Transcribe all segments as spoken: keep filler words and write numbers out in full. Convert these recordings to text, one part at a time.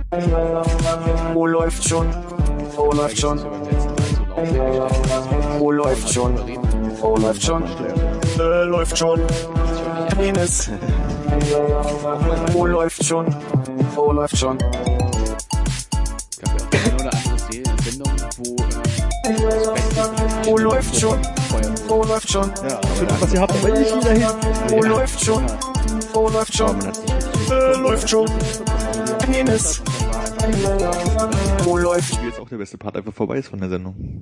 Wo läuft schon? Wo läuft schon? Wo läuft schon? Wo läuft schon? Äh, läuft schon. Penis. Wo läuft schon? Wo läuft schon? Es gab ja auch eine oder andere Sendung, wo äh, Wo läuft schon? Wo läuft schon? Ja, was ihr habt, aber ich wieder hin. Wo läuft schon? Wo läuft schon? Äh, läuft schon. Penis. Wo läuft? Wie jetzt auch der beste Part einfach vorbei ist von der Sendung.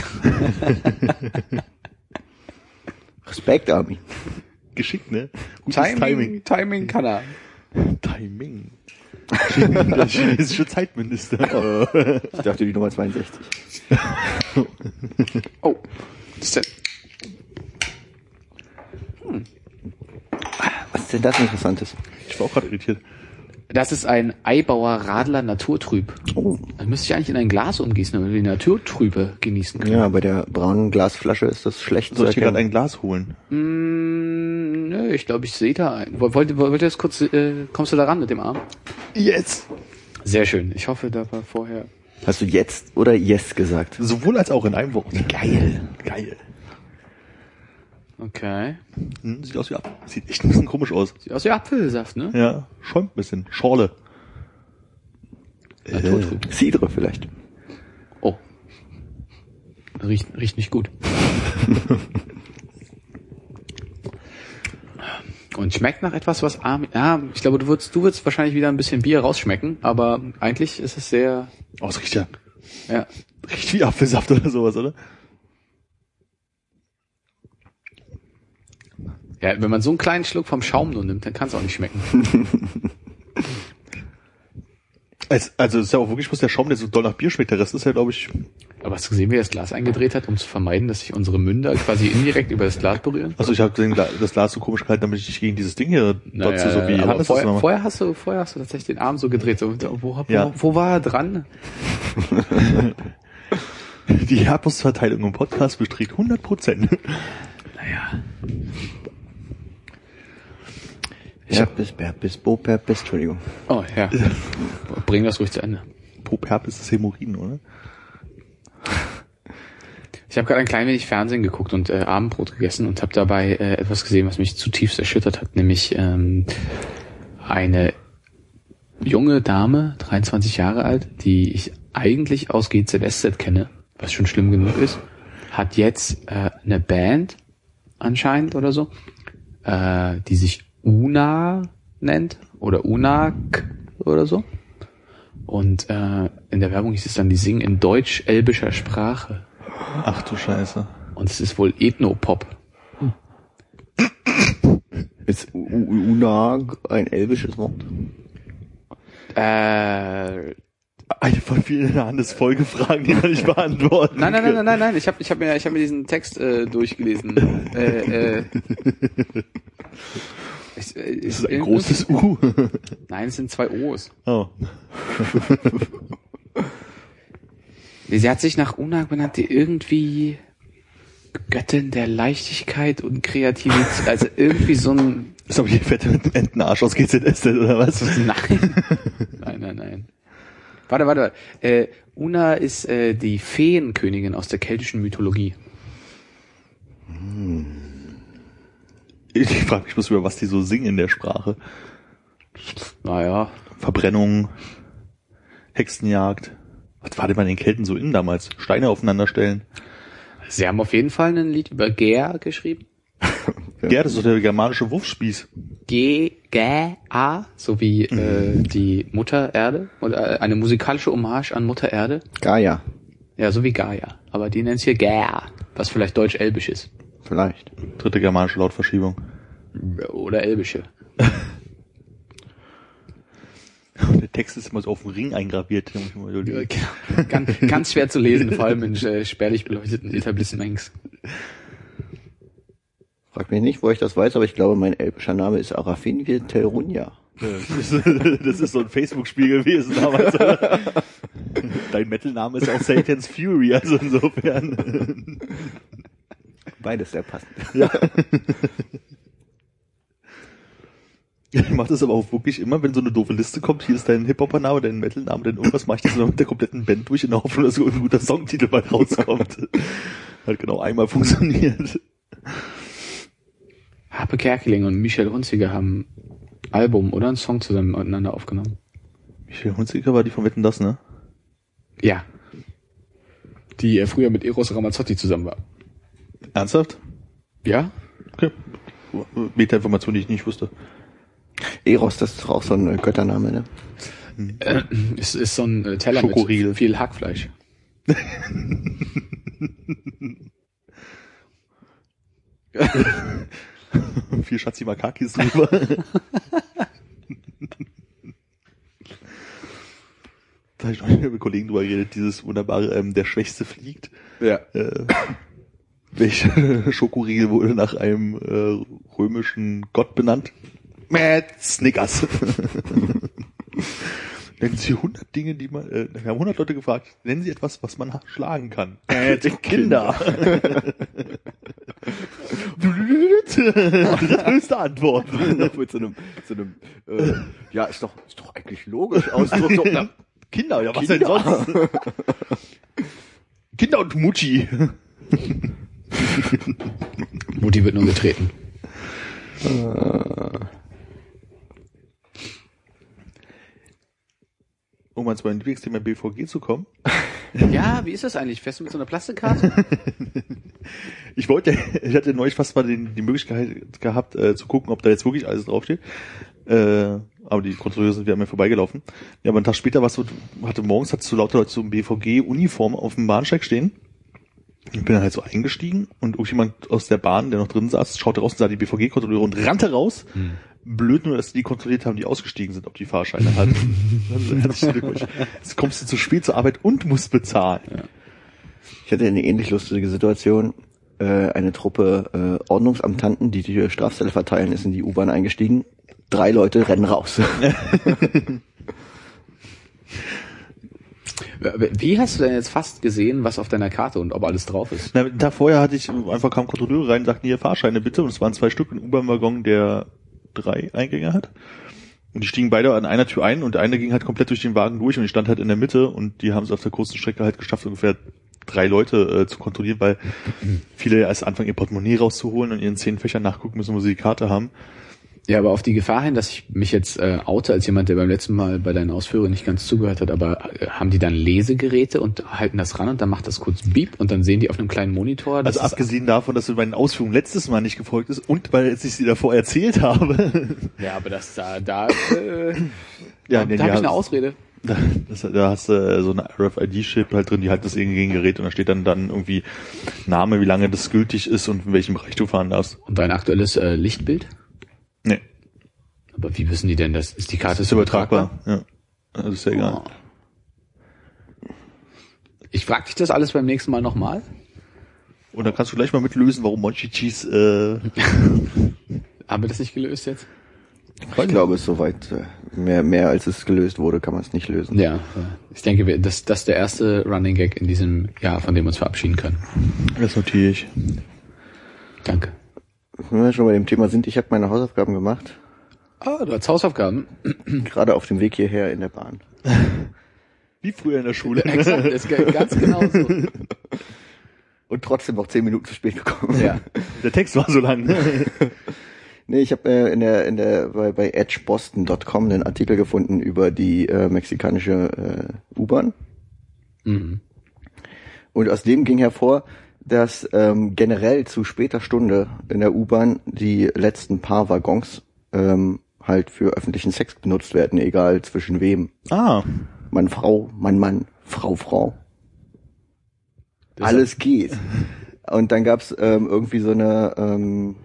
Respekt, Armin. Geschickt, ne? Gutes Timing, Timing. Timing kann er. Timing. Der chinesische Zeitminister. Ich dachte die Nummer zweiundsechzig. Oh, was ist denn? Was ist denn das Interessantes? Ich war auch gerade irritiert. Das ist ein Eibauer Radler Naturtrüb. Oh. Das müsste ich eigentlich in ein Glas umgießen, damit wir die Naturtrübe genießen können. Ja, bei der braunen Glasflasche ist das schlecht Soll zu ich dir gerade erkennen. ein Glas holen? Mm, nö, ich glaube, ich sehe da einen. Wollt, wollt, wollt ihr das kurz, äh, kommst du da ran mit dem Arm? Yes! Sehr schön. Ich hoffe, da war vorher... Hast du jetzt oder yes gesagt? Sowohl als auch in einem Wort. Geil. Geil. Okay. Hm, sieht aus wie Apfel. Sieht echt ein bisschen komisch aus. Sieht aus wie Apfelsaft, ne? Ja, schäumt ein bisschen. Schorle. Naturtrüb. Cidre vielleicht. Oh. Riecht, riecht nicht gut. Und schmeckt nach etwas, was Armin... Ja, ich glaube, du würdest, du würdest wahrscheinlich wieder ein bisschen Bier rausschmecken, aber eigentlich ist es sehr... Oh, es riecht ja. Ja. Riecht wie Apfelsaft oder sowas, oder? Ja, wenn man so einen kleinen Schluck vom Schaum nur nimmt, dann kann es auch nicht schmecken. Es, also es ist ja auch wirklich bloß der Schaum, der so doll nach Bier schmeckt. Der Rest ist ja, glaube ich... Aber hast du gesehen, wie er das Glas eingedreht hat, um zu vermeiden, dass sich unsere Münder quasi indirekt über das Glas berühren? Also ich habe das Glas so komisch gehalten, damit ich nicht gegen dieses Ding hier Naja, dotze, so wie aber Hannes das vorher, nochmal. vorher hast du, vorher hast du tatsächlich den Arm so gedreht, so, wo, wo, Ja. wo war er dran? Die Herpesverteilung im Podcast beträgt hundert Prozent. Naja. Herpes, Herpes, Boperpes, Entschuldigung. Oh, ja. Bring das ruhig zu Ende. Poperpes ist Hämorrhoiden, oder? Ich habe gerade ein klein wenig Fernsehen geguckt und äh, Abendbrot gegessen und habe dabei äh, etwas gesehen, was mich zutiefst erschüttert hat, nämlich ähm, eine junge Dame, dreiundzwanzig Jahre alt, die ich eigentlich aus G Z S Z kenne, was schon schlimm genug ist, hat jetzt äh, eine Band anscheinend oder so, äh, die sich Una nennt oder Unak oder so. Und äh, in der Werbung hieß es dann, die singen in deutsch-elbischer Sprache. Ach du Scheiße. Und es ist wohl Ethnopop. Ist U- U- Unag ein elbisches Wort? Äh, Eine von vielen Handelsfolgefragen, die man nicht beantworten nein, nein, nein, kann. nein, nein, nein. Ich habe ich hab mir, ich hab mir diesen Text äh, durchgelesen. äh, äh, ich, äh, Das ist ein großes U. Nein, es sind zwei O's. Oh. Sie hat sich nach Unag benannt, die irgendwie Göttin der Leichtigkeit und Kreativität, also irgendwie so ein... Ist aber die fette Entenarsch aus G Z S Z oder was? Nein, nein, nein, nein. Warte, warte, warte. Äh, Una ist äh, die Feenkönigin aus der keltischen Mythologie. Ich frage mich bloß über, was die so singen in der Sprache. Naja, Verbrennung, Hexenjagd. Was war denn bei den Kelten so in damals? Steine aufeinander stellen. sie haben auf jeden Fall ein Lied über Gär geschrieben. Ja, das ist doch der germanische Wurfspieß. G, Gä, A, so wie äh, die Mutter Erde oder äh, eine musikalische Hommage an Mutter Erde. Gaia, Ja, so wie Gaia. Aber die nennt es hier Gär, was vielleicht deutsch-elbisch ist. vielleicht. Dritte germanische Lautverschiebung. Oder elbische. Und der Text ist immer so auf dem Ring eingraviert. Da muss ich mal Ja, überlegen. genau. ganz, ganz schwer zu lesen, vor allem in äh, spärlich beleuchteten Etablissements. Frag mich nicht, wo ich das weiß, aber ich glaube, mein elbischer Name ist Arafin Terunja. Das ist, das ist so ein Facebook-Spiel gewesen damals. Oder? Dein Metal-Name ist auch Satan's Fury, also insofern. Beides sehr passend. Ja. Ich mache das aber auch wirklich immer, wenn so eine doofe Liste kommt, hier ist dein Hip-Hopper-Name, dein Metal-Name, dann irgendwas, mache ich das immer mit der kompletten Band durch in der Hoffnung, dass so ein guter Songtitel mal rauskommt. Hat genau einmal funktioniert. Harpe Kerkeling und Michel Hunziker haben ein Album oder einen Song zusammen miteinander aufgenommen. Michel Hunziker war die von Wetten, das, ne? Ja. Die äh, früher mit Eros Ramazzotti zusammen war. Ernsthaft? Ja? Okay. Meta-Information, die ich nicht wusste. Eros, das ist doch auch so ein Göttername, ne? Äh, es ist so ein äh, Teller Schokoriegel. mit viel Hackfleisch. Viel Schatzi-Makakis drüber. Da habe ich noch nicht mit Kollegen drüber geredet, dieses wunderbare, ähm, der Schwächste fliegt. Ja. Äh, welcher Schokoriegel wurde nach einem äh, römischen Gott benannt? Mad Snickers. Nennen Sie hundert Dinge, die man, äh, wir haben hundert Leute gefragt, nennen Sie etwas, was man schlagen kann. Mad Kinder. Dritthöchste Antwort. Noch mit so einem, so einem äh, ja, ist doch, ist doch eigentlich logisch. Ausdruck, doch, na, Kinder, ja, was Kinder. denn sonst? Kinder und Mutti. Mutti wird nur getreten. Um ans mein Lieblingsthema B V G zu kommen. Ja, wie ist das eigentlich? Fährst du mit so einer Plastikkarte? Ich wollte, ich hatte neulich fast mal den, die Möglichkeit gehabt, äh, zu gucken, ob da jetzt wirklich alles draufsteht. Äh, aber die Kontrolleure sind wieder an mir vorbeigelaufen. Ja, aber einen Tag später was so, hatte morgens hat so lauter Leute so ein B V G-Uniform auf dem Bahnsteig stehen. Ich bin dann halt so eingestiegen und irgendjemand aus der Bahn, der noch drin saß, schaute raus und sah die B V G-Kontrolleure und rannte raus. Hm. Blöd nur, dass die kontrolliert haben, die ausgestiegen sind, ob die Fahrscheine hatten. Also, herzlichen Glückwunsch. Jetzt kommst du zu spät zur Arbeit und musst bezahlen. Ja. Ich hatte eine ähnlich lustige Situation. Äh, eine Truppe äh, Ordnungsamtanten, die die Strafzettel verteilen, ist in die U-Bahn eingestiegen. Drei Leute rennen raus. Wie hast du denn jetzt fast gesehen, was auf deiner Karte und ob alles drauf ist? Na, da vorher hatte ich einfach kamen Kontrolleure rein, sagten hier Fahrscheine bitte, und es waren zwei Stück, ein U-Bahn-Waggon, der drei Eingänge hat. Und die stiegen beide an einer Tür ein und eine ging halt komplett durch den Wagen durch und ich stand halt in der Mitte und die haben es auf der kurzen Strecke halt geschafft, ungefähr drei Leute äh, zu kontrollieren, weil viele erst anfangen, ihr Portemonnaie rauszuholen und in ihren zehn Fächern nachgucken müssen, wo sie die Karte haben. Ja, aber auf die Gefahr hin, dass ich mich jetzt äh, oute als jemand, der beim letzten Mal bei deinen Ausführungen nicht ganz zugehört hat, aber äh, haben die dann Lesegeräte und halten das ran und dann macht das kurz Beep und dann sehen die auf einem kleinen Monitor. Also abgesehen davon, dass du meinen Ausführungen letztes Mal nicht gefolgt ist und weil jetzt ich sie davor erzählt habe. Ja, aber das da, da, äh, ja, da, da habe ich eine Ausrede. Da, das, da hast du so eine R F I D-Chip halt drin, die halt das irgendwie Gerät und da steht dann dann irgendwie Name, wie lange das gültig ist und in welchem Bereich du fahren darfst. Und dein aktuelles äh, Lichtbild? Nee. Aber wie wissen die denn das? Ist die Karte das ist übertragbar? übertragbar? Ja. Also ist ja egal. Oh. Ich frag dich das alles beim nächsten Mal nochmal. Und dann kannst du gleich mal mitlösen, warum Monchi Cheese, äh... Haben wir das nicht gelöst jetzt? Ich glaube, es ist soweit, mehr, mehr als es gelöst wurde, kann man es nicht lösen. Ja, ich denke, das, das ist der erste Running Gag in diesem Jahr, von dem wir uns verabschieden können. Das notiere ich. Danke. Wenn wir schon bei dem Thema sind, ich habe meine Hausaufgaben gemacht. Ah, du hast Hausaufgaben. Gerade auf dem Weg hierher in der Bahn. Wie früher in der Schule. Exakt, das ist ganz genau so. Und trotzdem noch zehn Minuten zu spät gekommen. Ja. Der Text war so lang. Nee, ich habe äh, in der in der bei, bei edge boston dot com einen Artikel gefunden über die äh, mexikanische äh, U-Bahn. Mhm. Und aus dem ging hervor, dass ähm, generell zu später Stunde in der U-Bahn die letzten paar Waggons ähm, halt für öffentlichen Sex benutzt werden, egal zwischen wem. Ah. Mann, Frau, Mann, Mann, Frau, Frau. Das alles geht. Und dann gab's ähm, irgendwie so eine ähm,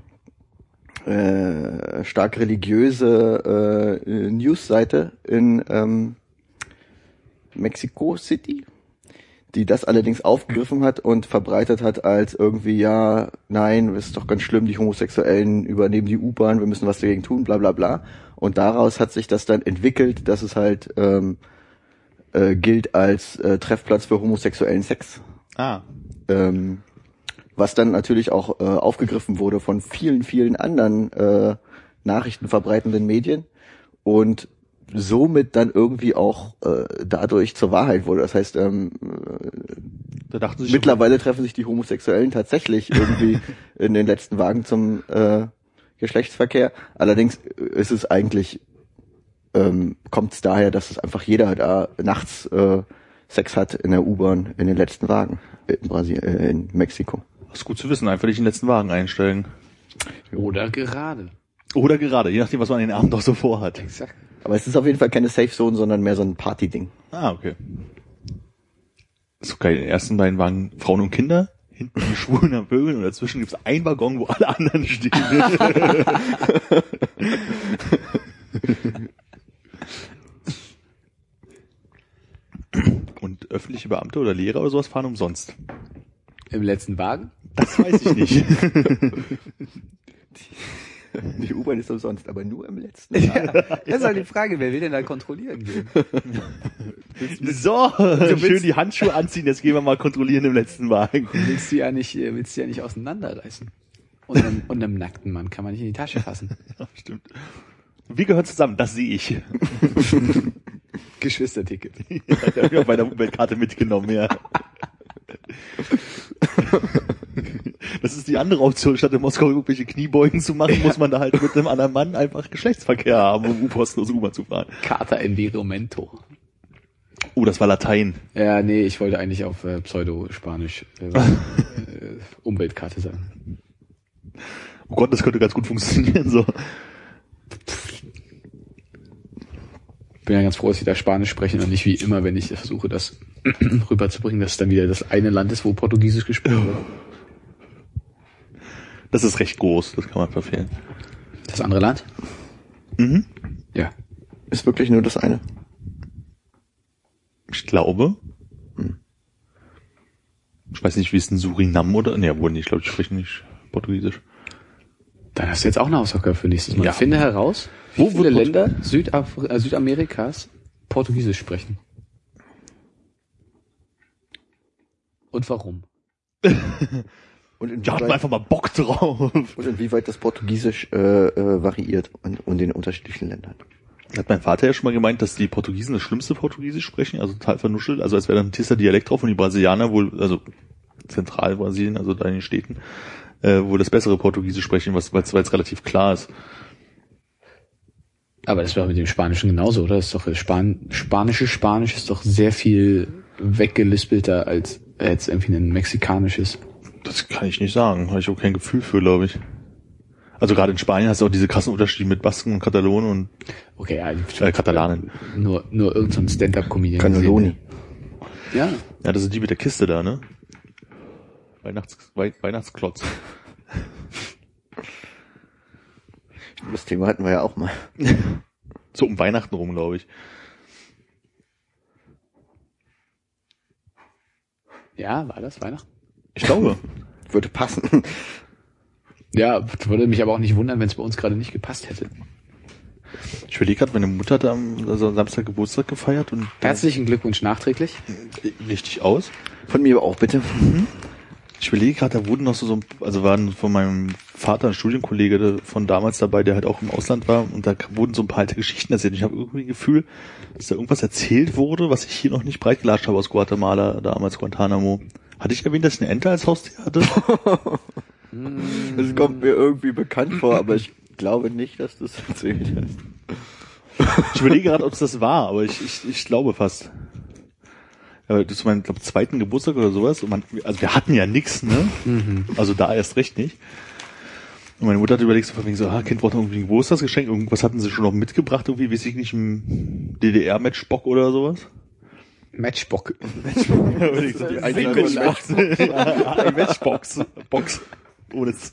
äh, stark religiöse äh, Newsseite in ähm, Mexico City, die das allerdings aufgegriffen hat und verbreitet hat als irgendwie, ja, nein, es ist doch ganz schlimm, die Homosexuellen übernehmen die U-Bahn, wir müssen was dagegen tun, bla bla bla. Und daraus hat sich das dann entwickelt, dass es halt ähm, äh, gilt als äh, Treffplatz für homosexuellen Sex. Ah. Ähm, was dann natürlich auch äh, aufgegriffen wurde von vielen, vielen anderen äh, Nachrichten verbreitenden Medien und somit dann irgendwie auch äh, dadurch zur Wahrheit wurde. Das heißt, ähm, da dachten sich mittlerweile schon, treffen sich die Homosexuellen tatsächlich irgendwie in den letzten Wagen zum äh, Geschlechtsverkehr. Allerdings ist es eigentlich, ähm, kommt es daher, dass es einfach jeder da nachts äh, Sex hat in der U-Bahn in den letzten Wagen in Brasilien, äh, in Mexiko. Das ist gut zu wissen, einfach nicht in den letzten Wagen einsteigen. Oder gerade. Oder gerade, je nachdem, was man an den Abend auch so vorhat. Exakt. Aber es ist auf jeden Fall keine Safe Zone, sondern mehr so ein Party-Ding. Ah, okay. So geil, in den ersten beiden Wagen Frauen und Kinder, hinten die Schwulen am Vögeln und dazwischen gibt's ein Waggon, wo alle anderen stehen. Und öffentliche Beamte oder Lehrer oder sowas fahren umsonst. Im letzten Wagen? Das weiß ich nicht. Die U-Bahn ist umsonst, aber nur im letzten. Ja, das ist halt die Frage, wer will denn da kontrollieren gehen? So, schön die Handschuhe anziehen, jetzt gehen wir mal kontrollieren im letzten Wagen. Willst du ja nicht, willst du ja nicht auseinanderreißen. Und einem, und einem nackten Mann kann man nicht in die Tasche fassen. Ja, stimmt. Wir gehören zusammen, das sehe ich. Geschwisterticket. Ja, ich habe bei der Umweltkarte mitgenommen, ja. Das ist die andere Option. Statt in Moskau irgendwelche Kniebeugen zu machen, muss man da halt mit einem anderen Mann einfach Geschlechtsverkehr haben, um kostenlos U-Bahn zu fahren. Carta Environmento. Oh, das war Latein. Ja, nee, ich wollte eigentlich auf äh, Pseudo-Spanisch äh, äh, Umweltkarte sagen. Oh Gott, das könnte ganz gut funktionieren, so. Bin ja ganz froh, dass ich da Spanisch spreche und nicht wie immer, wenn ich versuche, das rüberzubringen, dass es dann wieder das eine Land ist, wo Portugiesisch gesprochen wird. Das ist recht groß, das kann man verfehlen. Das andere Land? Mhm. Ja. Ist wirklich nur das eine. Ich glaube. Ich weiß nicht, wie es in Surinam oder... Ne, wohl nicht, ich glaube, ich spreche nicht Portugiesisch. Dann hast du jetzt auch eine Hausaufgabe für nächstes Mal. Ja. Finde heraus, wie Wo viele wird Länder Südaf äh, Südamerikas Portugiesisch sprechen. Und warum? Und Da hat man einfach mal Bock drauf. und inwieweit das Portugiesisch äh, äh, variiert und, und in den unterschiedlichen Ländern. Hat mein Vater ja schon mal gemeint, dass die Portugiesen das schlimmste Portugiesisch sprechen, also total vernuschelt, also als wäre da ein Tisser Dialekt drauf und die Brasilianer wohl, also Zentralbrasilien, also da in den Städten, äh, wohl das bessere Portugiesisch sprechen, was weil es relativ klar ist. Aber das war mit dem Spanischen genauso, oder? Das ist doch Span spanische Spanisch ist doch sehr viel weggelispelter als jetzt irgendwie ein mexikanisches. Das kann ich nicht sagen, habe ich auch kein Gefühl für, glaube ich. Also gerade in Spanien hast du auch diese krassen Unterschiede mit Basken und Katalonen und Okay, ja, äh, Katalanen. nur nur irgendein so Stand-up-Comedian. Cannelloni. Ja. Ja, das sind die mit der Kiste da, ne? Weihnachts Wei Weihnachtsklotz. Das Thema hatten wir ja auch mal. So um Weihnachten rum, glaube ich. Ja, war das Weihnachten? Ich glaube. Würde passen. Ja, würde mich aber auch nicht wundern, wenn es bei uns gerade nicht gepasst hätte. Ich überlege gerade, meine Mutter hat am also Samstag Geburtstag gefeiert und Herzlichen Glückwunsch nachträglich. richtig aus. Von mir auch, bitte. Ich überlege gerade, da wurden noch so, so, also waren von meinem Vater ein Studienkollege von damals dabei, der halt auch im Ausland war und da wurden so ein paar alte Geschichten erzählt. Ich habe irgendwie ein Gefühl, dass da irgendwas erzählt wurde, was ich hier noch nicht breitgelatscht habe aus Guatemala, damals Guantanamo. Hatte ich erwähnt, dass ich eine Ente als Haustier hatte? Das kommt mir irgendwie bekannt vor, aber ich glaube nicht, dass du es erzählt hast. Ich überlege gerade, ob es das war, aber ich, ich, ich glaube fast. Ja, das war mein, glaube zweiten Geburtstag oder sowas. Und man, also wir hatten ja nix, ne? Mhm. Also da erst recht nicht. Und meine Mutter hat überlegt, so, von wegen so, ah, Kind braucht irgendwie ein Geburtstagsgeschenk. Irgendwas hatten sie schon noch mitgebracht, irgendwie, weiß ich nicht, ein D D R-Matchbock oder sowas. Matchbock. so die Ein Matchbox. Ein Matchbox. Box. Ohne Z.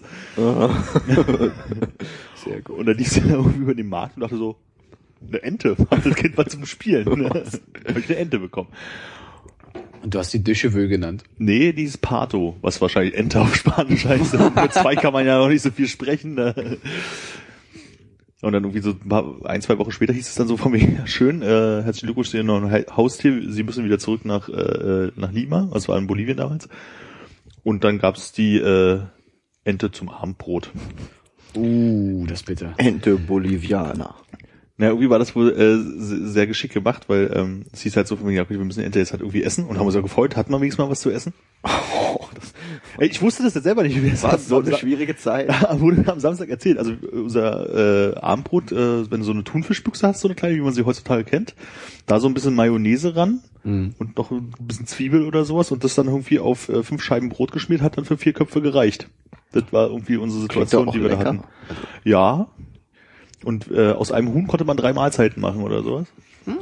Sehr gut. Und dann lief sie dann irgendwie über den Markt und dachte so, eine Ente. Hat das Kind mal zum Spielen. Ne? Habe ich eine Ente bekommen. Und du hast die Döschevö genannt. Nee, die ist Pato, was wahrscheinlich Ente auf Spanisch heißt. Mit zwei kann man ja noch nicht so viel sprechen. Ne? Und dann irgendwie so ein, zwei Wochen später hieß es dann so von mir, ja, schön, äh, herzlichen Glückwunsch, Sie haben noch ein Haustier, Sie müssen wieder zurück nach äh, nach Lima, das war in Bolivien damals. Und dann gab's die äh, Ente zum Abendbrot. Uh, das bitter. Ente Boliviana. Na, irgendwie war das wohl äh, sehr geschickt gemacht, weil ähm, es hieß halt so von mir, ja, wir müssen Ente jetzt halt irgendwie essen und haben uns ja gefreut, hatten wir wenigstens mal was zu essen. Oh, das Ey, ich wusste das jetzt selber nicht, wie es war so eine schwierige Zeit. Wurde am Samstag erzählt. Also unser äh, Abendbrot, äh, wenn du so eine Thunfischbüchse hast, so eine kleine, wie man sie heutzutage kennt, da so ein bisschen Mayonnaise ran mhm. und noch ein bisschen Zwiebel oder sowas und das dann irgendwie auf äh, fünf Scheiben Brot geschmiert, hat dann für vier Köpfe gereicht. Das war irgendwie unsere Situation, die wir lecker. da hatten. Ja. Und äh, aus einem Huhn konnte man drei Mahlzeiten machen oder sowas. Hm.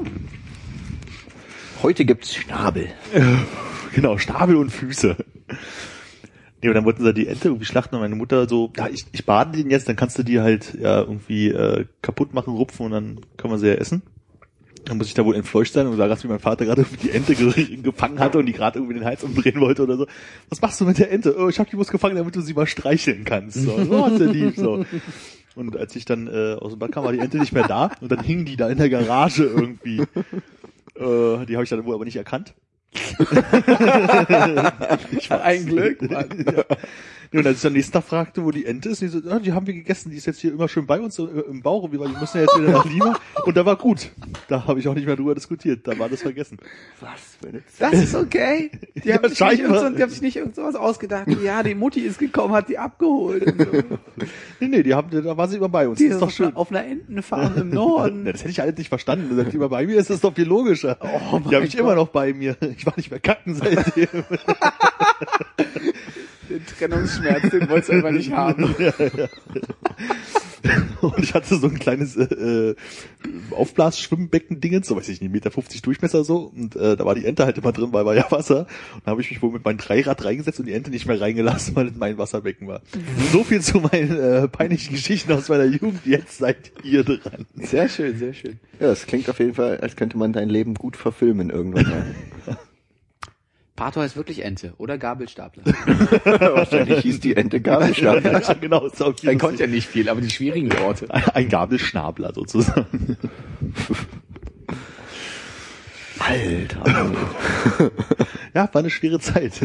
Heute gibt's Schnabel. Genau, Schnabel und Füße. Nee, und dann wollten sie die Ente irgendwie schlachten und meine Mutter so, ja, ich, ich bade den jetzt, dann kannst du die halt ja irgendwie äh, kaputt machen, rupfen und dann können wir sie ja essen. Dann muss ich da wohl entfleucht sein und da gab's, wie mein Vater gerade die Ente ge- gefangen hatte und die gerade irgendwie den Hals umdrehen wollte oder so. Was machst du mit der Ente? Oh, ich hab die bloß gefangen, damit du sie mal streicheln kannst. So, so hat der lieb, so. Und als ich dann äh, aus dem Bad kam, war die Ente nicht mehr da und dann hingen die da in der Garage irgendwie. Äh, die habe ich dann wohl aber nicht erkannt. Ich war ein Glück, Mann. Ja. Und als ich dann nächsten Tag fragte, wo die Ente ist, die so, ja, die haben wir gegessen, die ist jetzt hier immer schön bei uns im Bauch, wir müssen ja jetzt wieder nach Lima. Und da war gut. Da habe ich auch nicht mehr drüber diskutiert, da war das vergessen. Was für eine Zeit. Das ist okay. Die Ja, haben sich nicht, scheinbar. irgend so, die haben sich nicht irgend sowas ausgedacht. Ja, die Mutti ist gekommen, hat die abgeholt. Und so. Nee, nee, die haben, da war sie immer bei uns. Die Das ist doch schön. auf einer Entenfarm im Norden. Ja, das hätte ich alles nicht verstanden. Wenn die immer bei mir ist, ist das doch viel logischer. Oh, die habe ich Gott. immer noch bei mir. Ich war nicht mehr kacken seitdem. Den Trennungsschmerz, den wolltest du einfach nicht haben. Ja, ja. Und ich hatte so ein kleines äh, Aufblasschwimmbecken-Dingens, so weiß ich nicht, eins Komma fünfzig Meter Durchmesser so. Und äh, da war die Ente halt immer drin, weil war ja Wasser. Und da habe ich mich wohl mit meinem Dreirad reingesetzt und die Ente nicht mehr reingelassen, weil es mein Wasserbecken war. So viel zu meinen äh, peinlichen Geschichten aus meiner Jugend. Jetzt seid ihr dran. Sehr schön, sehr schön. Ja, das klingt auf jeden Fall, als könnte man dein Leben gut verfilmen irgendwann mal. Pato heißt wirklich Ente oder Gabelstapler. Wahrscheinlich hieß die Ente Gabelstapler. Ja, genau. Ist auch Er konnte ja nicht viel, aber die schwierigen Worte. ein Gabelschnabler sozusagen. Alter. Ja, war eine schwere Zeit.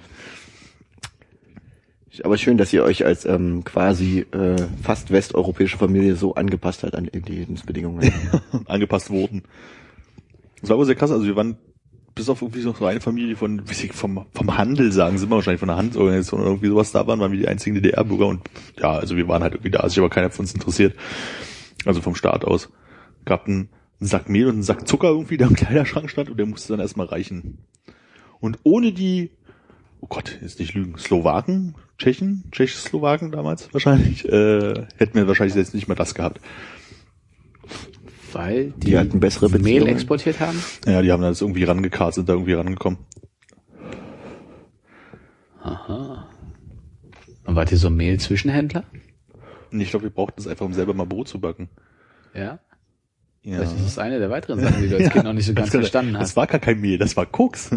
Aber schön, dass ihr euch als ähm, quasi äh, fast westeuropäische Familie so angepasst habt an die Lebensbedingungen. Angepasst wurden. Das war aber sehr krass. Also wir waren bis auf irgendwie so eine Familie von, wie sie vom, vom Handel sagen, sind wir wahrscheinlich von der Handelsorganisation oder irgendwie sowas da waren, waren wir die einzigen D D R-Bürger und ja, also wir waren halt irgendwie da, also sich aber keiner von uns interessiert. Also vom Staat aus. Gab einen Sack Mehl und einen Sack Zucker irgendwie, der im Kleiderschrank stand und der musste dann erstmal reichen. Und ohne die, oh Gott, jetzt nicht lügen, Slowaken, Tschechen, Tschechisch-Slowaken damals wahrscheinlich, äh, hätten wir wahrscheinlich jetzt nicht mehr das gehabt. Weil die, Die hatten bessere Mehl Beziehungen. exportiert haben? Ja, die haben das irgendwie rangekarrt, sind da irgendwie rangekommen. Aha. Und wart ihr so Mehl-Zwischenhändler? Und ich glaube, wir brauchten es einfach, um selber mal Brot zu backen. Ja. Ja. Vielleicht ist das eine der weiteren Sachen, die du als Kind noch nicht so ganz Das kann- verstanden hast. Das war gar kein Mehl, das war Koks.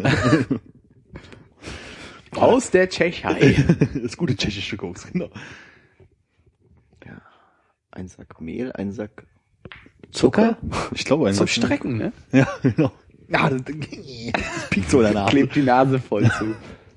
Aus der Tschechei. Das gute tschechische Koks, genau. Ja. Ein Sack Mehl, ein Sack Zucker? Ich glaube Zum einfach. Strecken, ne? Ja, genau. Ja, das, das piekt so in der Nase. Klebt die Nase voll zu.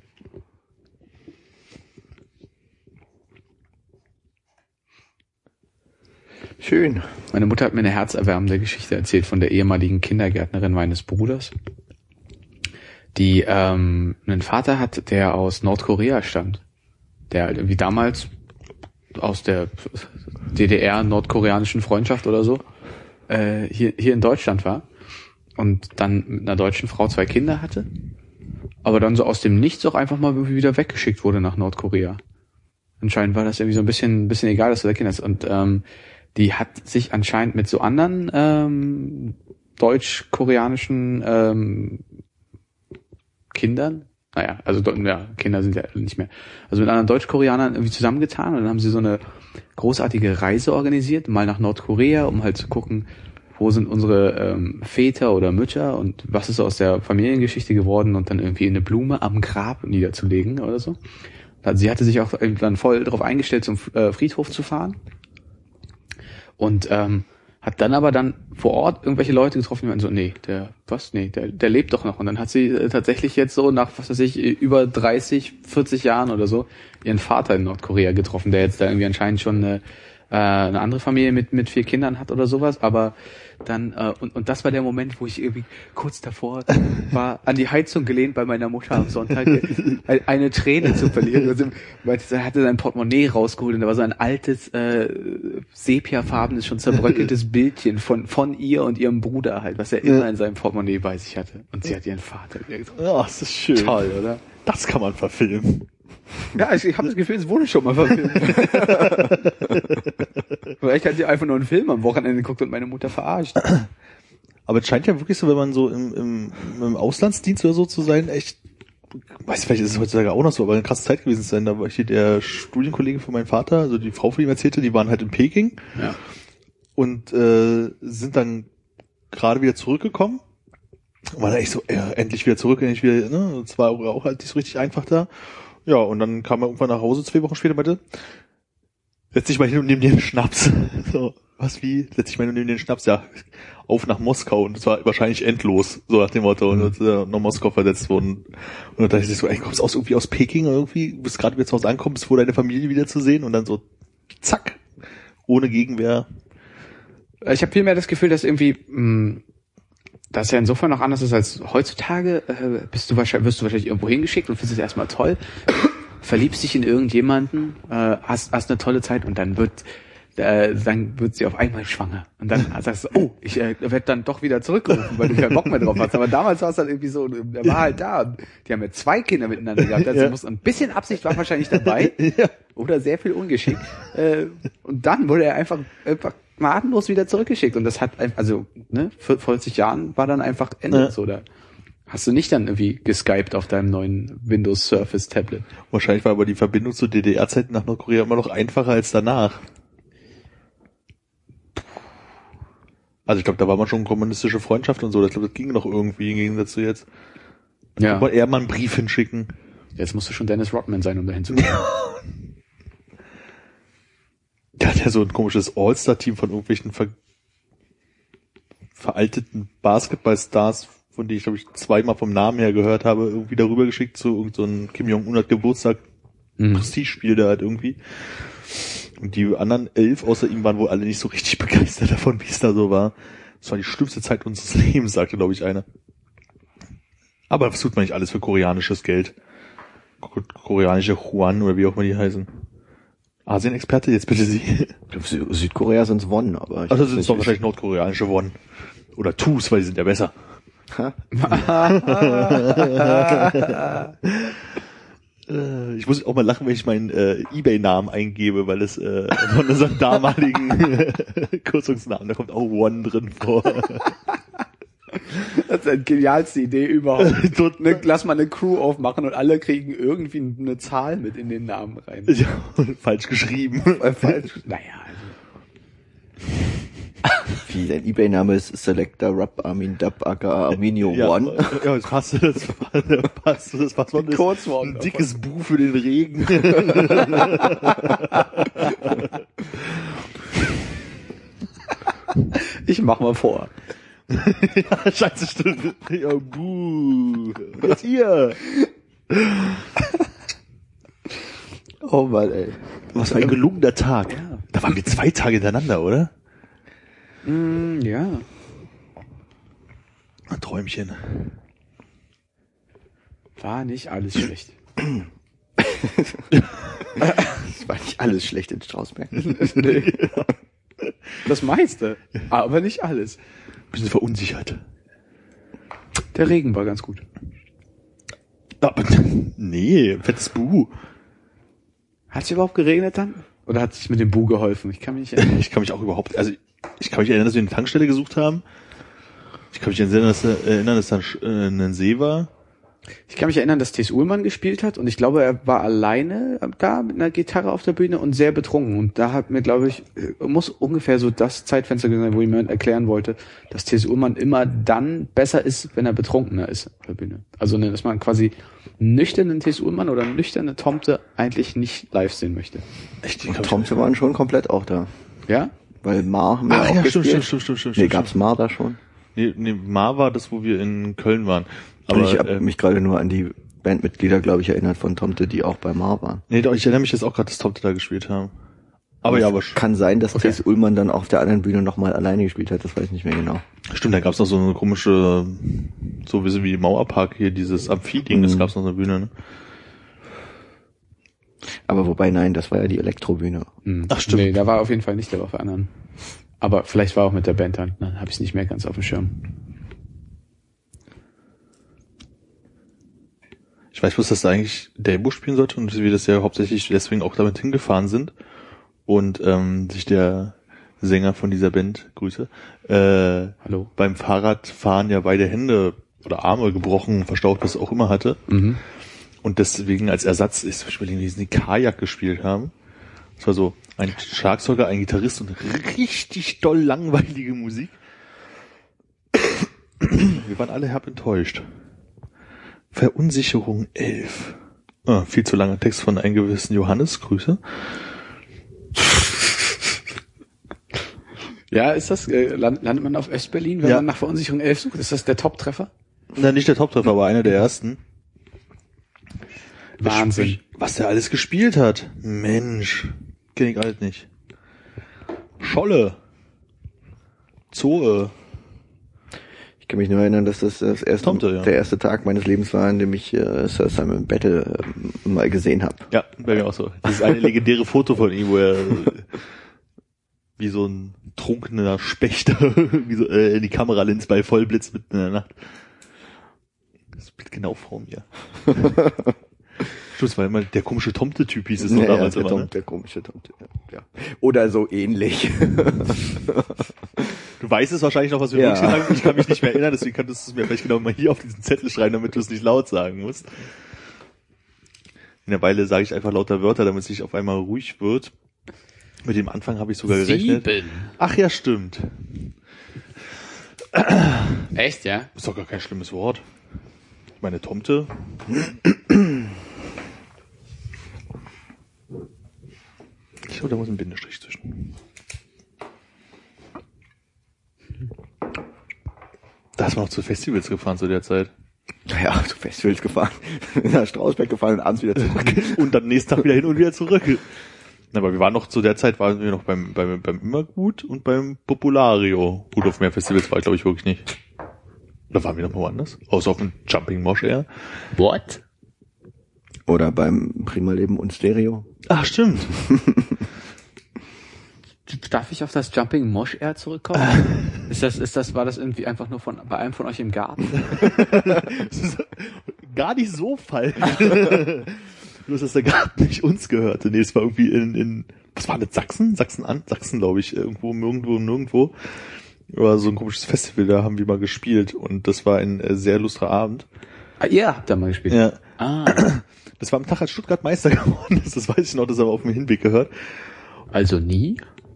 Schön. Meine Mutter hat mir eine herzerwärmende Geschichte erzählt von der ehemaligen Kindergärtnerin meines Bruders, die ähm, einen Vater hat, der aus Nordkorea stammt, der halt irgendwie damals aus der D D R-nordkoreanischen Freundschaft oder so äh, hier hier in Deutschland war und dann mit einer deutschen Frau zwei Kinder hatte, aber dann so aus dem Nichts auch einfach mal wieder weggeschickt wurde nach Nordkorea. Anscheinend war das irgendwie so ein bisschen ein bisschen egal, dass du da Kinder hast. Und ähm, die hat sich anscheinend mit so anderen ähm, deutsch-koreanischen ähm, Kindern, naja, also ja, Kinder sind ja nicht mehr, also mit anderen Deutsch-Koreanern irgendwie zusammengetan und dann haben sie so eine großartige Reise organisiert, mal nach Nordkorea, um halt zu gucken, wo sind unsere ähm, Väter oder Mütter und was ist aus der Familiengeschichte geworden und dann irgendwie eine Blume am Grab niederzulegen oder so. Sie hatte sich auch dann voll darauf eingestellt, zum äh, Friedhof zu fahren. Und ähm, hat dann aber dann vor Ort irgendwelche Leute getroffen, die meinten so, nee, der, was, nee, der, der lebt doch noch. Und dann hat sie äh, tatsächlich jetzt so nach, was weiß ich, über dreißig, vierzig Jahren oder so, ihren Vater in Nordkorea getroffen, der jetzt da irgendwie anscheinend schon äh, äh, eine andere Familie mit mit vier Kindern hat oder sowas, aber dann äh, und und das war der Moment, wo ich irgendwie kurz davor war, an die Heizung gelehnt bei meiner Mutter am Sonntag, eine, eine Träne zu verlieren. Also, weil er hatte sein Portemonnaie rausgeholt und da war so ein altes äh, sepiafarbenes, schon zerbröckeltes Bildchen von von ihr und ihrem Bruder halt, was er immer in seinem Portemonnaie bei sich hatte. Und sie hat ihren Vater. Ja, das ist schön. Toll, oder? Das kann man verfilmen. Ja, ich, ich habe das Gefühl, es wurde schon mal verfilmt. Vielleicht hat sie einfach nur einen Film am Wochenende geguckt und meine Mutter verarscht. Aber es scheint ja wirklich so, wenn man so im, im, im Auslandsdienst oder so zu sein, echt, weiß ich, vielleicht ist es heutzutage auch noch so, aber eine krasse Zeit gewesen zu sein. Da war hier der Studienkollege von meinem Vater, also die Frau von ihm erzählte, die waren halt in Peking. Ja. Und äh, sind dann gerade wieder zurückgekommen. War da echt so, ja, endlich wieder zurück, endlich wieder, ne? Es war auch halt nicht so richtig einfach da. Ja, und dann kam er irgendwann nach Hause, zwei Wochen später, meinte, setz dich mal hin und nimm dir einen Schnaps. So, was, wie? Setz dich mal hin und nimm dir einen Schnaps. Ja, auf nach Moskau. Und das war wahrscheinlich endlos, so nach dem Motto. Und äh, nach Moskau versetzt worden. Und dann dachte ich so, ey, kommst du aus, irgendwie aus Peking irgendwie? Du bist gerade wieder zu Hause angekommen, bist froh, deine Familie wieder zu sehen. Und dann so, zack, ohne Gegenwehr. Ich habe vielmehr das Gefühl, dass irgendwie mh, das ja insofern noch anders ist als heutzutage. Äh, bist du wahrscheinlich, wirst du wahrscheinlich irgendwo hingeschickt und findest es erstmal toll, verliebst dich in irgendjemanden, äh, hast, hast eine tolle Zeit und dann wird äh, dann wird sie auf einmal schwanger. Und dann sagst du, oh, ich äh, werde dann doch wieder zurückgerufen, weil du keinen Bock mehr drauf hast. Aber damals war es dann irgendwie so, der war halt da. Die haben ja zwei Kinder miteinander gehabt. Also ja. muss ein bisschen Absicht war wahrscheinlich dabei. Ja. Oder sehr viel Ungeschick. Äh, und dann wurde er einfach, einfach gnadenlos wieder zurückgeschickt. Und das hat, also, ne, vor vierzig Jahren war dann einfach Ende. Ja. So, da hast du nicht dann irgendwie geskypt auf deinem neuen Windows Surface Tablet. Wahrscheinlich war aber die Verbindung zu D D R-Zeiten nach Nordkorea immer noch einfacher als danach. Also ich glaube, da war man schon kommunistische Freundschaft und so. Ich glaube, das ging noch irgendwie im Gegensatz zu jetzt. Ja. Aber eher mal einen Brief hinschicken. Jetzt musst du schon Dennis Rodman sein, um dahin zu kommen. Der hat ja so ein komisches All-Star-Team von irgendwelchen ver veralteten Basketball-Stars, von denen ich, glaube ich, zweimal vom Namen her gehört habe, irgendwie darüber geschickt zu irgendeinem so Kim Jong-un hat Geburtstag mhm. Prestige-Spiel da halt irgendwie. Und die anderen elf außer ihm waren wohl alle nicht so richtig begeistert davon, wie es da so war. Das war die schlimmste Zeit unseres Lebens, sagte, glaube ich, einer. Aber das tut man nicht alles für koreanisches Geld. Ko- koreanische Yuan oder wie auch immer die heißen. Asien-Experte, jetzt bitte Sie. Sü- Südkorea sind's Won, aber... Also sind es doch wahrscheinlich nordkoreanische Won. Oder Tus, weil die sind ja besser. Ich muss auch mal lachen, wenn ich meinen äh, eBay-Namen eingebe, weil es äh, von unserem damaligen Kurzungsnamen, da kommt auch One drin vor. Das ist eine genialste Idee überhaupt. Ne, lass mal eine Crew aufmachen und alle kriegen irgendwie eine Zahl mit in den Namen rein. Ja, falsch geschrieben. Falsch. Naja, also. Wie, dein Ebay-Name ist Selector Rub Armin Dub aka Arminio Ja, One. ja, das passt, das passt, das passt, das Kurzform ein dickes Buch für den Regen. Ich mach mal vor. Ja, scheiße, stimmt. Ja, buh. Jetzt hier. Oh Mann, ey. Was für ein gelungener Tag. Ja. Da waren wir zwei Tage hintereinander, oder? Mm, ja. Ein Träumchen. War nicht alles schlecht. Das war nicht alles schlecht in Strausberg. Nee. Das meiste, aber nicht alles. Bisschen verunsichert. Der Regen war ganz gut. Aber, nee, fettes Buh. Hat es überhaupt geregnet dann? Oder hat es mit dem Bu geholfen? Ich kann mich nicht erinnern. Ich kann mich auch überhaupt, also ich kann mich erinnern, dass wir eine Tankstelle gesucht haben. Ich kann mich erinnern, dass, erinnern, dass da ein, äh, ein See war. Ich kann mich erinnern, dass T S. Ullmann gespielt hat und ich glaube, er war alleine da mit einer Gitarre auf der Bühne und sehr betrunken. Und da hat mir, glaube ich, muss ungefähr so das Zeitfenster sein, wo jemand erklären wollte, dass T S. Ullmann immer dann besser ist, wenn er betrunkener ist auf der Bühne. Also, dass man quasi nüchternen T S. Ullmann oder nüchterne Tomte eigentlich nicht live sehen möchte. Echt? Und Tomte waren schon komplett auch da. Ja? Weil Mar haben wir Ach auch ja, gespielt. stimmt, stimmt, stimmt, stimmt, Nee, stimmt. gab's Mar da schon? Nee, nee, Mar war das, wo wir in Köln waren. Aber Aber ich habe ähm, mich gerade nur an die Bandmitglieder, glaube ich, erinnert von Tomte, die auch bei Mar waren. nee, doch, ich erinnere mich jetzt auch gerade, dass Tomte da gespielt haben. Aber ja, aber kann sein, dass Okay. T S Ullmann dann auf der anderen Bühne nochmal alleine gespielt hat, das weiß ich nicht mehr genau. stimmt, da gab's noch so eine komische, so ein bisschen wie Mauerpark hier, dieses Amphi-Ding, Mhm. das gab's noch so eine Bühne, ne? Aber wobei, nein, das war ja die Elektrobühne. Hm. Ach, stimmt. Nee, da war auf jeden Fall nicht der auf der anderen. Aber vielleicht war auch mit der Band dann, dann habe ich es nicht mehr ganz auf dem Schirm. Ich weiß bloß, dass da eigentlich Demo spielen sollte und wir das ja hauptsächlich deswegen auch damit hingefahren sind und ähm, sich der Sänger von dieser Band, Grüße, äh, Hallo. beim Fahrradfahren ja beide Hände oder Arme gebrochen, verstaucht, was er auch immer hatte. Mhm. Und deswegen als Ersatz ist zum Beispiel die die Kajak gespielt haben. Das war so ein Schlagzeuger, ein Gitarrist und richtig doll langweilige Musik. Wir waren alle herb enttäuscht. Verunsicherung elf. Ah, viel zu langer Text von einem gewissen Johannes. Grüße. Ja, ist das, äh, land, landet man auf Ostberlin, wenn Ja. man nach Verunsicherung elf sucht? Ist das der Top-Treffer? Na, nicht der Top-Treffer, aber einer der ersten. Wahnsinn. Was der alles gespielt hat. Mensch. Kenn ich alles nicht. Scholle. Zoe. Ich kann mich nur erinnern, dass das, das erste, Tomte, ja. der erste Tag meines Lebens war, an dem ich äh, Sir Simon Battle äh, mal gesehen habe. Ja, bei mir auch so. Das ist eine legendäre Foto von ihm, wo er wie so ein trunkener Specht wie so, äh, in die Kameralinse bei Vollblitz mitten in der Nacht. Das ist genau vor mir. Schluss war immer der komische Tomte-Typ, hieß es so Ja, ja, damals der, immer. Tom, Ne? der komische Tomte. Ja. Oder so ähnlich. Du weißt es wahrscheinlich noch, was wir Ja. wirklich sagen. Ich kann mich nicht mehr erinnern, deswegen könntest du es mir vielleicht genau mal hier auf diesen Zettel schreiben, damit du es nicht laut sagen musst. In der Weile sage ich einfach lauter Wörter, damit es nicht auf einmal ruhig wird. Mit dem Anfang habe ich sogar gerechnet. Sieben. Ach ja, stimmt. Echt, ja? Ist doch gar kein schlimmes Wort. Ich meine, Tomte. Ich glaube, da muss ein Bindestrich zwischen. Da ist man noch zu Festivals gefahren zu der Zeit. Ja, zu Festivals gefahren, nach Strausberg gefahren und abends wieder zurück. Und dann nächsten Tag wieder hin und wieder zurück. Na, aber wir waren noch, zu der Zeit waren wir noch beim, beim, beim Immergut und beim Populario. Gut, auf mehr Festivals war ich, glaube ich, wirklich nicht. Oder waren wir noch mal woanders? Außer auf dem Jumping Mosh Air. What? Oder beim Prima Leben und Stereo. Ach, stimmt. Darf ich auf das Jumping Mosh Air zurückkommen? ist das, ist das, war das irgendwie einfach nur von, bei einem von euch im Garten? Das ist gar nicht so falsch. Nur, dass der Garten nicht uns gehörte. Nee, es war irgendwie in, in, was war das, Sachsen? Sachsen an? Sachsen, glaube ich. Irgendwo, nirgendwo, nirgendwo. War so ein komisches Festival, da haben wir mal gespielt. Und das war ein äh, sehr lustrer Abend. Ah, ihr habt da mal gespielt? Ja. Ah, Das war am Tag, als Stuttgart Meister geworden ist. Das weiß ich noch, das haben wir auf dem Hinweg gehört. also nie?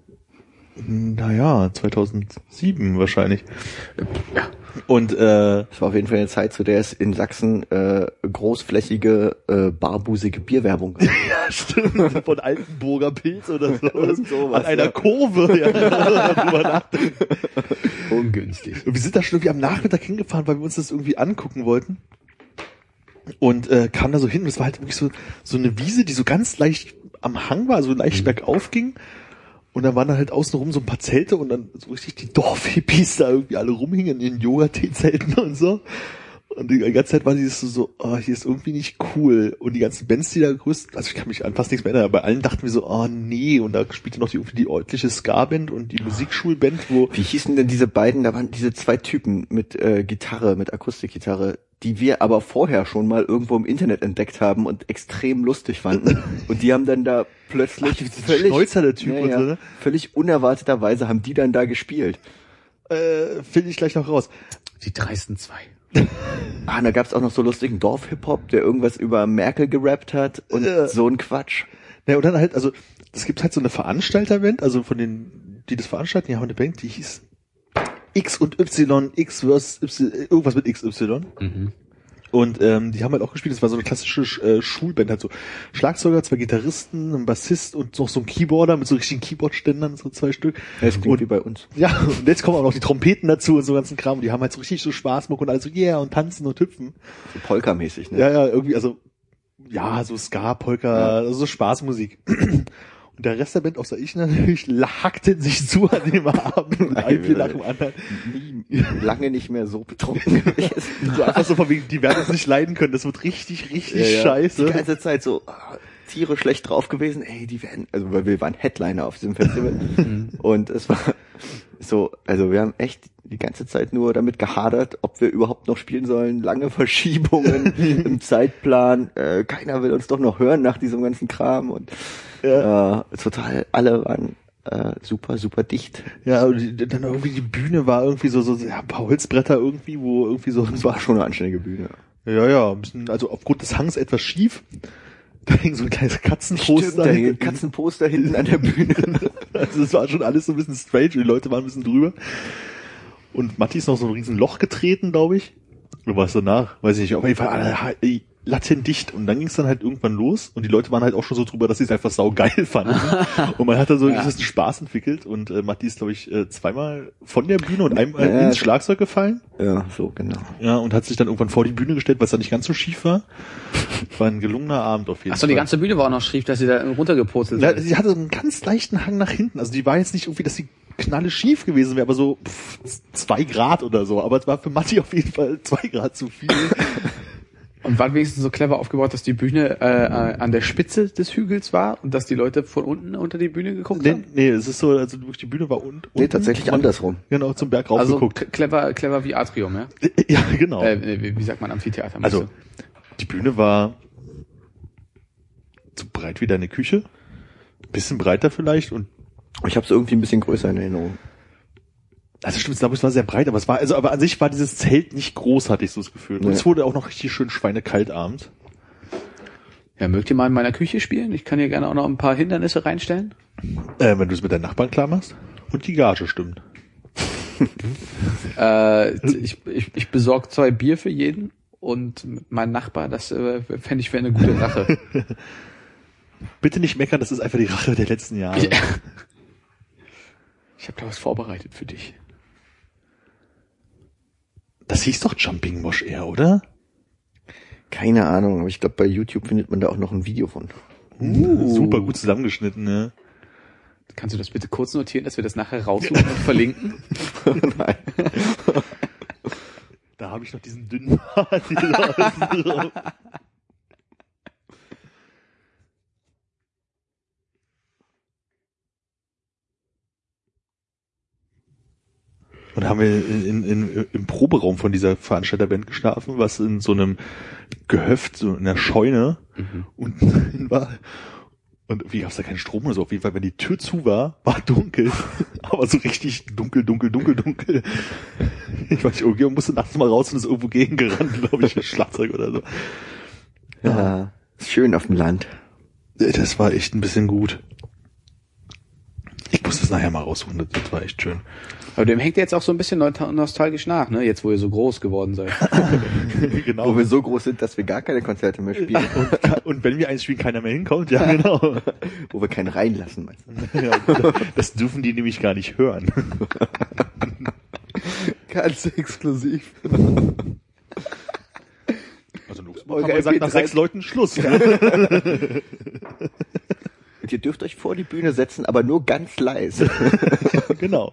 Naja, zweitausendsieben wahrscheinlich. Ja. Und äh, Das war auf jeden Fall eine Zeit, zu der es in Sachsen äh, großflächige, äh, barbusige Bierwerbung gab. ja, stimmt, von Altenburger Pilz oder so. Irgend sowas, An einer ja. Kurve, ja, drüber nachdenken. Ungünstig. Und wir sind da schon irgendwie am Nachmittag hingefahren, weil wir uns das irgendwie angucken wollten. Und äh, kam da so hin und es war halt wirklich so so eine Wiese, die so ganz leicht am Hang war, so leicht bergauf ging. Und dann waren da halt außenrum so ein paar Zelte und dann so richtig die Dorfhippies da irgendwie alle rumhingen in ihren Yoga-Tee-Zelten und so. Und die ganze Zeit war dieses so, so, oh, hier ist irgendwie nicht cool. Und die ganzen Bands, die da größt, also ich kann mich an fast nichts mehr erinnern, aber bei allen dachten wir so, oh nee. Und da spielte noch die, die örtliche Ska-Band und die Musikschulband, wo... Wie hießen denn diese beiden? Da waren diese zwei Typen mit äh, Gitarre, mit Akustikgitarre, die wir aber vorher schon mal irgendwo im Internet entdeckt haben und extrem lustig fanden. Und die haben dann da plötzlich Ach, völlig, Schnäuzer, der Typ ja, und ja, so, ne? völlig unerwarteterweise haben die dann da gespielt. Äh, finde ich gleich noch raus. Die dreisten zwei. Ah, und da gab's auch noch so lustigen Dorf-Hip-Hop, der irgendwas über Merkel gerappt hat und Äh. so ein Quatsch. Ja, und dann halt, also, es gibt halt so eine Veranstalterband, also von den, die das veranstalten, die haben eine Band, die hieß X und Y, X versus Y, irgendwas mit X Y. Mhm. Und ähm, die haben halt auch gespielt, das war so eine klassische äh, Schulband, halt so Schlagzeuger, zwei Gitarristen, ein Bassist und noch so ein Keyboarder mit so richtigen Keyboardständern, so zwei Stück. Das klingt und, wie bei uns. ja, und jetzt kommen auch noch die Trompeten dazu und so ganzen Kram. Und die haben halt so richtig so Spaßmuck und alles so, yeah, und tanzen und hüpfen. So Polka-mäßig, ne? Ja, ja, irgendwie, also, ja, so Ska, Polka, Ja. also so Spaßmusik. Und Und der Rest der Band, außer ich natürlich, hackten sich zu an dem Abend und ein Bier nach dem anderen. Nie, lange nicht mehr so betrunken gewesen. So einfach so von wegen, die werden es nicht leiden können. Das wird richtig, richtig Ja, ja. scheiße. Die ganze Zeit so ah, Tiere schlecht drauf gewesen. Ey, die werden, also weil wir waren Headliner auf diesem Festival. Und es war so, also wir haben echt die ganze Zeit nur damit gehadert, ob wir überhaupt noch spielen sollen. Lange Verschiebungen im Zeitplan. Äh, keiner will uns doch noch hören nach diesem ganzen Kram. Und ja. äh, total, alle waren äh, super, super dicht. Ja, und die, dann irgendwie die Bühne war irgendwie so, so ja, ein paar Holzbretter irgendwie, wo irgendwie so... Es war schon eine anständige Bühne. Ja, ja, ein bisschen, also aufgrund des Hangs etwas schief. Da hing so ein kleines Katzenposter. Stimmt, da hing ein Katzenposter hinten an der Bühne. Also das war schon alles so ein bisschen strange, die Leute waren ein bisschen drüber. Und Matti ist noch so ein riesen Loch getreten, glaube ich. Oder war es danach? Weiß ich nicht. Auf jeden Fall alle lattendicht. Und dann ging es dann halt irgendwann los. Und die Leute waren halt auch schon so drüber, dass sie es einfach saugeil fanden. Und man hat dann so ja. diesen Spaß entwickelt. Und äh, Matti ist, glaube ich, äh, zweimal von der Bühne und einmal ja, ins Schlagzeug gefallen. Ja, so, genau. Ja, und hat sich dann irgendwann vor die Bühne gestellt, weil es dann nicht ganz so schief war. War ein gelungener Abend auf jeden Ach so, Fall. Achso, die ganze Bühne war auch noch schief, dass sie da runtergepurzelt sind. Ja, sie hatte so einen ganz leichten Hang nach hinten. Also die war jetzt nicht irgendwie, dass sie knalle schief gewesen wäre, aber so pff, zwei Grad oder so. Aber es war für Matti auf jeden Fall zwei Grad zu viel. Und war wenigstens so clever aufgebaut, dass die Bühne äh, an der Spitze des Hügels war und dass die Leute von unten unter die Bühne geguckt nee, haben? Nee, es ist so, also wirklich die Bühne war unten. Nee, tatsächlich andersrum. Genau, zum Berg rauf also geguckt. Also clever, clever wie Atrium, ja? Ja, genau. Äh, wie, wie sagt man Amphitheater? Also, du? die Bühne war so breit wie deine Küche. Bisschen breiter vielleicht und ich habe es irgendwie ein bisschen größer in Erinnerung. Also stimmt, ich glaube, es war sehr breit, aber es war, also aber an sich war dieses Zelt nicht groß, hatte ich so das Gefühl. Und ja. es wurde auch noch richtig schön schweinekalt abends. Ja, mögt ihr mal in meiner Küche spielen? Ich kann hier gerne auch noch ein paar Hindernisse reinstellen. Äh, wenn du es mit deinen Nachbarn klar machst. Und die Gage stimmt. äh, ich, ich, ich besorge zwei Bier für jeden und mein Nachbar, das äh, fände ich für eine gute Rache. Bitte nicht meckern, das ist einfach die Rache der letzten Jahre. Ja. Ich habe da was vorbereitet für dich. Das hieß doch Jumping Mosh eher, oder? Keine Ahnung, aber ich glaube, bei YouTube findet man da auch noch ein Video von. Uh, super gut zusammengeschnitten, ne? Kannst du das bitte kurz notieren, dass wir das nachher raussuchen und verlinken? Nein. Da habe ich noch diesen dünnen Bart. Und da haben wir in, in, in, im Proberaum von dieser Veranstalterband geschlafen, was in so einem Gehöft, so in einer Scheune mhm. unten war. Und irgendwie gab es da keinen Strom oder so. Auf jeden Fall, wenn die Tür zu war, war dunkel. Aber so richtig dunkel, dunkel, dunkel, dunkel. Ich weiß nicht, irgendwie musste nachts mal raus und ist irgendwo gegengerannt, glaube ich, mit Schlagzeug oder so. Ja, ja, schön auf dem Land. Das war echt ein bisschen gut. Ich muss das nachher mal raussuchen, das war echt schön. Aber dem hängt jetzt auch so ein bisschen nostalgisch nach, ne? Jetzt, wo ihr so groß geworden seid. Genau. Wo wir so groß sind, dass wir gar keine Konzerte mehr spielen. Und, und wenn wir eins spielen, keiner mehr hinkommt, ja genau. Wo wir keinen reinlassen, meinst du? Ja, das dürfen die nämlich gar nicht hören. Ganz exklusiv. Also Luxemburg haben gesagt, nach sechs Leuten Schluss. Ja. Und ihr dürft euch vor die Bühne setzen, aber nur ganz leise. Genau.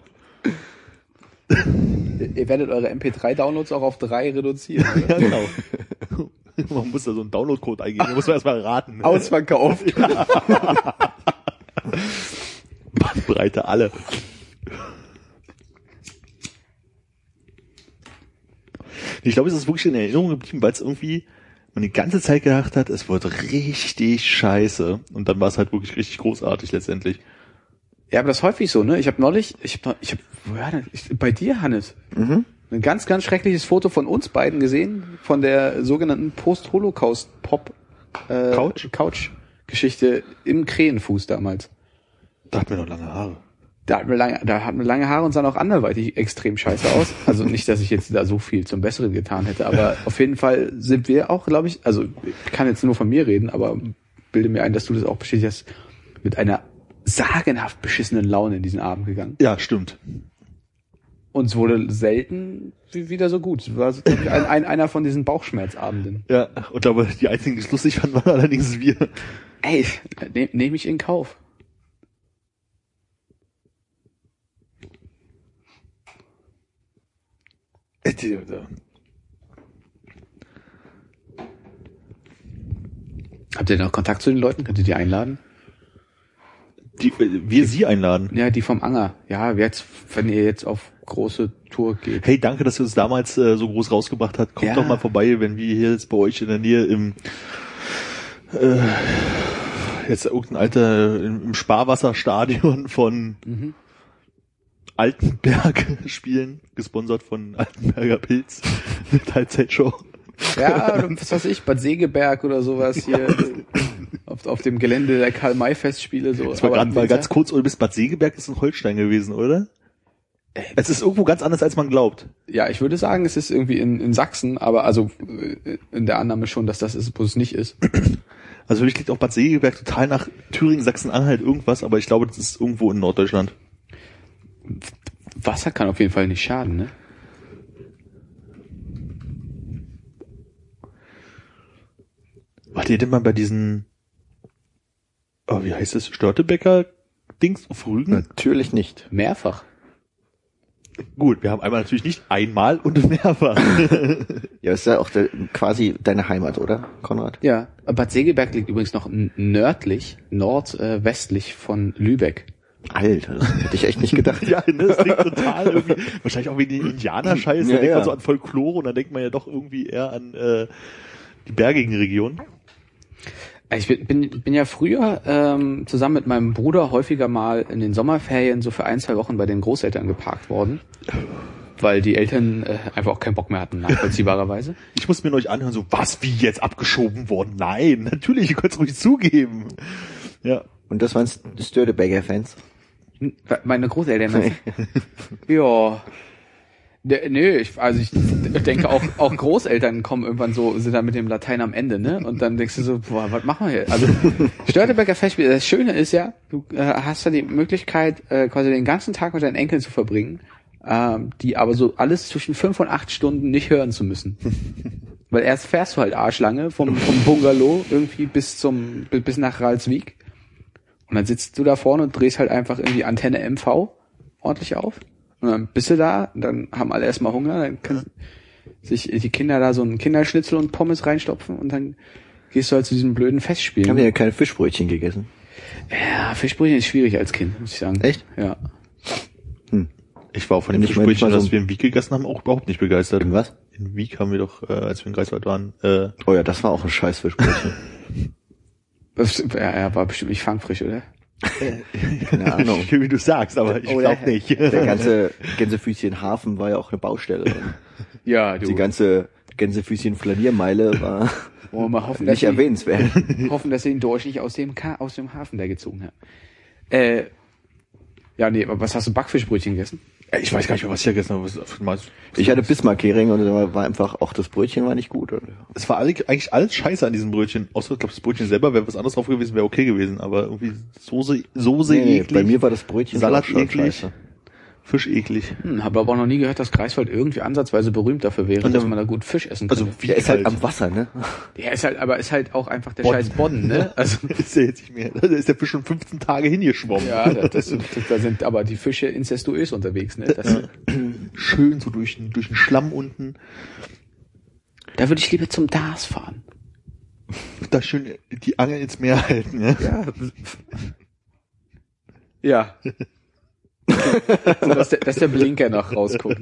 Ihr werdet eure M P drei Downloads auch auf drei reduzieren. Ja, genau. Man muss da so einen Download-Code eingeben, da muss man erstmal raten. Ausverkauft. Ja. Bandbreite alle. Ich glaube, es ist wirklich in Erinnerung geblieben, weil es irgendwie man die ganze Zeit gedacht hat, es wird richtig scheiße. Und dann war es halt wirklich richtig großartig letztendlich. Ja, aber das ist häufig so, ne? Ich habe neulich, ich habe, ich hab, woher denn? Ich, bei dir, Hannes, mhm. ein ganz, ganz schreckliches Foto von uns beiden gesehen, von der sogenannten Post-Holocaust-Pop äh, Couch? Couch-Geschichte im Krähenfuß damals. Da hatten wir noch lange Haare. Da hatten wir lange, da hatten wir lange Haare und sahen auch anderweitig extrem scheiße aus. Also nicht, dass ich jetzt da so viel zum Besseren getan hätte, aber auf jeden Fall sind wir auch, glaube ich, also ich kann jetzt nur von mir reden, aber bilde mir ein, dass du das auch bestätigt hast, mit einer sagenhaft beschissenen Laune in diesen Abend gegangen. Ja, stimmt. Und es wurde selten wieder so gut. Es war so, glaub ich, ein, ein, einer von diesen Bauchschmerzabenden. Ja, und glaube, die einzigen, die es lustig fanden, waren allerdings wir. Ey, nehme nehm ich in Kauf. Habt ihr noch Kontakt zu den Leuten? Könnt ihr die einladen? Die, wir sie einladen. Ja, die vom Anger. Ja, jetzt, wenn ihr jetzt auf große Tour geht. Hey, danke, dass ihr uns damals äh, so groß rausgebracht habt. Kommt Ja. doch mal vorbei, wenn wir hier jetzt bei euch in der Nähe im äh, jetzt irgendein alter im, im Sparwasserstadion von Mhm. Altenberg spielen, gesponsert von Altenberger Pilz, eine Teilzeitshow. Ja, was weiß ich, Bad Segeberg oder sowas hier auf, auf dem Gelände der Karl-May-Festspiele. So. Das war Aber gerade im mal Winter- ganz kurz, oder bis Bad Segeberg ist in Holstein gewesen, oder? Es ist irgendwo ganz anders, als man glaubt. Ja, ich würde sagen, es ist irgendwie in, in Sachsen, aber also äh, in der Annahme schon, dass das ist, wo es nicht ist. Also für mich klingt auch Bad Segeberg total nach Thüringen, Sachsen-Anhalt, irgendwas, aber ich glaube, das ist irgendwo in Norddeutschland. Wasser kann auf jeden Fall nicht schaden, ne? Wart ihr denn mal bei diesen, oh, wie heißt es, Störtebecker-Dings auf Rügen? Natürlich nicht. Mehrfach. Gut, wir haben einmal natürlich nicht einmal und mehrfach. Ja, ist ja auch der, quasi deine Heimat, oder, Konrad? Ja, Bad Segeberg liegt übrigens noch n- nördlich, nordwestlich von Lübeck. Alter, das hätte ich echt nicht gedacht. Ja, ne, das klingt total irgendwie, wahrscheinlich auch wie die Indianer-Scheiße, da Ja, denkt ja. man so an Folklore und dann denkt man ja doch irgendwie eher an äh, die bergigen Regionen. Ich bin, bin, bin ja früher ähm, zusammen mit meinem Bruder häufiger mal in den Sommerferien so für ein, zwei Wochen bei den Großeltern geparkt worden, weil die Eltern äh, einfach auch keinen Bock mehr hatten, nachvollziehbarerweise. Ich muss mir neulich anhören, so, was, wie jetzt abgeschoben worden? Nein, natürlich, ihr könnt es ruhig zugeben. Ja. Und das waren Störtebecker-Fans. Meine Großeltern. Ja. Ne, nö, ich, also ich denke auch, auch Großeltern kommen irgendwann so, sind dann mit dem Latein am Ende, ne? Und dann denkst du so, boah, was machen wir hier? Also Störtebecker Festspiel, das Schöne ist ja, du äh, hast ja die Möglichkeit, äh, quasi den ganzen Tag mit deinen Enkeln zu verbringen, ähm, die aber so alles zwischen fünf und acht Stunden nicht hören zu müssen. Weil erst fährst du halt Arschlange vom, vom Bungalow irgendwie bis zum, bis nach Ralswiek. Und dann sitzt du da vorne und drehst halt einfach irgendwie Antenne M V ordentlich auf. Und dann bist du da, dann haben alle erstmal Hunger, dann können sich die Kinder da so einen Kinderschnitzel und Pommes reinstopfen und dann gehst du halt zu diesem blöden Festspielen. Haben wir ja keine Fischbrötchen gegessen. Ja, Fischbrötchen ist schwierig als Kind, muss ich sagen. Echt? Ja. Hm. Ich war auch von dem Nicht mal- nicht Fischbrötchen, mal so das wir in Wiek gegessen haben, auch überhaupt nicht begeistert. In was? In Wiek haben wir doch, äh, als wir in Greifswald waren, äh, Oh ja, das war auch ein scheiß Fischbrötchen. Das, ja, ja, war bestimmt nicht fangfrisch, oder? Keine Ahnung. wie du sagst, aber ich Oh, glaube der- nicht. Der ganze Gänsefüßchen Hafen war ja auch eine Baustelle. Und Ja, du. die ganze Gänsefüßchen Flaniermeile war Wollen wir mal hoffen, dass nicht sie, erwähnenswert. hoffen, dass sie den Dorsch nicht aus dem, Ka aus dem Hafen da gezogen hat. Äh, ja, nee, aber was hast du, Backfischbrötchen gegessen? Ich weiß gar nicht mehr, was ich gegessen habe. Was- was- Ich hatte Bismarck-Hering und da war einfach, auch das Brötchen war nicht gut. Es war alle, eigentlich alles scheiße an diesem Brötchen. Außer, ich glaube, das Brötchen selber wäre was anderes drauf gewesen, wäre okay gewesen. Aber irgendwie Soße, Soße Nee, nee, eklig. bei mir war das Brötchen Salat auch schon eklig. scheiße. Fisch eklig. Hm, habe aber auch noch nie gehört, dass Greifswald irgendwie ansatzweise berühmt dafür wäre, Und dass dann- man da gut Fisch essen kann. Also, wie Der ist halt kalt. am Wasser, ne? Ja, ist halt, aber ist halt auch einfach der Bodden. scheiß Bodden, ne? Also, ist der jetzt nicht mehr. Da ist der Fisch schon fünfzehn Tage hingeschwommen. ja, das, das, da sind aber die Fische incestuös unterwegs, ne? Das, Schön so durch den, durch den Schlamm unten. da würde ich lieber zum D A S fahren. Da schön die Angel ins Meer halten, ja. Ja. Ja. So, dass, der, dass der Blinker noch rausguckt.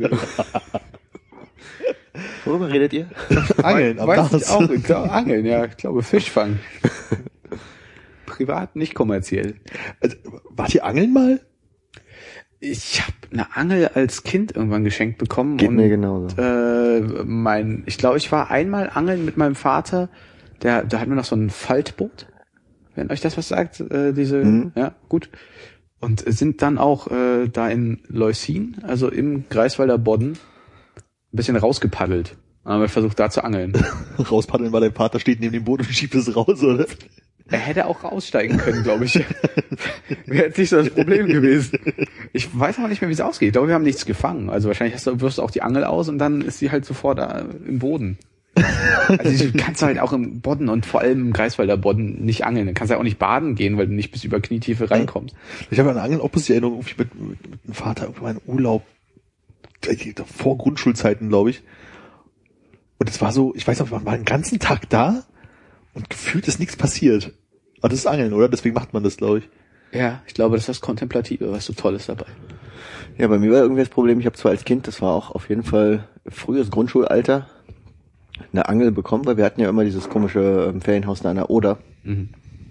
Worüber redet ihr? Angeln, am Weiß ich Das. auch. Ich glaube, Angeln, ja. Ich glaube, Fischfang. Privat, nicht kommerziell. Also, wart ihr angeln mal? Ich habe eine Angel als Kind irgendwann geschenkt bekommen. Geht und, mir genauso. Äh, mein, ich glaube, ich war einmal angeln mit meinem Vater. Der, der hat mir noch so ein Faltboot. Wenn euch das was sagt, äh, diese, Mhm. ja, gut. Und sind dann auch äh, da in Leusin, also im Greifswalder Bodden, ein bisschen rausgepaddelt. Dann haben wir versucht, da zu angeln. Rauspaddeln, weil dein Vater steht neben dem Boot und schiebt es raus, oder? Er hätte auch aussteigen können, glaube ich. Wäre jetzt nicht so das Problem gewesen. Ich weiß aber nicht mehr, wie es ausgeht. Ich glaube, wir haben nichts gefangen. Also wahrscheinlich hast du, wirfst du auch die Angel aus und dann ist sie halt sofort da im Boden. Also du kannst halt auch im Bodden und vor allem im Greifswalder Bodden nicht angeln. Dann kannst du ja auch nicht baden gehen, weil du nicht bis über Knietiefe reinkommst. Ich habe an Angeln auch bis die Erinnerung, irgendwie mit, mit, mit dem Vater irgendwann in Urlaub vor Grundschulzeiten, glaube ich. Und es war so, ich weiß noch, man war den ganzen Tag da und gefühlt ist nichts passiert. Aber das ist Angeln, oder? Deswegen macht man das, glaube ich. Ja, ich glaube, das ist das Kontemplative, was so Tolles dabei. Ja, bei mir war irgendwie das Problem, ich habe zwar als Kind, das war auch auf jeden Fall frühes Grundschulalter, eine Angel bekommen, weil wir hatten ja immer dieses komische ähm, Ferienhaus an der Oder. Mhm.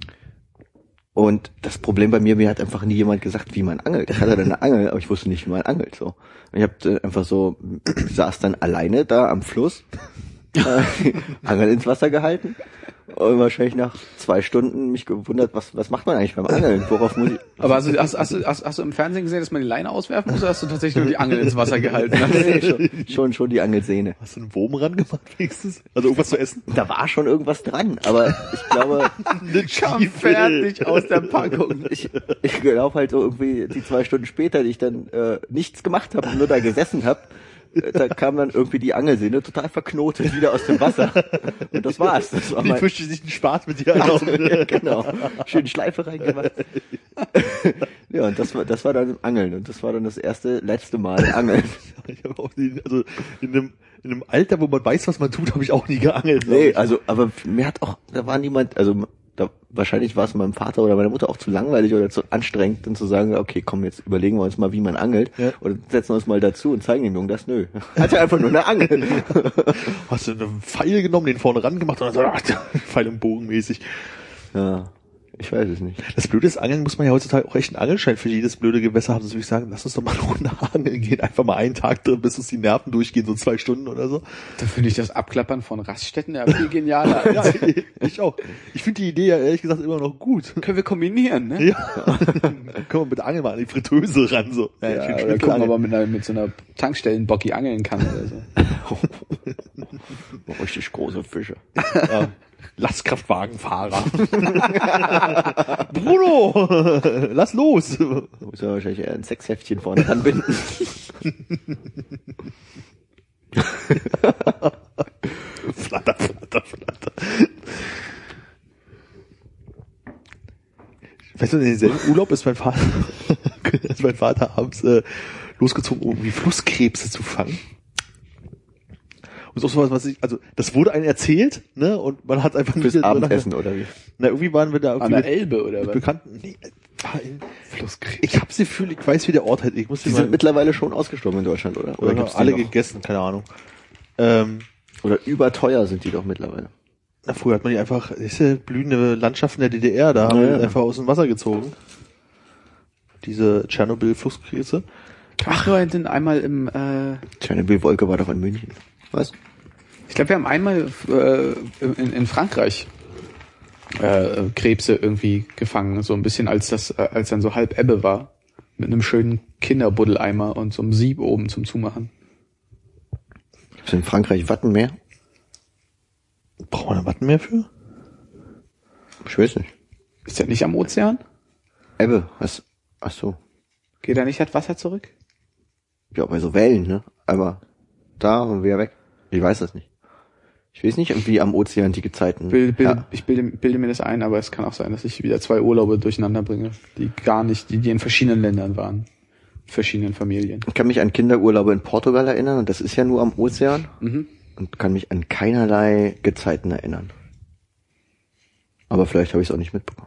Und das Problem bei mir, mir hat einfach nie jemand gesagt, wie man angelt. Ich hatte dann eine Angel, aber ich wusste nicht, wie man angelt. So, und ich habe äh, einfach so, saß dann alleine da am Fluss, äh, Angel ins Wasser gehalten und wahrscheinlich nach zwei Stunden mich gewundert, was was macht man eigentlich beim Angeln? Worauf muss ich? Aber hast du, hast, hast, du, hast, hast du im Fernsehen gesehen, dass man die Leine auswerfen muss, oder hast du tatsächlich nur die Angel ins Wasser gehalten? Nee, schon, schon, schon die Angelsehne. Hast du einen Wurm ran gemacht wenigstens? Also irgendwas zu essen? Da war schon irgendwas dran, aber ich glaube, kam fertig aus der Packung. Ich, ich glaube halt so irgendwie die zwei Stunden später, die ich dann äh, nichts gemacht habe und nur da gesessen habe, da kam dann irgendwie die Angelsehne total verknotet wieder aus dem Wasser. Und das war's. Das war die mein... fischte sich einen Spaß mit dir an. Also, ja, genau. Schön Schleife reingemacht. Ja, und das war, das war dann Angeln. Und das war dann das erste, letzte Mal Angeln. Ich habe auch die, also in einem, in einem Alter, wo man weiß, was man tut, habe ich auch nie geangelt. Nee, also, aber mir hat auch, da war niemand, also, da, wahrscheinlich war es meinem Vater oder meiner Mutter auch zu langweilig oder zu anstrengend, dann zu sagen, okay, komm, jetzt überlegen wir uns mal, wie man angelt, ja. Oder setzen wir uns mal dazu und zeigen dem Jungen das. Nö, hat ja einfach nur eine Angel. Hast du einen Pfeil genommen, den vorne ran gemacht und dann so, Pfeil im Bogen mäßig. Ja, ich weiß es nicht. Das Blöde ist, Angeln muss man ja heutzutage auch echt einen Angelschein für jedes blöde Gewässer haben. Das würde ich sagen, lass uns doch mal eine Runde angeln gehen. Einfach mal einen Tag drin, bis uns die Nerven durchgehen, so zwei Stunden oder so. Da finde ich das Abklappern von Raststätten ja viel genialer. Ja, ich auch. Ich finde die Idee ja ehrlich gesagt immer noch gut. Können wir kombinieren, ne? Ja. Können wir mit der Angel mal an die Fritteuse ran, so. Ja, ja, oder gucken, ob man mit, einer, mit so einer Tankstellenbocki angeln kann oder so. Richtig große Fische. Ja. Lastkraftwagenfahrer. Bruno, lass los. Da muss ja wahrscheinlich eher ein Sexheftchen vorne anbinden. Flatter, flatter, flatter. Weißt du, in denselben Urlaub ist mein Vater, ist mein Vater abends äh, losgezogen, um irgendwie Flusskrebse zu fangen. Und so was, was ich, also das wurde einem erzählt, ne? Und man hat einfach fürs Abendessen oder wie? Na, irgendwie waren wir da irgendwie an der Elbe oder was? Bekannten. Nee, Flusskrebs. Ich hab's Gefühl, ich weiß, wie der Ort halt. Ich muss die sind mittlerweile schon ausgestorben in Deutschland, oder? Oder, oder gibt's alle gegessen, keine Ahnung. Ähm, oder überteuer sind die doch mittlerweile. Na, früher hat man die einfach, diese blühende Landschaften der D D R, da haben wir ja. einfach aus dem Wasser gezogen. Diese Tschernobyl-Flusskrebse. Ach, du denn einmal im äh Tschernobyl-Wolke war doch in München. Was? Ich glaube, wir haben einmal äh, in, in Frankreich äh, Krebse irgendwie gefangen, so ein bisschen als das, äh, als dann so halb Ebbe war, mit einem schönen Kinderbuddeleimer und so einem Sieb oben zum Zumachen. Gibt's in Frankreich Wattenmeer? Braucht man ein Wattenmeer für? Ich weiß nicht. Ist das nicht am Ozean? Ebbe, was? Ach so. Geht da nicht das Wasser zurück? Ja, bei so Wellen, ne? Aber da und wieder weg. Ich weiß das nicht. Ich weiß nicht, wie am Ozean die Gezeiten. Bild, bild, ja. Ich bilde, bilde mir das ein, aber es kann auch sein, dass ich wieder zwei Urlaube durcheinander bringe, die gar nicht, die, die in verschiedenen Ländern waren. Verschiedenen Familien. Ich kann mich an Kinderurlaube in Portugal erinnern und das ist ja nur am Ozean. Mhm. Und kann mich an keinerlei Gezeiten erinnern. Aber vielleicht habe ich es auch nicht mitbekommen.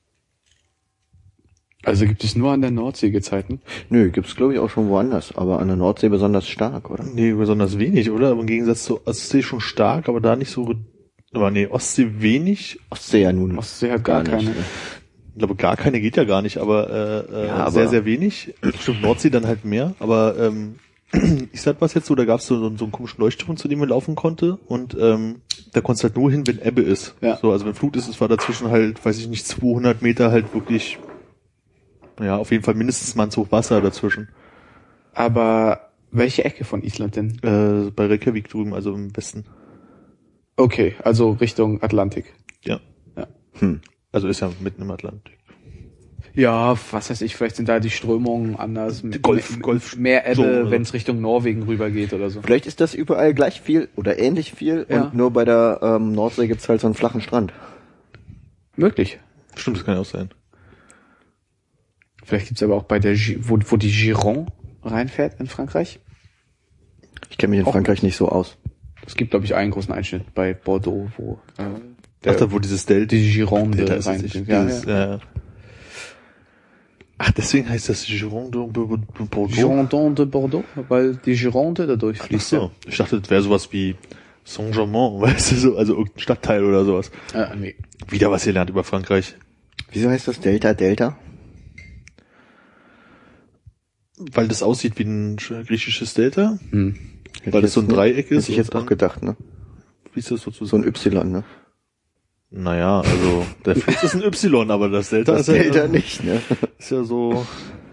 Also gibt es nur an der Nordsee Gezeiten? Nö, gibt's glaube ich auch schon woanders, aber an der Nordsee besonders stark, oder? Nee, besonders wenig, oder? Aber im Gegensatz zur Ostsee schon stark, aber da nicht so, aber nee, Ostsee wenig. Ostsee ja nun. Ostsee hat gar, gar keine. Nicht. Ich glaube, gar keine geht ja gar nicht, aber, äh, ja, aber sehr, sehr wenig. Stimmt, Nordsee dann halt mehr, aber, ähm, ich sag was jetzt so, da gab's so, so, so einen komischen Leuchtturm, zu dem man laufen konnte und ähm, da konntest halt nur hin, wenn Ebbe ist. Ja. So, also wenn Flut ist, es war dazwischen halt, weiß ich nicht, zweihundert Meter halt wirklich, ja, auf jeden Fall mindestens mannshoch Wasser dazwischen. Aber welche Ecke von Island denn? Äh, bei Reykjavik drüben, also im Westen. Okay, also Richtung Atlantik. Ja. Ja. Hm. Also ist ja mitten im Atlantik. Ja, was weiß ich, vielleicht sind da die Strömungen anders. Golf, Golf. Mehr Ebbe, so, wenn es Richtung Norwegen rübergeht oder so. Vielleicht ist das überall gleich viel oder ähnlich viel ja. Und nur bei der ähm, Nordsee gibt's halt so einen flachen Strand. Möglich. Stimmt, das kann ja auch sein. Vielleicht gibt's aber auch bei der, G- wo, wo die Gironde reinfährt in Frankreich. Ich kenne mich in Auch Frankreich nicht so aus. Es gibt, glaube ich, einen großen Einschnitt bei Bordeaux, wo äh, Ach, da, wo dieses Delta, die Gironde Delta ist rein nicht, sind. Ja, dieses, ja. äh, ach, deswegen heißt das Gironde de Bordeaux? Girondin de Bordeaux, weil die Gironde da Ach durchfließt. so. Ich dachte, das wäre sowas wie Saint-Germain, weißt du, so, also irgendein Stadtteil oder sowas. Äh, nee. Wieder was ihr lernt über Frankreich. Wieso heißt das Delta Delta? Weil das aussieht wie ein griechisches Delta. Hm. Hätte Weil ich das so ein jetzt- Dreieck ist. Hätte ich jetzt und auch gedacht, ne? Wie ist das so zu So ein Y, ne? Naja, also der Fluss ist ein Y, aber das Delta Das ist, ja, Delta nicht, ne? ist ja so.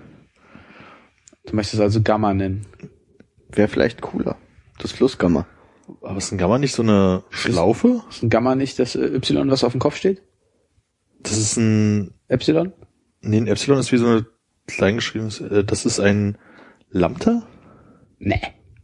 Du möchtest also Gamma nennen. Wäre vielleicht cooler. Das Flussgamma. Aber ist ein Gamma nicht so eine Schlaufe? Ist ein Gamma nicht das äh, Y, was auf dem Kopf steht? Das ist ein. Epsilon? Nee, ein Epsilon ist wie so eine kleingeschriebenes. Äh, das ist ein Lambda? Nee.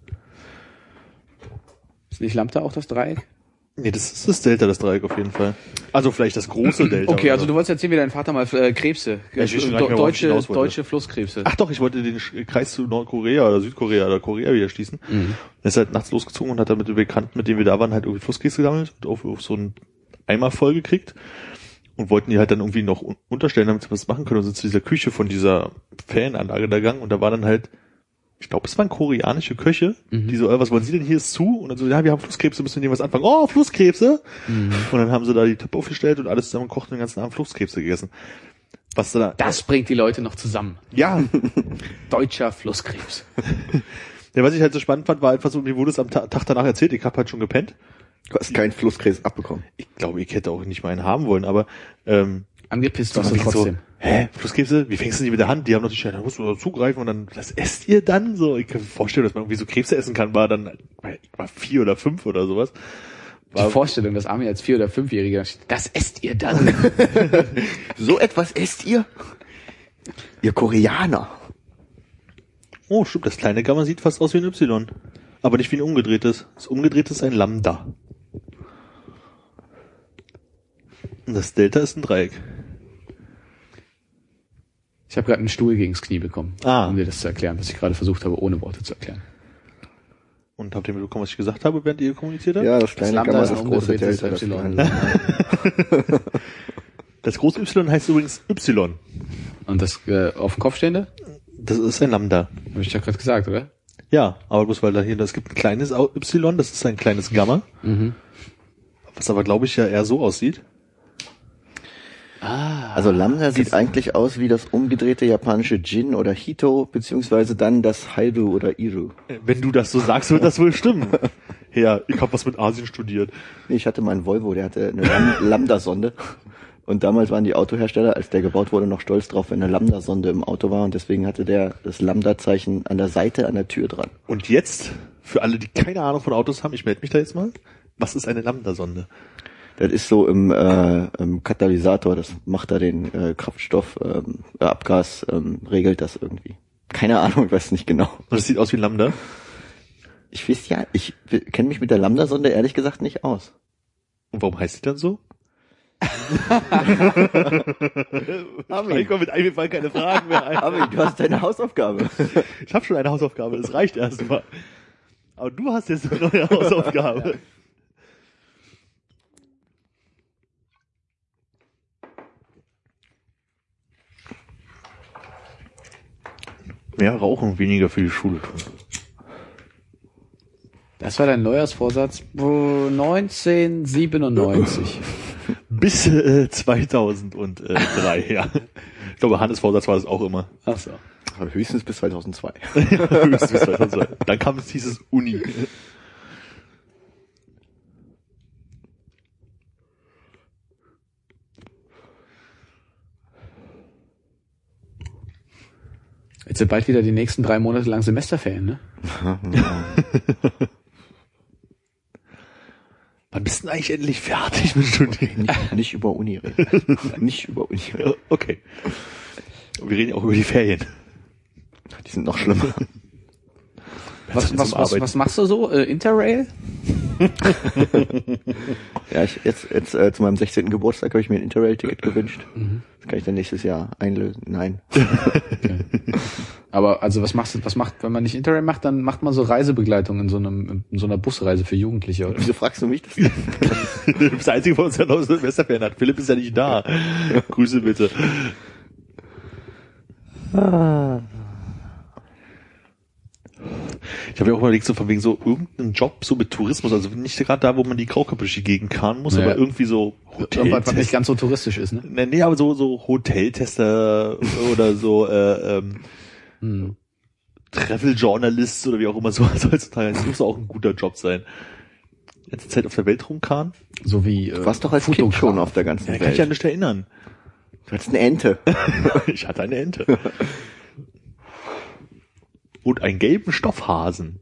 Ist nicht Lambda auch das Dreieck? Nee, das ist das Delta, das Dreieck auf jeden Fall. Also vielleicht das große Delta. Okay, oder also so. du wolltest erzählen, wie dein Vater mal äh, Krebse, Ja, ich weiß schon gar nicht Do- mehr, worauf ich deutsche, hinaus wollte. deutsche Flusskrebse. Ach doch, ich wollte den Sch- Kreis zu Nordkorea oder Südkorea oder Korea wieder schließen. Mhm. Er ist halt nachts losgezogen und hat dann mit den Bekannten, mit denen wir da waren, halt irgendwie Flusskrebse gesammelt und auf, auf so einen Eimer voll gekriegt und wollten die halt dann irgendwie noch un- unterstellen, damit sie was machen können und sind zu dieser Küche von dieser Ferienanlage da gegangen und da war dann halt, ich glaube, es waren koreanische Köche, Mhm. die so, äh, was wollen Sie denn, hier ist zu? Und dann so, ja, wir haben Flusskrebse, müssen wir dem was anfangen. Oh, Flusskrebse! Mhm. Und dann haben sie da die Töpfe aufgestellt und alles zusammen gekocht und den ganzen Abend Flusskrebse gegessen. Was da, Das bringt die Leute noch zusammen. ja, Deutscher Flusskrebs. ja, was ich halt so spannend fand, war einfach so, mir wurde es am Ta- Tag danach erzählt, ich habe halt schon gepennt. Du hast keinen Flusskrebs abbekommen. Ich glaube, ich hätte auch nicht mal einen haben wollen, aber ähm, Angepisst so warst du von wegen trotzdem. so, hä, Flusskrebse, wie fängst du die mit der Hand? Die haben natürlich, ja, da musst du da zugreifen und dann, das esst ihr dann? So, ich kann mir vorstellen, dass man irgendwie so Krebse essen kann, war dann, ich war vier oder fünf oder sowas. Die Vorstellung, dass Armin als Vier- oder Fünfjähriger steht, das esst ihr dann. So etwas esst ihr? Ihr Koreaner. Oh, stimmt, das kleine Gamma sieht fast aus wie ein Y. Aber nicht wie ein umgedrehtes. Das umgedrehte ist ein Lambda. Und das Delta ist ein Dreieck. Ich habe gerade einen Stuhl gegens Knie bekommen, Ah. um dir das zu erklären, was ich gerade versucht habe, ohne Worte zu erklären. Und habt ihr mitbekommen, was ich gesagt habe, während ihr kommuniziert habt? Ja, das kleine Lambda Gamma, ist das ein große umgedrehtes Delta, das Y. kleine. Das große Y heißt übrigens Y. Und das äh, auf dem Kopf stehende? Das ist ein Lambda. Habe ich doch gerade gesagt, oder? Ja, aber bloß weil da hier, es gibt ein kleines Y, das ist ein kleines Gamma. Mhm. Was aber, glaube ich, ja eher so aussieht. Ah. Also Lambda sieht eigentlich aus wie das umgedrehte japanische Jin oder Hito, beziehungsweise dann das Haidu oder Iru. Wenn du das so sagst, wird das wohl stimmen. Ja, ich habe was mit Asien studiert. Nee, ich hatte meinen Volvo, der hatte eine Lam- Lambda-Sonde. Und damals waren die Autohersteller, als der gebaut wurde, noch stolz drauf, wenn eine Lambda-Sonde im Auto war. Und deswegen hatte der das Lambda-Zeichen an der Seite an der Tür dran. Und jetzt, für alle, die keine Ahnung von Autos haben, ich melde mich da jetzt mal. Was ist eine Lambda-Sonde? Das ist so im, äh, im Katalysator, das macht da den äh, Kraftstoff, ähm, äh, Abgas, ähm, regelt das irgendwie. Keine Ahnung, ich weiß nicht genau. Und das sieht aus wie ein Lambda. Ich weiß ja, ich kenne mich mit der Lambda-Sonde ehrlich gesagt nicht aus. Und warum heißt die dann so? Armin. Ich komme mit einem Fall keine Fragen mehr ein. Aber du hast deine Hausaufgabe. Ich habe schon eine Hausaufgabe, das reicht erstmal. Aber du hast jetzt eine neue Hausaufgabe. Mehr rauchen, weniger für die Schule tun. Das war dein Neujahrsvorsatz oh, neunzehnhundertsiebenundneunzig. Bis äh, zweitausenddrei, ja. Ich glaube, Hannes Vorsatz war das auch immer. Ach so. Aber höchstens bis zweitausendzwei. Höchstens bis zweitausendzwei. Dann kam es dieses Uni. Jetzt sind bald wieder die nächsten drei Monate lang Semesterferien, ne? Wann bist du denn eigentlich endlich fertig mit Studieren? Nicht, nicht über Uni reden. Nicht über Uni reden. Okay. Wir reden auch über die Ferien. Die sind noch schlimmer. Was, was, was, was machst du so? Äh, Interrail? Ja, ich, jetzt, jetzt äh, zu meinem sechzehnten Geburtstag habe ich mir ein Interrail-Ticket gewünscht. Mhm. kann ich dann nächstes Jahr einlösen. Nein. Okay. Aber also was machst du, was macht, wenn man nicht Interrail macht, dann macht man so Reisebegleitung in so einem, in so einer Busreise für Jugendliche, oder? Wieso fragst du mich das? Du bist der Einzige von uns, der noch Silvesterferien hat. Philipp ist ja nicht da. Grüße bitte. Ah. Ich habe ja auch überlegt, so von wegen so irgendeinen Job so mit Tourismus, also nicht gerade da, wo man die Krauköpfe durch die Gegend karren muss, naja. aber irgendwie so Irgendwas, was nicht ganz so touristisch ist, ne? Nee, nee, aber so, so Hoteltester oder so, äh, ähm, Hm. Travel Journalist oder wie auch immer so heutzutage. Das muss auch ein guter Job sein. Jetzt Zeit auf der Welt rumkarren? So wie, äh, Du warst doch als Kind schon auf der ganzen Ja, Welt. kann ich ja nicht erinnern. Du hattest eine Ente. Ich hatte eine Ente. Und einen gelben Stoffhasen.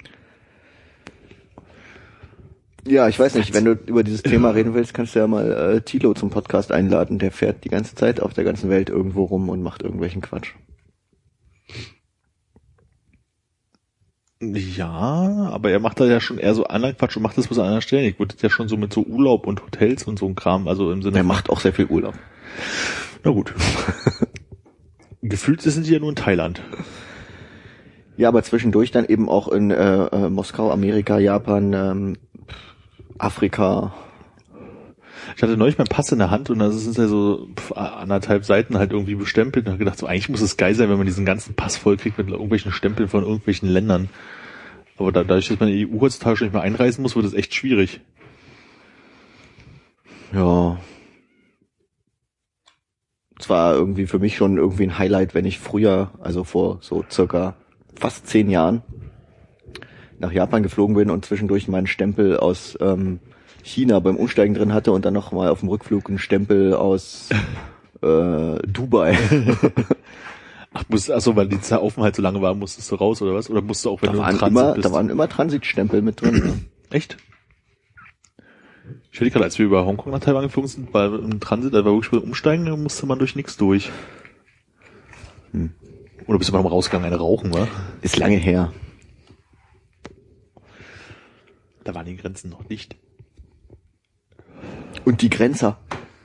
Ja, ich weiß nicht, wenn du über dieses Thema reden willst, kannst du ja mal äh, Thilo zum Podcast einladen. Der fährt die ganze Zeit auf der ganzen Welt irgendwo rum und macht irgendwelchen Quatsch. Ja, aber er macht da ja schon eher so anderen Quatsch und macht das bloß an anderen Stellen. Ich würde ja schon so mit so Urlaub und Hotels und so ein Kram, also im Sinne Der von- macht auch sehr viel Urlaub. Na gut. Gefühlt sind die ja nur in Thailand. Ja, aber zwischendurch dann eben auch in äh, äh, Moskau, Amerika, Japan, ähm, Afrika. Ich hatte neulich meinen Pass in der Hand und das sind ja so pf, anderthalb Seiten halt irgendwie bestempelt und habe gedacht, so eigentlich muss es geil sein, wenn man diesen ganzen Pass voll kriegt mit irgendwelchen Stempeln von irgendwelchen Ländern. Aber da, dadurch, dass man in die E U heutzutage schon nicht mehr einreisen muss, wird es echt schwierig. Ja. Es war irgendwie für mich schon irgendwie ein Highlight, wenn ich früher, also vor so circa fast zehn Jahren, nach Japan geflogen bin und zwischendurch meinen Stempel aus ähm, China beim Umsteigen drin hatte und dann noch mal auf dem Rückflug einen Stempel aus äh, Dubai. Ach, muss, ach so, weil die Zeit Aufenthalt so lange war, musstest du raus oder was? Oder musst du auch, wenn Da du waren, im Transit immer, bist? da waren immer Transitstempel mit drin. Ne? Echt? Ich hätte gerade, als wir über Hongkong nach Taiwan geflogen sind, war im Transit, da war wirklich beim Umsteigen, da musste man durch nichts durch. Hm. Oder bist du mal rausgegangen, eine rauchen, wa? Ist lange her. Da waren die Grenzen noch nicht. Und die Grenzer.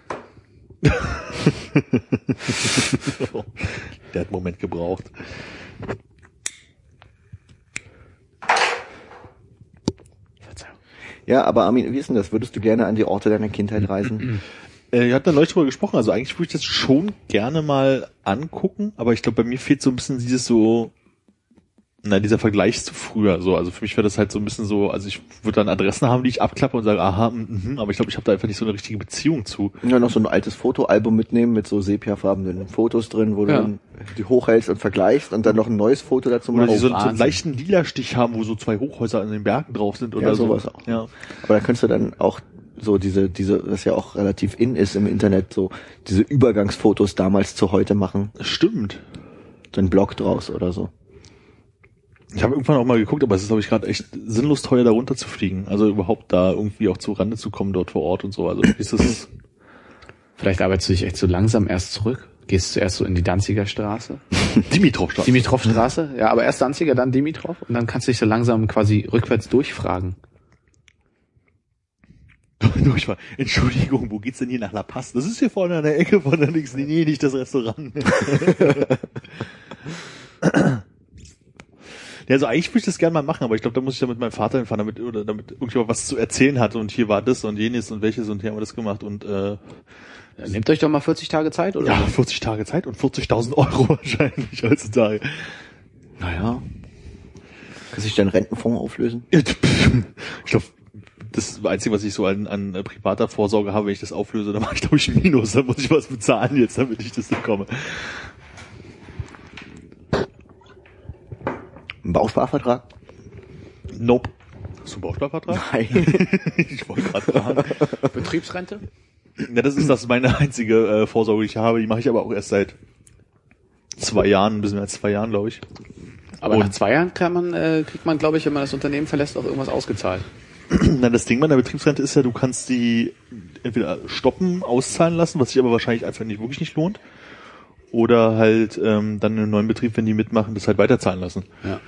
Der hat einen Moment gebraucht. Verzeihung. Ja, aber Armin, wie ist denn das? Würdest du gerne an die Orte deiner Kindheit reisen? Äh, ihr habt da Leute drüber gesprochen, also eigentlich würde ich das schon gerne mal angucken, aber ich glaube, bei mir fehlt so ein bisschen dieses so, na, dieser Vergleich zu früher, so, also für mich wäre das halt so ein bisschen so, also ich würde dann Adressen haben, die ich abklappe und sage, aha, mhm, aber ich glaube, ich habe da einfach nicht so eine richtige Beziehung zu. Ja, noch so ein altes Fotoalbum mitnehmen mit so sepiafarbenen Fotos drin, wo du Ja. dann die hochhältst und vergleichst und dann noch ein neues Foto dazu Oder machst. die so, so einen Wahnsinn. leichten Lila-Stich haben, wo so zwei Hochhäuser an den Bergen drauf sind oder Ja, so. sowas auch. Ja. Aber da könntest du dann auch so diese, diese, das ja auch relativ in ist im Internet, so diese Übergangsfotos damals zu heute machen. Stimmt. So ein Blog draus oder so. Ich habe irgendwann auch mal geguckt, aber es ist, glaube ich, gerade echt sinnlos teuer, da runter zu fliegen. Also überhaupt da irgendwie auch zu Rande zu kommen dort vor Ort und so. Also ist das Vielleicht arbeitest du dich echt so langsam erst zurück. Gehst zuerst so in die Danziger Straße. Dimitrov-Straße. Dimitrovstraße, ja, aber erst Danziger, dann Dimitrov und dann kannst du dich so langsam quasi rückwärts durchfragen. Durchfahren. Entschuldigung, wo geht's denn hier nach La Paz? Das ist hier vorne an der Ecke von der nächsten. Nee, nee, nicht das Restaurant. Ja, also eigentlich würde ich das gerne mal machen, aber ich glaube, da muss ich dann mit meinem Vater hinfahren, damit, oder damit irgendjemand was zu erzählen hat und hier war das und jenes und welches und hier haben wir das gemacht und äh, Ja, nehmt euch doch mal vierzig Tage Zeit, oder? ja, vierzig Tage Zeit und vierzigtausend Euro wahrscheinlich heutzutage. Naja. Kannst du dich deinen Rentenfonds auflösen? Ich glaube, das Einzige, was ich so an, an privater Vorsorge habe, wenn ich das auflöse, dann mache ich, glaube ich, ein Minus. Dann muss ich was bezahlen jetzt, damit ich das bekomme. Ein Bausparvertrag? Nope. Hast du einen Bausparvertrag? Nein. Ich wollte gerade fragen. Betriebsrente? Ja, das ist das meine einzige äh, Vorsorge, die ich habe. Die mache ich aber auch erst seit zwei Jahren, ein bisschen mehr als zwei Jahren, glaube ich. Aber Und- nach zwei Jahren kann man, äh, kriegt man, glaube ich, wenn man das Unternehmen verlässt, auch irgendwas ausgezahlt. Na, das Ding bei der Betriebsrente ist ja, du kannst die entweder stoppen, auszahlen lassen, was sich aber wahrscheinlich einfach nicht wirklich nicht lohnt. Oder halt ähm, dann einen neuen Betrieb, wenn die mitmachen, das halt weiterzahlen lassen. Ja.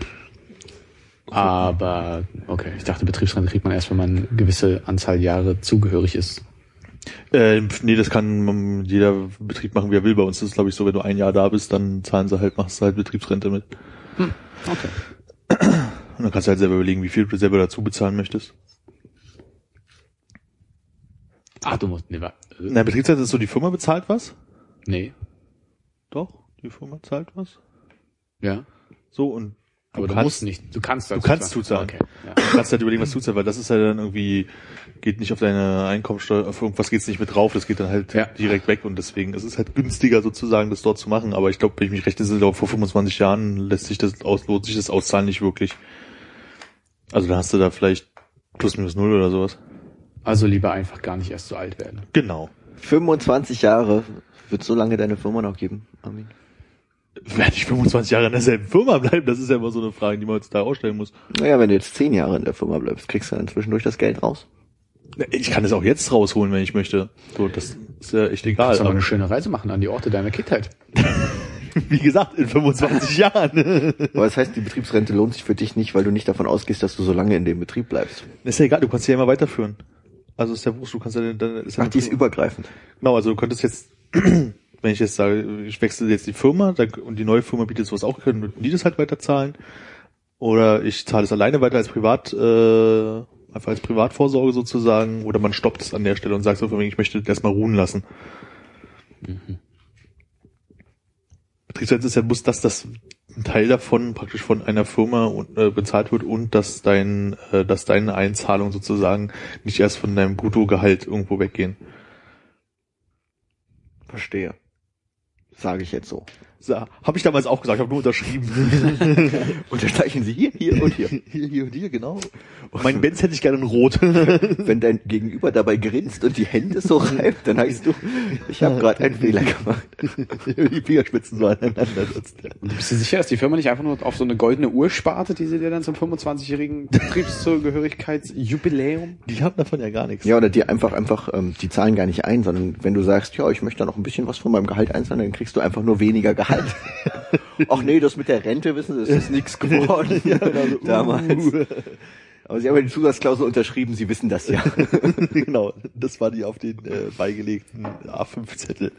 Aber, okay, ich dachte, Betriebsrente kriegt man erst, wenn man eine gewisse Anzahl Jahre zugehörig ist. Äh, nee, das kann um, jeder Betrieb machen, wie er will. Bei uns ist es, glaube ich, so, wenn du ein Jahr da bist, dann zahlen sie halt, machst du halt Betriebsrente mit. Hm. Okay. Und dann kannst du halt selber überlegen, wie viel du selber dazu bezahlen möchtest. Ach, du musst, nee, wa- Na, Betriebsrente ist so, die Firma bezahlt was? nee, Doch, die Firma zahlt was. ja. So, und Aber du, kannst musst nicht, du kannst Du dazu kannst zahlen. zuzahlen. Okay, ja. Du kannst halt überlegen, was du zahlst, weil das ist halt dann irgendwie, geht nicht auf deine Einkommensteuer, auf irgendwas geht's nicht mit drauf, das geht dann halt Ja. direkt weg und deswegen ist es halt günstiger sozusagen, das dort zu machen, aber ich glaube, wenn ich mich recht entsinne, vor fünfundzwanzig Jahren lässt sich das aus, lohnt sich das Auszahlen nicht wirklich. Also dann hast du da vielleicht plus minus null oder sowas. Also lieber einfach gar nicht erst so alt werden. Genau. fünfundzwanzig Jahre. Wird so lange deine Firma noch geben, Armin? Werde ich fünfundzwanzig Jahre in derselben Firma bleiben? Das ist ja immer so eine Frage, die man heutzutage auch stellen muss. Naja, wenn du jetzt zehn Jahre in der Firma bleibst, kriegst du dann zwischendurch das Geld raus. Ich kann es auch jetzt rausholen, wenn ich möchte. So, das ist ja echt egal. Kannst du aber Aber eine schöne Reise machen an die Orte deiner Kindheit. wie gesagt, in fünfundzwanzig Jahren. Aber das heißt, die Betriebsrente lohnt sich für dich nicht, weil du nicht davon ausgehst, dass du so lange in dem Betrieb bleibst. Ist ja egal, du kannst sie ja immer weiterführen. Also ist ja wurscht, du kannst ja dann ist ja Ach, die ist übergreifend. Genau, also du könntest jetzt, wenn ich jetzt sage, ich wechsle jetzt die Firma dann, und die neue Firma bietet sowas auch, können die das halt weiterzahlen. Oder ich zahle es alleine weiter als Privat, äh, einfach als Privatvorsorge sozusagen. Oder man stoppt es an der Stelle und sagt so, von wegen, ich möchte das erstmal ruhen lassen. Mhm. Betriebsrente ist ja, muss das, dass ein Teil davon praktisch von einer Firma und, äh, bezahlt wird und dass dein, äh, dass deine Einzahlungen sozusagen nicht erst von deinem Bruttogehalt irgendwo weggehen. Verstehe. Sage ich jetzt so. So, habe ich damals auch gesagt, ich habe nur unterschrieben. Unterstreichen Sie hier, hier und hier. Hier, hier und hier, genau. Und meinen Benz hätte ich gerne in Rot. Wenn dein Gegenüber dabei grinst und die Hände so reibt, dann heißt du, ich habe gerade einen Fehler gemacht. Die Fingerspitzen so aneinander sitzt. Und bist du sicher, dass die Firma nicht einfach nur auf so eine goldene Uhr sparte, die sie dir dann zum fünfundzwanzigjährigen Betriebszugehörigkeitsjubiläum? Die haben davon ja gar nichts. Ja, oder die einfach, einfach, ähm, die zahlen gar nicht ein, sondern wenn du sagst, ja, ich möchte da noch ein bisschen was von meinem Gehalt einzahlen, dann kriegst du einfach nur weniger Gehalt. Ach nee, das mit der Rente, wissen Sie, das ist nichts geworden. Ja, also, uh. Damals. Aber Sie haben ja die Zusatzklausel unterschrieben, Sie wissen das ja. Genau, das war die auf den äh, beigelegten A fünf Zettel.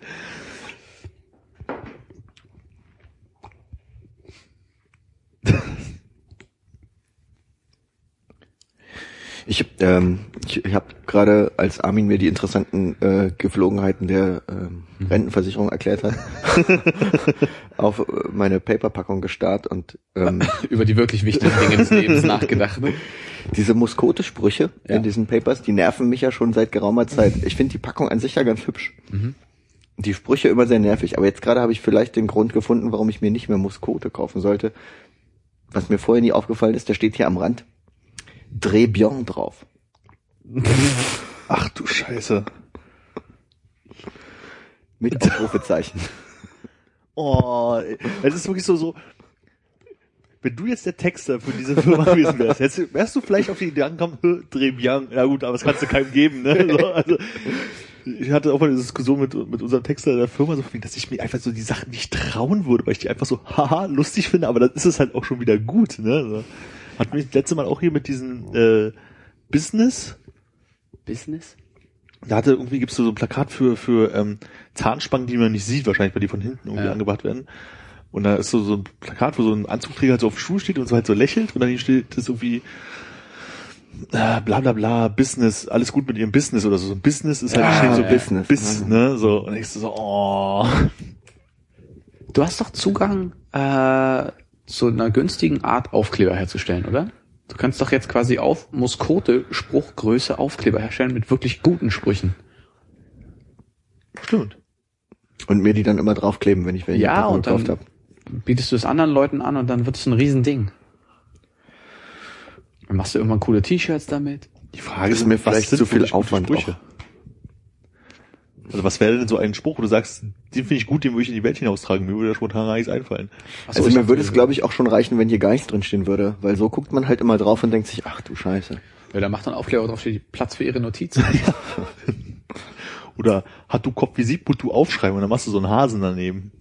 Ich, ähm, ich, ich habe gerade, als Armin mir die interessanten äh, Geflogenheiten der ähm, Rentenversicherung erklärt hat, auf äh, meine Paperpackung gestarrt und ähm, Über die wirklich wichtigen Dinge des Lebens nachgedacht. Ne? diese Muskote-Sprüche Ja. in diesen Papers, die nerven mich ja schon seit geraumer Zeit. Ich finde die Packung an sich ja ganz hübsch. Mhm. Die Sprüche immer sehr nervig, aber jetzt gerade habe ich vielleicht den Grund gefunden, warum ich mir nicht mehr Muskote kaufen sollte. Was mir vorher nie aufgefallen ist, der steht hier am Rand. Dreh bien drauf. Ach du Scheiße. Mit Ausrufezeichen. Oh, es ist wirklich so, so, wenn du jetzt der Texter für diese Firma gewesen wärst, hättest du, wärst du vielleicht auf die Idee angekommen, Dreh bien, ja gut, aber das kannst du keinem geben, ne? So, also, ich hatte auch mal eine Diskussion mit, mit unserem Texter der Firma, so, dass ich mir einfach so die Sachen nicht trauen würde, weil ich die einfach so, haha, lustig finde, aber dann ist es halt auch schon wieder gut, ne? So. Hat mich das letzte Mal auch hier mit diesem äh, Business. Business? Da hatte irgendwie gibt's so ein Plakat für für ähm, Zahnspangen, die man nicht sieht, wahrscheinlich, weil die von hinten irgendwie Ja. angebracht werden. Und da ist so so ein Plakat, wo so ein Anzugträger halt so auf dem Schuh steht und so halt so lächelt und dann hier steht das irgendwie äh, bla bla bla Business, alles gut mit ihrem Business oder so. So ein Business ist halt Ah, steht so ja. Business. Biss, ne, so und ich so oh. Du hast doch Zugang äh, zu einer günstigen Art Aufkleber herzustellen, oder? Du kannst doch jetzt quasi auf Muskote Spruchgröße Aufkleber herstellen mit wirklich guten Sprüchen. Stimmt. Und mir die dann immer draufkleben, wenn ich welche Ja, Packung und dann gekauft habe. bietest du es anderen Leuten an und dann wird es ein Riesending. Dann machst du irgendwann coole T-Shirts damit. Die Frage Das ist ist mir was vielleicht sind zu viel wirklich gute Aufwand Sprüche? Also was wäre denn so ein Spruch, wo du sagst, den finde ich gut, den würde ich in die Welt hinaustragen, mir würde da spontan gar nichts einfallen. Ach so, Also ich mir dachte, würde es, glaube ich, auch schon reichen, wenn hier gar nichts drinstehen würde, weil so guckt man halt immer drauf und denkt sich, ach du Scheiße. Ja, da macht dann Aufkleber drauf, steht Platz für ihre Notizen. Oder hat du Kopf wie Siebut, du aufschreiben und dann machst du so einen Hasen daneben.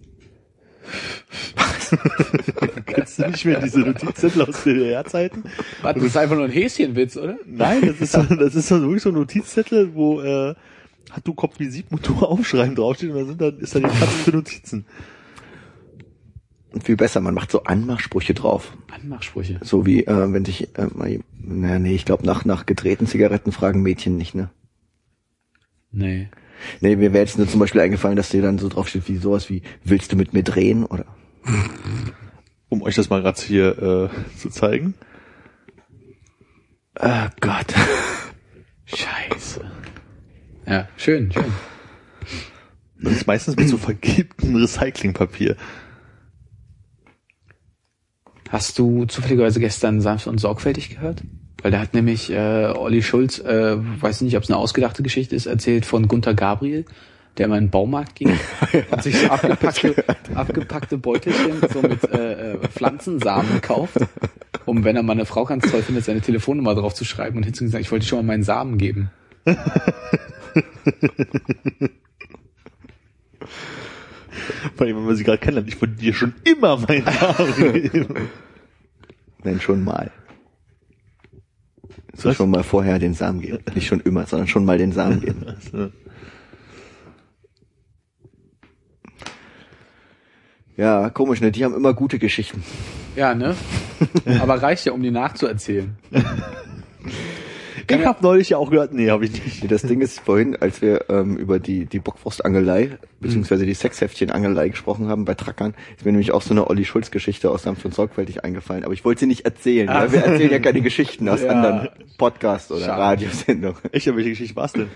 Kennst du nicht mehr diese Notizzettel aus D D R-Zeiten? Warte, das ist einfach nur ein Häschenwitz, oder? Nein, das ist so, das ist so wirklich so ein Notizzettel, wo äh, hat du Kopf wie Siebmotor aufschreiben draufsteht und da sind dann, ist da die Karte für Notizen. Und viel besser, man macht so Anmachsprüche drauf. Anmachsprüche. So wie, äh, wenn sich, äh, mal, na, nee, ich glaube, nach, nach gedrehten Zigaretten fragen Mädchen nicht, ne? Nee. Nee, mir wäre jetzt nur zum Beispiel eingefallen, dass dir dann so draufsteht wie sowas wie, willst du mit mir drehen, oder? Um euch das mal gerade hier äh, zu zeigen. Oh Gott. Scheiße. Ja, schön, schön. Das ist meistens mit so vergilbtem Recyclingpapier. Hast du zufälligerweise gestern sanft und sorgfältig gehört? Weil da hat nämlich äh, Olli Schulz, äh, weiß nicht, ob es eine ausgedachte Geschichte ist, erzählt von Gunther Gabriel, der immer in den Baumarkt ging und sich so abgepackte, abgepackte Beutelchen so mit äh, äh, Pflanzensamen kauft, um, wenn er mal eine Frau ganz toll findet, seine Telefonnummer drauf zu schreiben und hinzu gesagt, ich wollte dir schon mal meinen Samen geben. Vor allem, wenn man sie gerade kennenlernt, ich wollte dir schon immer meinen Namen geben. Nein, schon mal. So schon mal vorher den Samen geben. Nicht schon immer, sondern schon mal den Samen geben. Ja, komisch, ne? Die haben immer gute Geschichten. Ja, ne? Aber reicht ja, um die nachzuerzählen. Ich habe neulich ja auch gehört, nee, habe ich nicht. Nee, das Ding ist, vorhin, als wir ähm, über die die Bockwurstangelei, beziehungsweise die Sexheftchenangelei gesprochen haben bei Trackern, ist mir nämlich auch so eine Olli Schulz-Geschichte aus sanft und sorgfältig eingefallen. Aber ich wollte sie nicht erzählen, Ah. weil wir erzählen ja keine Geschichten aus Ja. anderen Podcasts oder Schade. Radiosendungen. Echt, aber welche Geschichte war's denn?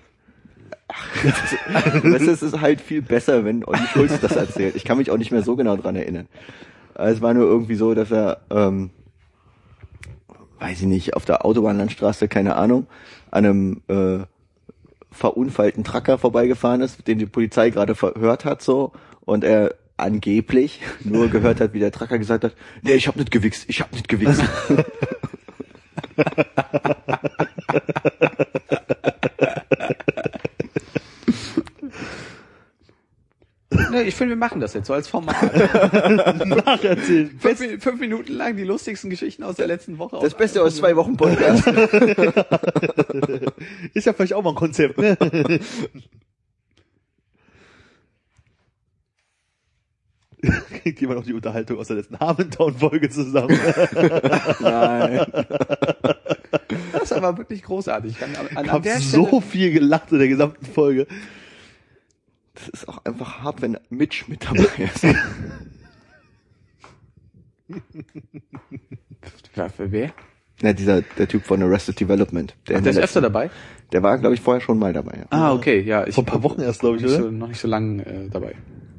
Weißt du, es ist halt viel besser, wenn Olli Schulz das erzählt. Ich kann mich auch nicht mehr so genau dran erinnern. Es war nur irgendwie so, dass er, ähm, weiß ich nicht, auf der Autobahnlandstraße, keine Ahnung, an einem äh, verunfallten Trucker vorbeigefahren ist, den die Polizei gerade verhört hat, so, und er angeblich nur gehört hat, wie der Trucker gesagt hat, nee, ich hab nicht gewichst, ich hab nicht gewichst. Ne, ich finde, wir machen das jetzt so als Format. Nacherzählen. fünf, fünf Minuten lang die lustigsten Geschichten aus der letzten Woche. Das Beste aus zwei Wochen Podcast. Ist ja vielleicht auch mal ein Konzept, ne? Kriegt jemand noch die Unterhaltung aus der letzten Harmontown-Folge zusammen? Nein. Das ist aber wirklich großartig. Ich kann an, Ich an hab der so Stelle, viel gelacht in der gesamten Folge. Das ist auch einfach hart, wenn Mitch mit dabei ist. Wer- für wer? Na, dieser, der Typ von Arrested Development. Der, Ach, in der ist der öfter letzten- dabei? Der war, glaube ich, vorher schon mal dabei. Ja. Ah, okay, ja. Ich Vor ein paar Wochen erst, glaube ich, nicht oder? so, noch nicht so lange äh, dabei.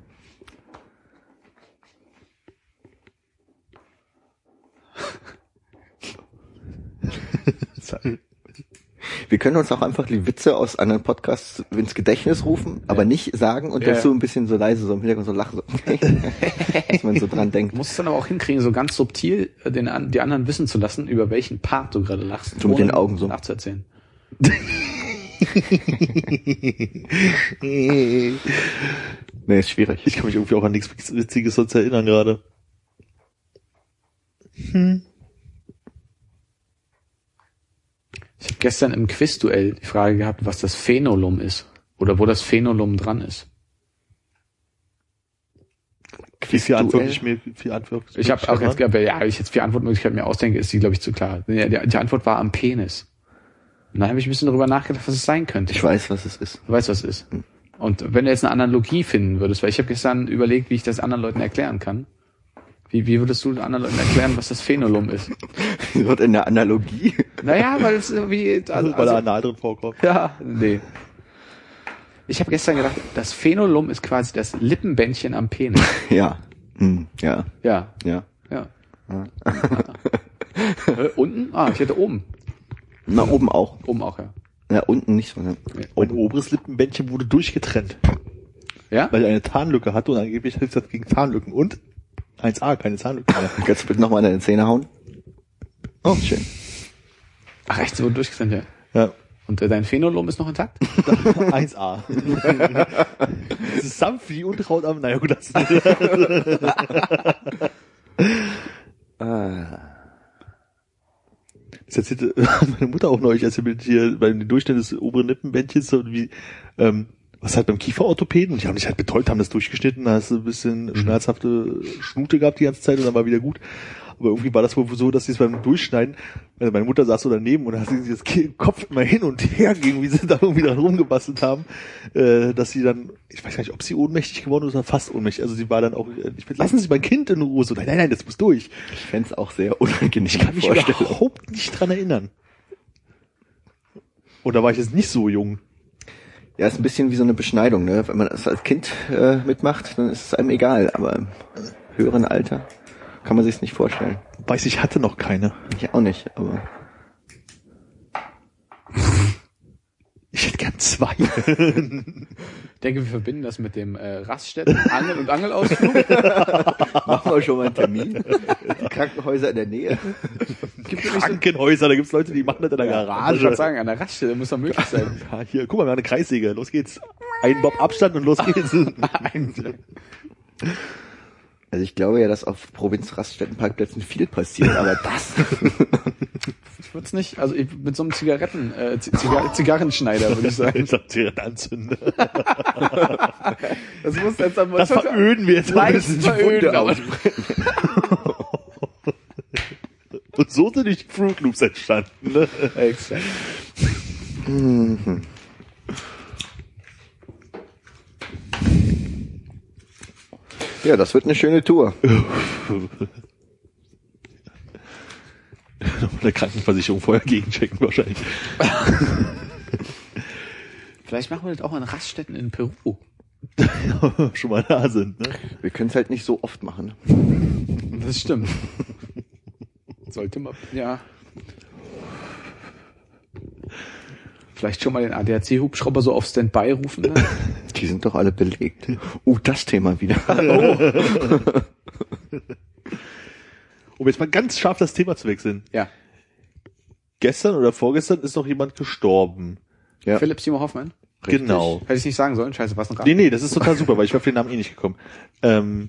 Wir können uns auch einfach die Witze aus anderen Podcasts ins Gedächtnis rufen, aber nicht sagen und Ja. dazu ein bisschen so leise, so im Hintergrund so lachen, so, dass man so dran denkt. Du musst es dann aber auch hinkriegen, so ganz subtil äh, den, an- die anderen wissen zu lassen, über welchen Part du gerade lachst. So mit ohne den Augen so. Nachzuerzählen. Nee, ist schwierig. Ich kann mich irgendwie auch an nichts Witziges sonst erinnern gerade. Hm. Ich habe gestern im Quizduell die Frage gehabt, was das Phenolum ist. Oder wo das Phenolum dran ist. Wie viel Antwort Quizduell? ich mir, wie viel Antwort Ich habe auch jetzt, gehabt. ja, wenn ich jetzt vier Antwortmöglichkeiten mir ausdenke, ist die, glaube ich, zu klar. Die, die, die Antwort war am Penis. Und dann habe ich ein bisschen darüber nachgedacht, was es sein könnte. Ich weiß, was es ist. Du weißt, was es ist. Und wenn du jetzt eine Analogie finden würdest, weil ich habe gestern überlegt, wie ich das anderen Leuten erklären kann. Wie, wie würdest du anderen Leuten erklären, was das Phenolum ist? Wird in der Analogie. Naja, weil es irgendwie... Also, Weil er Anal drin vorkommt. ja, nee. Ich habe gestern gedacht, das Phenolum ist quasi das Lippenbändchen am Penis. Ja. Hm, ja. Ja, Ja. ja. Äh, unten? Ah, ich hätte oben. Na, oben auch. Oben auch, ja. Ja, unten nicht so, ne? Mein oberes Lippenbändchen wurde durchgetrennt, Ja? weil er eine Tarnlücke hatte und angeblich hilft das gegen Zahnlücken. Und eins a, keine Zahnlücken mehr. Kannst du bitte nochmal in deine Zähne hauen? Oh, schön. Ach, echt, so durchgesendet, ja. Ja. Und äh, dein Phenolum ist noch intakt? eins a. Das ist sanft wie die Unkraut am, naja gut, das Ah. Das erzählte meine Mutter auch neulich, als sie mit hier beim Durchschnitt des oberen Lippenbändchens so wie, ähm, was halt beim Kieferorthopäden, und die haben dich halt betäubt, haben das durchgeschnitten, da hast du ein bisschen mhm. schmerzhafte Schnute gehabt die ganze Zeit und dann war wieder gut. Aber irgendwie war das wohl so, dass sie es beim Durchschneiden, also meine Mutter saß so daneben und da hat sie das Kopf immer hin und her ging, wie sie da irgendwie dran rumgebastelt haben, äh, dass sie dann, ich weiß gar nicht, ob sie ohnmächtig geworden ist oder fast ohnmächtig. Also sie war dann auch, ich will, lassen Sie mein Kind in Ruhe. So, nein, nein, nein, das muss durch. Ich fänd's auch sehr unangenehm. Ich kann mich überhaupt nicht dran erinnern. Oder war ich jetzt nicht so jung? Ja, ist ein bisschen wie so eine Beschneidung, ne? Wenn man das als Kind äh, mitmacht, dann ist es einem egal, aber im höheren Alter kann man sich's nicht vorstellen. Weiß ich, hatte noch keine. Ich auch nicht, aber ich hätte gern zwei. Ich denke, wir verbinden das mit dem äh, Raststätten, Angel- und Angelausflug. Machen wir schon mal einen Termin. Die Krankenhäuser in der Nähe. Gibt es nicht so- Krankenhäuser, da gibt's Leute, die machen das in der Ja, Garage. ich wollte sagen, an der Raststätte muss doch möglich sein. Ja, hier, guck mal, wir haben eine Kreissäge. Los geht's. Ein Bob Abstand und los geht's. Also ich glaube ja, dass auf Provinz-Raststättenparkplätzen viel passiert, aber das... Ich würde es nicht, also ich, mit so einem Zigaretten, äh, Ziga- Zigarrenschneider würde ich sagen. Ich sag Zigaretten anzünden. Das muss jetzt aber Das veröden wir jetzt Leicht ein bisschen. veröden, aber- Und so sind die Fruit Loops entstanden. Ne? Exakt. Mhm. Ja, das wird eine schöne Tour. Mit der Krankenversicherung vorher gegenchecken wahrscheinlich. Vielleicht machen wir das auch an Raststätten in Peru. Schon mal da sind, ne? Wir können es halt nicht so oft machen. Das stimmt. Sollte man, ja. Vielleicht schon mal den A D A C-Hubschrauber so auf Standby rufen. Ne? Die sind doch alle belegt. Oh, das Thema wieder. Oh. Um jetzt mal ganz scharf das Thema zu wechseln. Ja. Gestern oder vorgestern ist noch jemand gestorben. Ja. Philipp Seymour Hoffmann. Genau. Hätte ich nicht sagen sollen. Scheiße, was ein Rat. Nee, nee, das ist total super, weil ich war auf den Namen eh nicht gekommen. Ähm,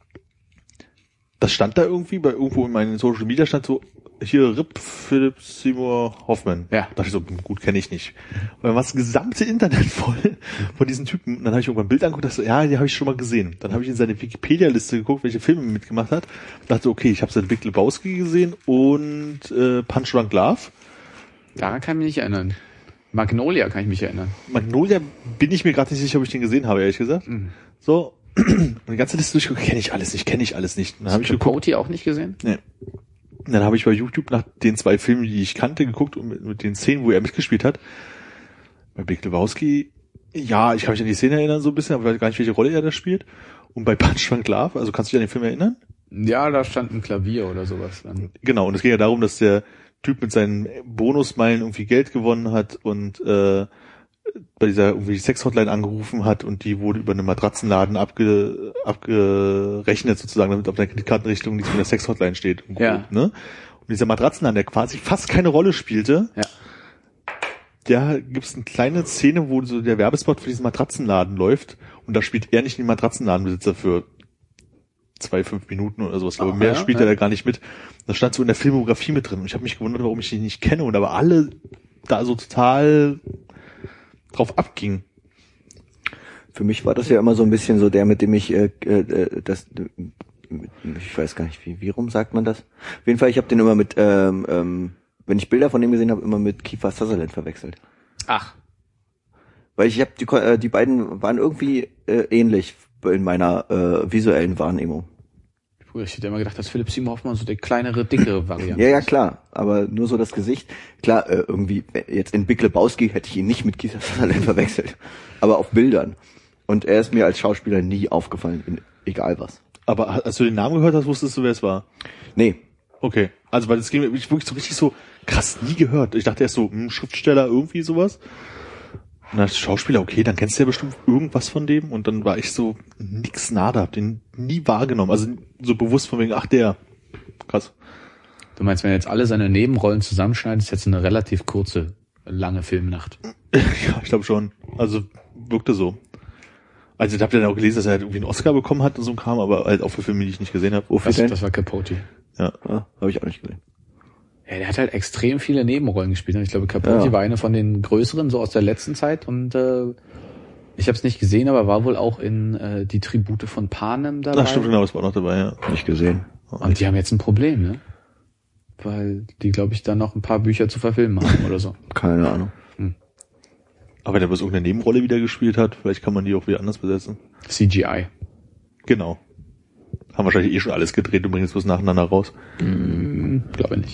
das stand da irgendwie, bei irgendwo in meinen Social Media stand so, hier R I P Philipp Seymour Hoffman. Ja. Da dachte ich so, gut, kenne ich nicht. Und dann war das gesamte Internet voll von diesen Typen. Und dann habe ich irgendwann ein Bild angeguckt und dachte so, ja, die habe ich schon mal gesehen. Dann habe ich in seine Wikipedia-Liste geguckt, welche Filme er mitgemacht hat. Und dachte, okay, ich habe seinen Big Lebowski gesehen und äh, Punch Drunk Love. Daran kann ich mich nicht erinnern. Magnolia kann ich mich erinnern. Magnolia bin ich mir gerade nicht sicher, ob ich den gesehen habe, ehrlich gesagt. Mhm. So, und die ganze Liste durchgeguckt, kenne ich alles nicht, kenne ich alles nicht. Und dann habe ich geguckt, Capote auch nicht gesehen? nee. Und dann habe ich bei YouTube nach den zwei Filmen, die ich kannte, geguckt und mit, mit den Szenen, wo er mitgespielt hat. Bei Big Lebowski, ja, ich kann mich an die Szene erinnern so ein bisschen, aber ich weiß gar nicht, welche Rolle er da spielt. Und bei Punch Drunk Love, also kannst du dich an den Film erinnern? Ja, da stand ein Klavier oder sowas dann. Genau, und es ging ja darum, dass der Typ mit seinen Bonusmeilen irgendwie Geld gewonnen hat und äh, bei dieser irgendwie Sex-Hotline angerufen hat und die wurde über einen Matratzenladen abge, abgerechnet sozusagen, damit auf der Kreditkartenrichtung nichts mit der Sex-Hotline steht. Und, Ja. ne? Und dieser Matratzenladen, der quasi fast keine Rolle spielte, Ja. da gibt's eine kleine Szene, wo so der Werbespot für diesen Matratzenladen läuft und da spielt er nicht den Matratzenladenbesitzer für zwei, fünf Minuten oder sowas. Ich glaube, Ah, mehr ja, spielt ja. er da gar nicht mit. Das stand so in der Filmografie mit drin. Und ich habe mich gewundert, warum ich die nicht kenne und aber alle da so total drauf abgingen. Für mich war das ja immer so ein bisschen so der, mit dem ich äh, äh, das, ich weiß gar nicht, wie, wie rum sagt man das? Auf jeden Fall, ich habe den immer mit, ähm, ähm, wenn ich Bilder von dem gesehen habe, immer mit Kiefer Sutherland verwechselt. Ach. Weil ich habe die, äh, die beiden waren irgendwie äh, ähnlich in meiner äh, visuellen Wahrnehmung. Ich hätte immer gedacht, dass Philipp Seymour Hoffmann so die kleinere, dickere Variante Ja, ja, ist. klar, aber nur so das Gesicht. Klar, äh, irgendwie, jetzt in Big Lebowski hätte ich ihn nicht mit Kiefer Sutherland verwechselt, aber auf Bildern. Und er ist mir als Schauspieler nie aufgefallen, in, egal was. Aber als du den Namen gehört hast, wusstest du, wer es war? Nee, Okay. Also, weil das ging mir wirklich so richtig so krass nie gehört. Ich dachte erst so, hm, Schriftsteller, irgendwie sowas. Und dann Schauspieler, okay, dann kennst du ja bestimmt irgendwas von dem. Und dann war ich so nix nada, hab den nie wahrgenommen. Also so bewusst von wegen, ach der. Krass. Du meinst, wenn er jetzt alle seine Nebenrollen zusammenschneidet, ist jetzt eine relativ kurze, lange Filmnacht. Ja, ich glaube schon. Also wirkte so. Also ich habe dann auch gelesen, dass er halt irgendwie einen Oscar bekommen hat und so kam, aber halt auch für Filme, die ich nicht gesehen habe. wofür Das, denn? das war Capote. Ja. Ah, habe ich auch nicht gesehen. Ja, der hat halt extrem viele Nebenrollen gespielt. Und ich glaube, Capote Ja. war eine von den größeren, so aus der letzten Zeit. Und äh, ich habe es nicht gesehen, aber war wohl auch in äh, die Tribute von Panem dabei. Ach, stimmt, genau, das war auch noch dabei, ja. Nicht gesehen. Und die haben jetzt ein Problem, ne? Weil die, glaube ich, dann noch ein paar Bücher zu verfilmen haben oder so. Keine Ahnung. Aber wenn er bloß irgendeine Nebenrolle wieder gespielt hat, vielleicht kann man die auch wieder anders besetzen. C G I. Genau. Haben wahrscheinlich eh schon alles gedreht und bringen jetzt bloß nacheinander raus. Hm, glaube nicht.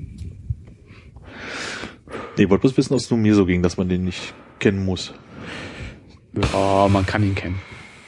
Nee, ich wollte bloß wissen, ob es nur mir so ging, dass man den nicht kennen muss. Ja, man kann ihn kennen.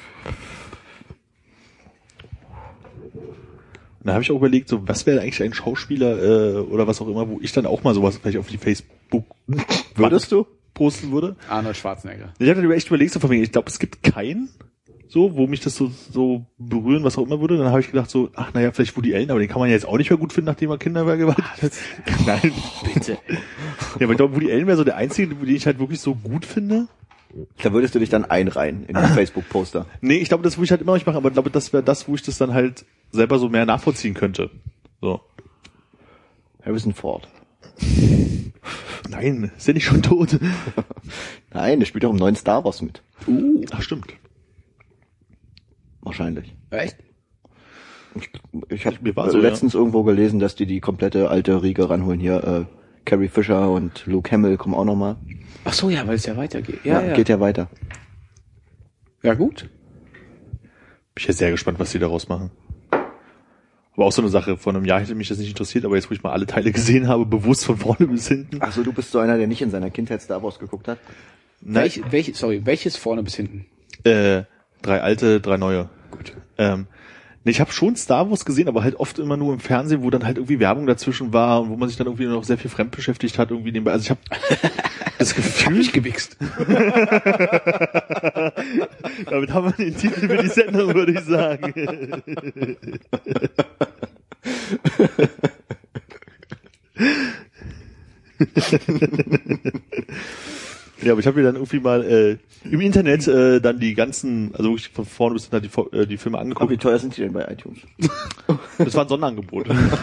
Und da habe ich auch überlegt, so was wäre eigentlich ein Schauspieler äh, oder was auch immer, wo ich dann auch mal sowas vielleicht auf die Facebook Würdest du? posten würde. Arnold Schwarzenegger. Ich habe dann echt überlegt, so von mir, ich glaube, es gibt keinen, so, wo mich das so, so berühren, was auch immer würde. Dann habe ich gedacht so, ach naja, vielleicht Woody Allen, aber den kann man ja jetzt auch nicht mehr gut finden, nachdem er Kinder vergewaltigt hat. Nein. Bitte. Ja, aber ich glaube, Woody Allen wäre so der einzige, den ich halt wirklich so gut finde. Da würdest du dich dann einreihen in den Facebook-Poster. Nee, ich glaube, das würde ich halt immer noch nicht machen, aber ich glaube, das wäre das, wo ich das dann halt selber so mehr nachvollziehen könnte. So. Harrison Ford. Nein, ist der nicht schon tot? Nein, der spielt auch im neuen Star Wars mit. Uh, ach stimmt. Wahrscheinlich. Echt? Ich, ich habe Mir war so, letztens irgendwo gelesen, dass die die komplette alte Riege ranholen. Hier, äh, Carrie Fisher und Luke Hamill kommen auch nochmal. Ach so, ja, weil es ja weitergeht. Ja, Ja, ja. geht ja weiter. Ja, gut. Bin ich ja sehr gespannt, was die daraus machen. Aber auch so eine Sache, vor einem Jahr hätte mich das nicht interessiert, aber jetzt, wo ich mal alle Teile gesehen habe, bewusst von vorne bis hinten. Ach so, du bist so einer, der nicht in seiner Kindheit Star Wars geguckt hat? Nein, Welch, welch, sorry, welches vorne bis hinten? äh, drei alte, drei neue. Gut. Ähm, nee, ich habe schon Star Wars gesehen, aber halt oft immer nur im Fernsehen, wo dann halt irgendwie Werbung dazwischen war und wo man sich dann irgendwie noch sehr viel fremd beschäftigt hat, irgendwie nebenbei. Also ich habe das Gefühl, Nicht gewichst. damit haben wir den Titel für die Sendung, würde ich sagen. Ja, aber ich habe mir dann irgendwie mal äh, im Internet äh, dann die ganzen, also wirklich von vorne bis hinten die, äh, die Filme Aber wie angeguckt. teuer sind die denn bei iTunes? Das war ein Sonderangebot.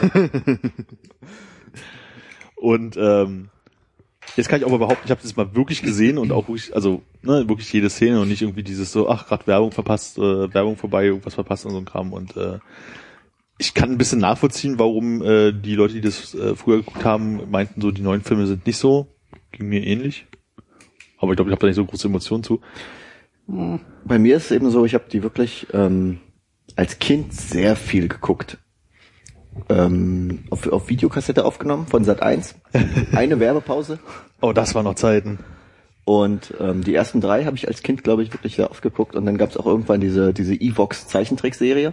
Und ähm, jetzt kann ich auch mal behaupten, ich habe das mal wirklich gesehen und auch wirklich, also ne, wirklich jede Szene und nicht irgendwie dieses so, ach, gerade Werbung verpasst, äh, Werbung vorbei, irgendwas verpasst und so ein Kram. Und äh, ich kann ein bisschen nachvollziehen, warum äh, die Leute, die das äh, früher geguckt haben, meinten so, die neuen Filme sind nicht so. Ging mir ähnlich. Aber ich glaube, ich habe da nicht so große Emotionen zu. Bei mir ist es eben so, ich habe die wirklich ähm, als Kind sehr viel geguckt. Ähm, auf, auf Videokassette aufgenommen von Sat eins. Eine Werbepause. Oh, das waren noch Zeiten. Und ähm, die ersten drei habe ich als Kind, glaube ich, wirklich sehr oft geguckt. Und dann gab es auch irgendwann diese diese Evox Zeichentrickserie.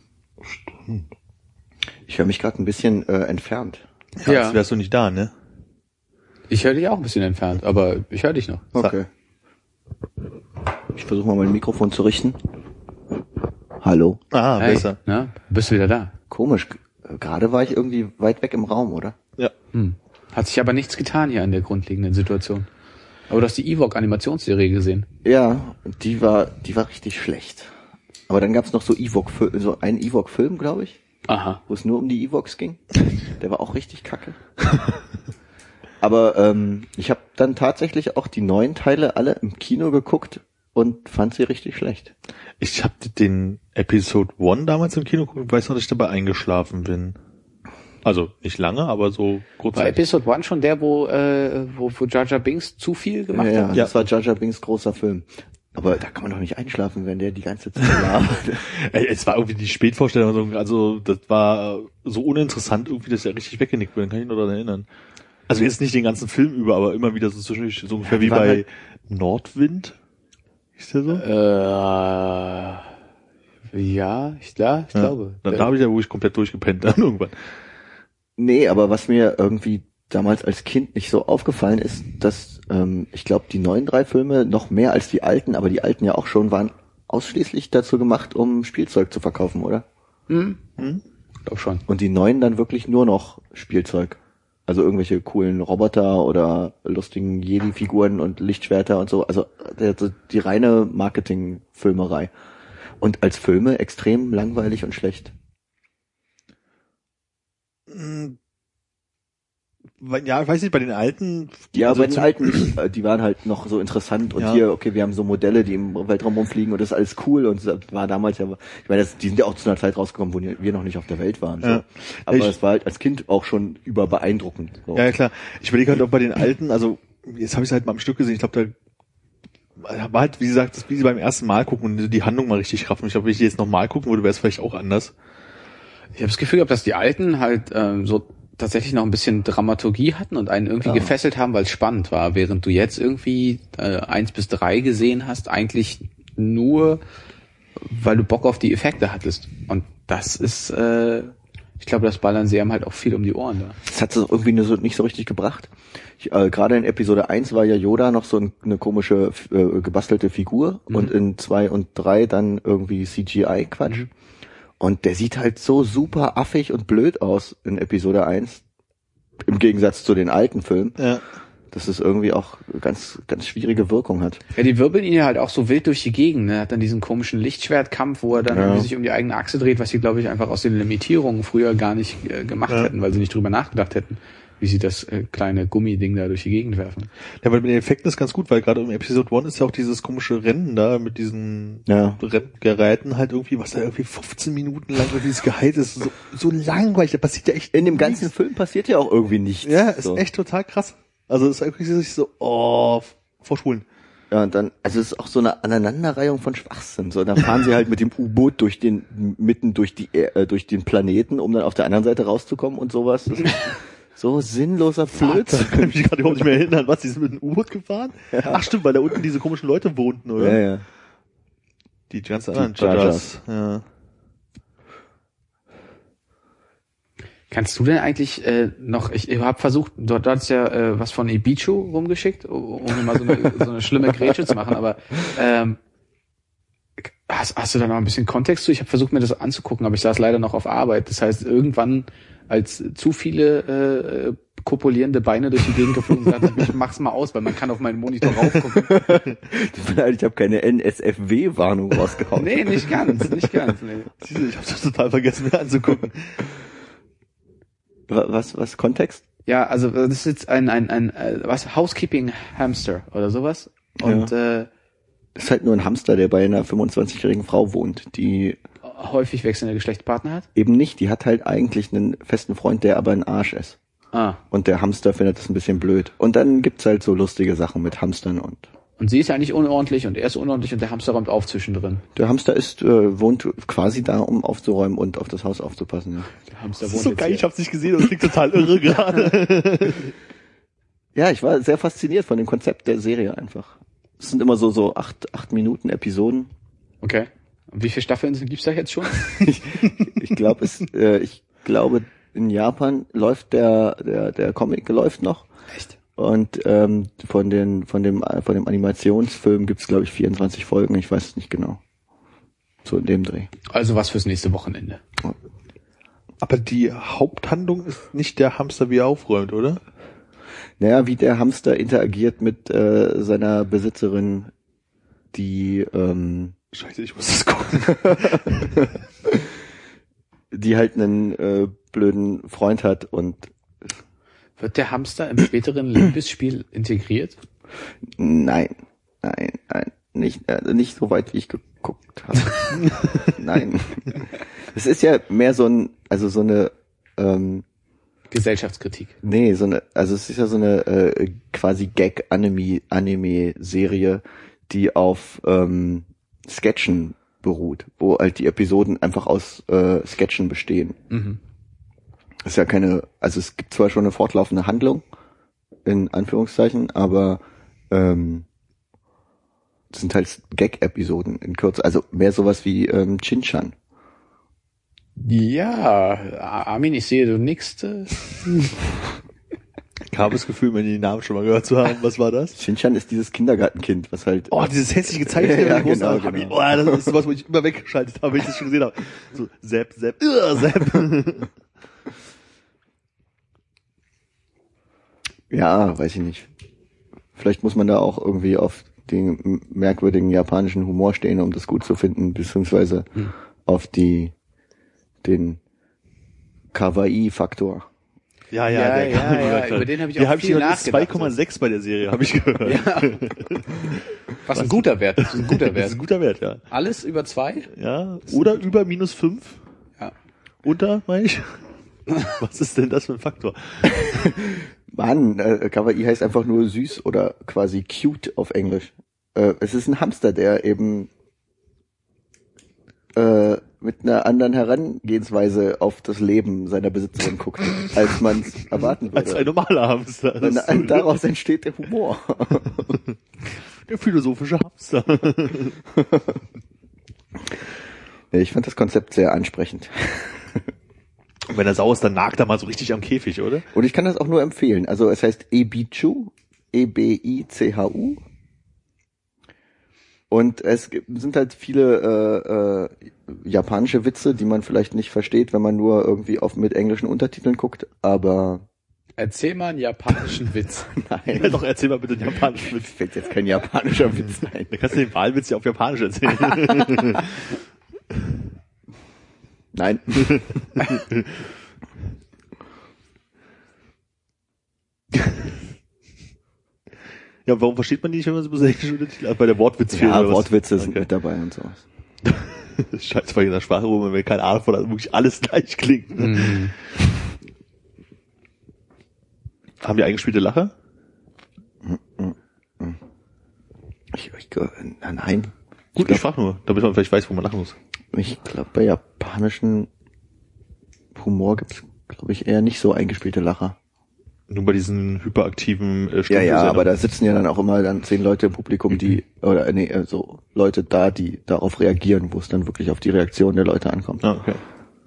Ich höre mich gerade ein bisschen äh, entfernt. Ja. Ja. Als wärst du nicht da, ne? Ich höre dich auch ein bisschen entfernt, aber ich höre dich noch. Okay. Ich versuche mal mein Mikrofon zu richten. Hallo. Ah, Hey, besser. na, bist du wieder da? Komisch. G- Gerade war ich irgendwie weit weg im Raum, oder? Ja. Hm. Hat sich aber nichts getan hier an der grundlegenden Situation. Aber du hast die Ewok-Animationsserie gesehen. Ja, die war die war richtig schlecht. Aber dann gab's noch so Ewok, so einen Ewok-Film, glaube ich, Aha. wo es nur um die Ewoks ging. Der war auch richtig kacke. Aber ähm, ich habe dann tatsächlich auch die neuen Teile alle im Kino geguckt und fand sie richtig schlecht. Ich habe den Episode One damals im Kino geguckt und weiß noch, dass ich dabei eingeschlafen bin. Also nicht lange, aber so War kurzzeitig. Episode One schon der, wo, äh, wo, wo Jar Jar Binks zu viel gemacht ja, ja, hat? das war Jar Jar Binks großer Film. Aber da kann man doch nicht einschlafen, wenn der die ganze Zeit labert. Ey, es war irgendwie die Spätvorstellung, so, also das war so uninteressant irgendwie, dass er richtig weggenickt wird, kann ich mich noch daran erinnern. Also jetzt nicht den ganzen Film über, aber immer wieder so zwischendurch, so ungefähr die wie waren bei halt- Nordwind. Ist der so? Äh, ja, ich, ja, ich Ja. glaube. Da, da habe ich ja wirklich komplett durchgepennt dann irgendwann. Nee, aber was mir irgendwie damals als Kind nicht so aufgefallen ist, dass ähm, ich glaube, die neuen drei Filme noch mehr als die alten, aber die alten ja auch schon, waren ausschließlich dazu gemacht, um Spielzeug zu verkaufen, oder? Hm? Hm? Glaub schon. Und die neuen dann wirklich nur noch Spielzeug. Also irgendwelche coolen Roboter oder lustigen Jedi-Figuren und Lichtschwerter und so. Also der- die reine Marketing-Filmerei. Und als Filme extrem langweilig und schlecht. Ja, ich weiß nicht, bei den alten... Ja, also bei den zum- alten, äh, die waren halt noch so interessant und Ja. hier, okay, wir haben so Modelle, die im Weltraum rumfliegen und das ist alles cool und das war damals ja, ich meine, das, die sind ja auch zu einer Zeit rausgekommen, wo wir noch nicht auf der Welt waren. So. Ja. Aber Ich- es war halt als Kind auch schon überbeeindruckend. So. Ja, ja, klar. Ich überlege halt auch bei den alten, also jetzt habe ich es halt mal am Stück gesehen, ich glaube, da war halt, wie gesagt, das wie sie beim ersten Mal gucken und die Handlung mal richtig raffen. Ich glaube, wenn ich die jetzt nochmal gucken würde, wäre es vielleicht auch anders. Ich habe das Gefühl gehabt, dass die Alten halt ähm, so tatsächlich noch ein bisschen Dramaturgie hatten und einen irgendwie Ja. gefesselt haben, weil es spannend war, während du jetzt irgendwie äh, eins bis drei gesehen hast, eigentlich nur, weil du Bock auf die Effekte hattest. Und das ist, äh, ich glaube, das ballern sie einem halt auch viel um die Ohren da. Das hat es irgendwie nur so, nicht so richtig gebracht. Ich, äh, gerade in Episode eins war ja Yoda noch so ein, eine komische, äh, gebastelte Figur Mhm. und in zwei und drei dann irgendwie C G I-Quatsch. Mhm. Und der sieht halt so super affig und blöd aus in Episode eins. Im Gegensatz zu den alten Filmen. Ja. Dass es irgendwie auch ganz, ganz schwierige Wirkung hat. Ja, die wirbeln ihn ja halt auch so wild durch die Gegend. Ne? Er hat dann diesen komischen Lichtschwertkampf, wo er dann Ja. irgendwie sich um die eigene Achse dreht, was sie, glaube ich, einfach aus den Limitierungen früher gar nicht äh, gemacht Ja. hätten, weil sie nicht drüber nachgedacht hätten, wie sie das äh, kleine Gummiding da durch die Gegend werfen. Ja, weil mit den Effekten ist ganz gut, weil gerade im Episode eins ist ja auch dieses komische Rennen da mit diesen Ja. Renngeräten halt irgendwie, was da irgendwie fünfzehn Minuten lang irgendwie dieses Gehalt ist, so, so langweilig, da passiert ja echt In dem ganzen nichts. Film passiert ja auch irgendwie nichts. Ja, ist so. echt total krass. Also es ist irgendwie so, oh, vorspulen. Ja, und dann, also es ist auch so eine Aneinanderreihung von Schwachsinn. So, dann fahren sie halt mit dem U-Boot durch den, mitten durch die, äh, durch den Planeten, um dann auf der anderen Seite rauszukommen und sowas. Das ist so sinnloser Da Blödsinn. kann ich mich gerade überhaupt nicht mehr erinnern, was, die sind mit dem U-Boot gefahren? Ja. Ach stimmt, weil da unten diese komischen Leute wohnten, oder? Ja, ja. Die ganzen anderen Jar Jajas. Ja. Kannst du denn eigentlich äh, noch, ich, ich habe versucht, dort hat es ja äh, was von Ibichu rumgeschickt, um mir mal so eine, so eine schlimme Grätsche zu machen, aber ähm, hast, hast du da noch ein bisschen Kontext zu? Ich habe versucht, mir das anzugucken, aber ich saß leider noch auf Arbeit. Das heißt, irgendwann, als zu viele äh, kopulierende Beine durch die Gegend geflogen sind, dachte ich, ich mach's mal aus, weil man kann auf meinen Monitor raufgucken. Tut mir leid, ich habe keine N S F W-Warnung rausgehauen. Nee, nicht ganz, nicht ganz. Nee. Siehst du, ich hab's das total vergessen, mir anzugucken. Wa- Was, was, Kontext? Ja, also das ist jetzt ein, ein, ein, äh, was, Housekeeping Hamster oder sowas. Und äh, Das ist halt nur ein Hamster, der bei einer fünfundzwanzigjährigen Frau wohnt, die häufig wechselnde Geschlechtspartner hat. eben nicht, die hat halt eigentlich einen festen Freund, der aber ein Arsch ist. Ah. Und der Hamster findet das ein bisschen blöd. Und dann gibt's halt so lustige Sachen mit Hamstern und Und sie ist ja eigentlich unordentlich und er ist unordentlich und der Hamster räumt auf zwischendrin. der Hamster ist, äh, wohnt quasi da, um aufzuräumen und auf das Haus aufzupassen, ja. Der Hamster Das wohnt ist so jetzt geil, hier. ich hab's nicht gesehen und es klingt total irre gerade. Ja, ich war sehr fasziniert von dem Konzept der Serie einfach. Es sind immer so, so acht, acht Minuten Episoden. Okay. Und wie viele Staffeln sind- gibt's da jetzt schon? Ich, ich glaube, es, äh, ich glaube, in Japan läuft der, der, der Comic läuft noch. Echt? Und ähm, von den, von dem, von dem Animationsfilm gibt's glaube ich vierundzwanzig Folgen. Ich weiß es nicht genau. So in dem Dreh. Also was fürs nächste Wochenende. Aber die Haupthandlung ist nicht der Hamster, wie er aufräumt, oder? Naja, wie der Hamster interagiert mit äh, seiner Besitzerin, die ähm, Scheiße, ich muss das gucken. die halt einen äh, blöden Freund hat und Wird der Hamster im späteren Liebesspiel integriert? nein, nein, nein, nicht, äh, nicht so weit, wie ich geguckt habe. Nein. Es ist ja mehr so ein, also so eine, ähm, Gesellschaftskritik. nee, so eine, also es ist ja so eine äh, quasi Gag-Anime-Anime-Serie, die auf ähm, Sketchen beruht, wo halt die Episoden einfach aus äh, Sketchen bestehen. Mhm. Ist ja keine, also es gibt zwar schon eine fortlaufende Handlung, in Anführungszeichen, aber ähm, das sind halt Gag-Episoden in Kürze, also mehr sowas wie ähm, Chinchan. Ja, Armin, ich sehe, du nix. Äh, Ich habe das Gefühl, mir die Namen schon mal gehört zu haben. Was war das? Chinchan ist dieses Kindergartenkind, was halt Oh, dieses hässliche Zeichen. Ja, mit den großen genau, Armen. genau. Oh, das ist sowas, wo ich immer weggeschaltet habe, wenn ich das schon gesehen habe. So, Sepp, Sepp, uh, Sepp. ja, weiß ich nicht. Vielleicht muss man da auch irgendwie auf den m- merkwürdigen japanischen Humor stehen, um das gut zu finden, beziehungsweise auf die den Kawaii-Faktor. Ja, ja, Ja, der ja, kam ja, über über den habe ich Der auch habe ich viel gehört, nachgedacht. zwei Komma sechs bei der Serie, habe ich gehört. Ja. Was ein guter Wert. Das ist ein guter Das ist Wert. ein guter Wert, ja. Alles über zwei? Ja, oder über minus fünf. Ja. Unter, meine ich. Was ist denn das für ein Faktor? Mann, äh, Kawaii heißt einfach nur süß oder quasi cute auf Englisch. Äh, es ist ein Hamster, der eben äh, mit einer anderen Herangehensweise auf das Leben seiner Besitzerin guckt, als man es erwarten würde. Als ein normaler Hamster. Das Und, ist und daraus entsteht der Humor. der philosophische Hamster. Ich fand das Konzept sehr ansprechend. Und wenn er sauer ist, dann nagt er mal so richtig am Käfig, oder? Und ich kann das auch nur empfehlen. Also es heißt Ebichu, E B I C H U. Und es gibt, sind halt viele äh, äh, japanische Witze, die man vielleicht nicht versteht, wenn man nur irgendwie auf mit englischen Untertiteln guckt, aber Erzähl mal einen japanischen Witz. Ja, doch, erzähl mal bitte den japanischen Witz. fällt jetzt kein japanischer Witz ein. Da kannst du den Wahlwitz ja auf Japanisch erzählen. Nein. Ja, warum versteht man die nicht, wenn man so englisch Untertitel hat? Bei der Wortwitz fehlt Ja, oder was? Wortwitze sind Okay. mit dabei und sowas. Scheiße, bei einer Sprache, wo man keine Ahnung von hat, wirklich alles gleich klingt. Ne? Mhm. Haben die eingespielte Lacher? Ich, ich, na, nein. Gut, ich, ich frage nur, damit man vielleicht weiß, wo man lachen muss. Ich glaube, bei japanischen Humor gibt's, glaube ich, eher nicht so eingespielte Lacher. Nur bei diesen hyperaktiven äh, Ja, ja, Stummfilmsendungen. aber da sitzen ja dann auch immer dann zehn Leute im Publikum, die, oder nee, also Leute da, die darauf reagieren, wo es dann wirklich auf die Reaktion der Leute ankommt. Ah, okay.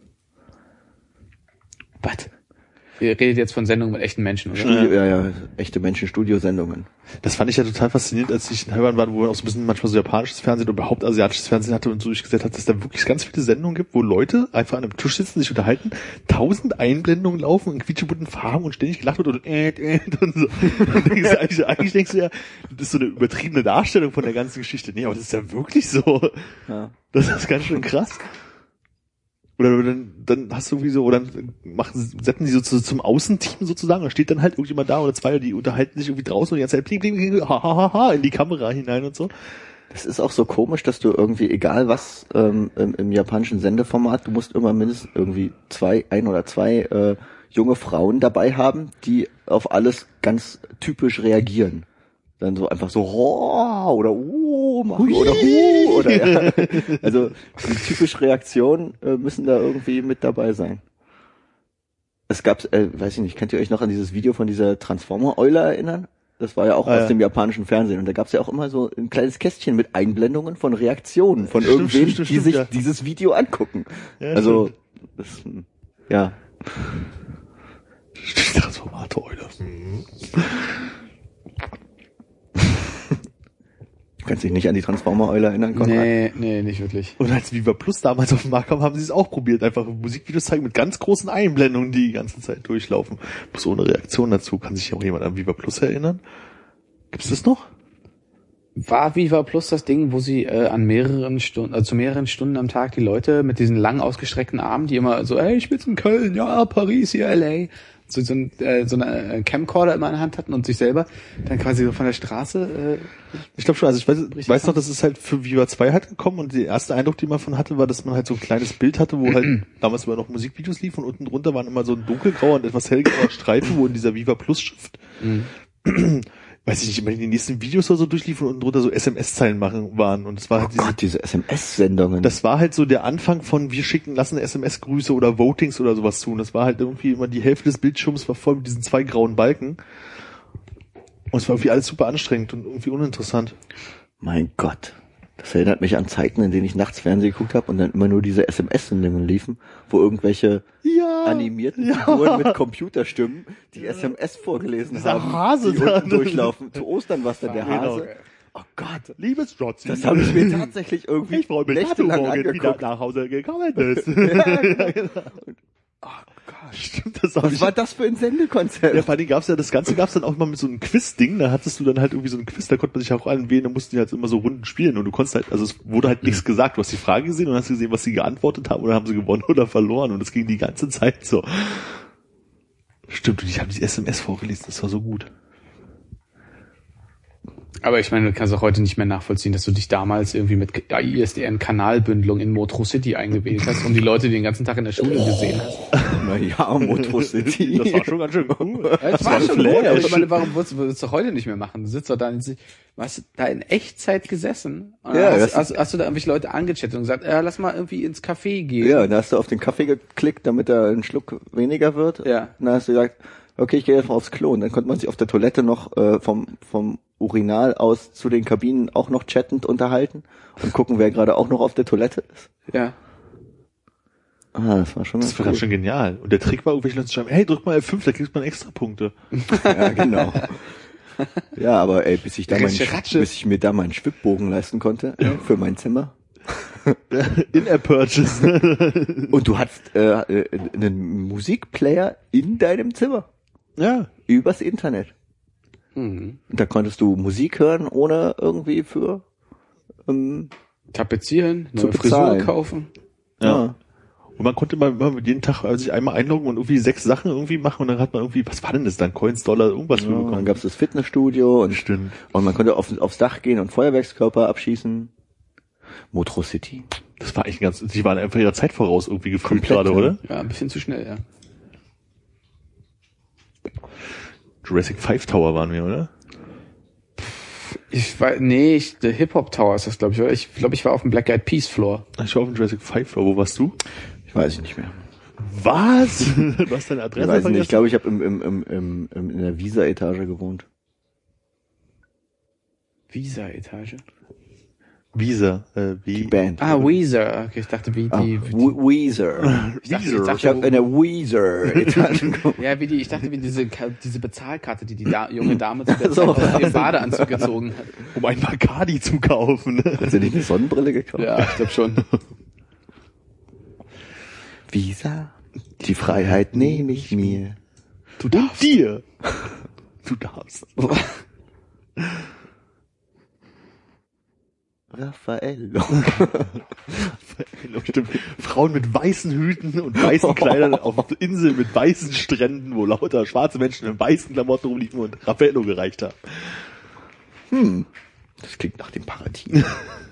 Was? Ihr redet jetzt von Sendungen mit echten Menschen, oder? Studio, ja, ja, echte Menschen, Studiosendungen. Das fand ich ja total faszinierend, als ich in Taiwan war, wo man auch so ein bisschen manchmal so japanisches Fernsehen oder überhaupt asiatisches Fernsehen hatte und so durchgesetzt hat, dass es da wirklich ganz viele Sendungen gibt, wo Leute einfach an einem Tisch sitzen, sich unterhalten, tausend Einblendungen laufen in quietschebunten Farben und ständig gelacht wird und äh, äh, und so. Und denkst du, eigentlich, eigentlich denkst du ja, das ist so eine übertriebene Darstellung von der ganzen Geschichte. Nee, aber das ist ja wirklich so. Ja. Das ist ganz schön krass. Oder dann, dann hast du irgendwie so, oder dann machen, setzen die so zu, zum Außenteam sozusagen, da steht dann halt irgendjemand da oder zwei, die unterhalten sich irgendwie draußen und die ganze Zeit bling, bling, bling, ha, ha, ha, ha, in die Kamera hinein und so. Das ist auch so komisch, dass du irgendwie, egal was ähm, im, im japanischen Sendeformat, du musst immer mindestens irgendwie zwei, ein oder zwei äh, junge Frauen dabei haben, die auf alles ganz typisch reagieren. Dann so einfach so oh, oder uh, machen oder hu oder ja. Also die typische Reaktion äh, müssen da irgendwie mit dabei sein. Es gab, äh, weiß ich nicht, könnt ihr euch noch an dieses Video von dieser Transformer-Eule erinnern? Das war ja auch ah, aus ja. dem japanischen Fernsehen und da gab es ja auch immer so ein kleines Kästchen mit Einblendungen von Reaktionen von Stimmt, irgendwem, stimmt, stimmt, die stimmt, sich ja. dieses Video angucken. Ja, also das, ja. Transformator-Eule. Hm. Du kannst dich nicht an die Transformer-Eule erinnern, Konrad? Nee, nee, nicht wirklich. Und als Viva Plus damals auf den Markt kam, haben sie es auch probiert, einfach Musikvideos zeigen mit ganz großen Einblendungen, die die ganze Zeit durchlaufen. Bloß ohne Reaktion dazu. Kann sich auch jemand an Viva Plus erinnern? Gibt's das noch? War Viva Plus das Ding, wo sie äh, an mehreren Stunden, also zu mehreren Stunden am Tag die Leute mit diesen lang ausgestreckten Armen, die immer so, hey, ich bin in Köln, ja, Paris, hier, L A, so, so, ein, äh, so eine Camcorder immer in der Hand hatten und sich selber dann quasi so von der Straße. Äh, Ich glaube schon, also ich weiß, Richtig weiß noch, krass. das ist halt für Viva zwei halt gekommen und der erste Eindruck, den man von hatte, war, dass man halt so ein kleines Bild hatte, wo halt damals immer noch Musikvideos liefen und unten drunter waren immer so ein dunkelgrauer und etwas hellgrauer Streifen, wo in dieser Viva Plus Schrift, weiß ich nicht, immer die nächsten Videos oder so durchliefen und unten drunter so S M S-Zeilen machen waren und es war Oh halt diese, Gott, diese S M S-Sendungen. das war halt so der Anfang von wir schicken, lassen S M S-Grüße oder Votings oder sowas tun. Das war halt irgendwie immer die Hälfte des Bildschirms war voll mit diesen zwei grauen Balken. Und es war irgendwie alles super anstrengend und irgendwie uninteressant. Mein Gott. Das erinnert mich an Zeiten, in denen ich nachts Fernsehen geguckt habe und dann immer nur diese S M S-Sendungen liefen, wo irgendwelche Ja. animierten ja. Figuren mit Computerstimmen die S M S vorgelesen Dieser haben, Hase die da. unten durchlaufen. Zu Ostern war es dann der Genau. Hase. Oh Gott. Liebes Jotzi. Das habe ich mir tatsächlich irgendwie Ich freue mich, dass du nächtelang morgen wieder angeguckt. nach Hause gekommen bist. Ja, genau. Oh Gott. Stimmt, das habe Was ich. war das für ein Sendekonzept? Ja, vor allem gab's ja, das Ganze gab's dann auch mal mit so einem Quiz-Ding, da hattest du dann halt irgendwie so ein Quiz, da konnte man sich auch allen wählen, da mussten die halt immer so Runden spielen und du konntest halt, also es wurde halt nichts gesagt, du hast die Frage gesehen und hast gesehen, was sie geantwortet haben oder haben sie gewonnen oder verloren und das ging die ganze Zeit so. Stimmt, und ich habe die S M S vorgelesen, das war so gut. Aber ich meine, du kannst auch heute nicht mehr nachvollziehen, dass du dich damals irgendwie mit I S D N-Kanalbündelung in Metro City eingewählt hast und die Leute, die den ganzen Tag in der Schule gesehen hast. Naja, Metro City. Das war schon ganz schön cool. Ja, das, das war schon gut, aber ich meine, warum würdest du würdest du heute nicht mehr machen? Du sitzt doch da in, hast du da in Echtzeit gesessen und ja, hast, hast, hast du da irgendwelche Leute angechattet und gesagt, ja, lass mal irgendwie ins Café gehen. Ja, da hast du auf den Kaffee geklickt, damit er einen Schluck weniger wird. Ja. Und dann hast du gesagt, okay, ich gehe jetzt mal aufs Klo. Und dann konnte man sich auf der Toilette noch äh, vom vom Urinal aus zu den Kabinen auch noch chattend unterhalten und gucken, wer gerade auch noch auf der Toilette ist. Ja. Ah, das war schon Das war ganz schön genial. Und der Trick war, irgendwelche Leute zu schreiben, hey, drück mal F fünf, da kriegst man extra Punkte. Ja, genau. Ja, aber ey, bis ich da mein, Ratsche. bis ich mir da meinen Schwibbogen leisten konnte äh, für mein Zimmer. In-App-Purchase. Und du hattest äh, äh, einen Musikplayer in deinem Zimmer. Ja. Übers Internet. Mhm. Und da konntest du Musik hören, ohne irgendwie für ähm, Tapezieren, Zu neue Frisur bezahlen. kaufen. Ja. ja. Und man konnte mal mal jeden Tag sich einmal einloggen und irgendwie sechs Sachen irgendwie machen und dann hat man irgendwie, was war denn das dann? Coins, Dollar, irgendwas für Ja, dann bekommen. gab's das Fitnessstudio und, Stimmt. und man konnte auf, aufs Dach gehen und Feuerwerkskörper abschießen. Metro City. Das war echt ganz, die waren einfach ihrer Zeit voraus irgendwie gefühlt Komplett, gerade, ja. oder? Ja, ein bisschen zu schnell, ja. Jurassic Five Tower waren wir, oder? Ich war, nee, ich, der Hip-Hop Tower ist das, glaube ich, oder? Ich glaube, ich war auf dem Black Eyed Peas Floor. Ich war auf dem Jurassic Five Tower, wo warst du? Ich weiß nicht mehr. Was? Du hast deine Ich Adresse weiß nicht, ich vergessen? glaube, ich habe im, im, im, im, im, in der Visa-Etage gewohnt. Visa-Etage? Visa, äh, wie? Die Band. Ah, Weezer. Okay, ich dachte, wie Ah, die, wie We- Weezer. ich dachte, ich Ich dachte, habe in der Weezer-Etage gewohnt. ja, wie die, ich dachte, wie diese, Ka- diese Bezahlkarte, die die da, junge Dame zu der So. Zeit aus ihrem Badeanzug gezogen hat. Um ein Bacardi zu kaufen. Hast du nicht eine Sonnenbrille gekauft? Ja, ich glaube schon. Visa? Die Freiheit nehme ich mir. Du darfst. Dir. Du darfst. Raffaello. Stimmt. Frauen mit weißen Hüten und weißen Kleidern auf Inseln mit weißen Stränden, wo lauter schwarze Menschen in weißen Klamotten rumliegen und Raffaello gereicht haben. Hm. Das klingt nach dem Paradies.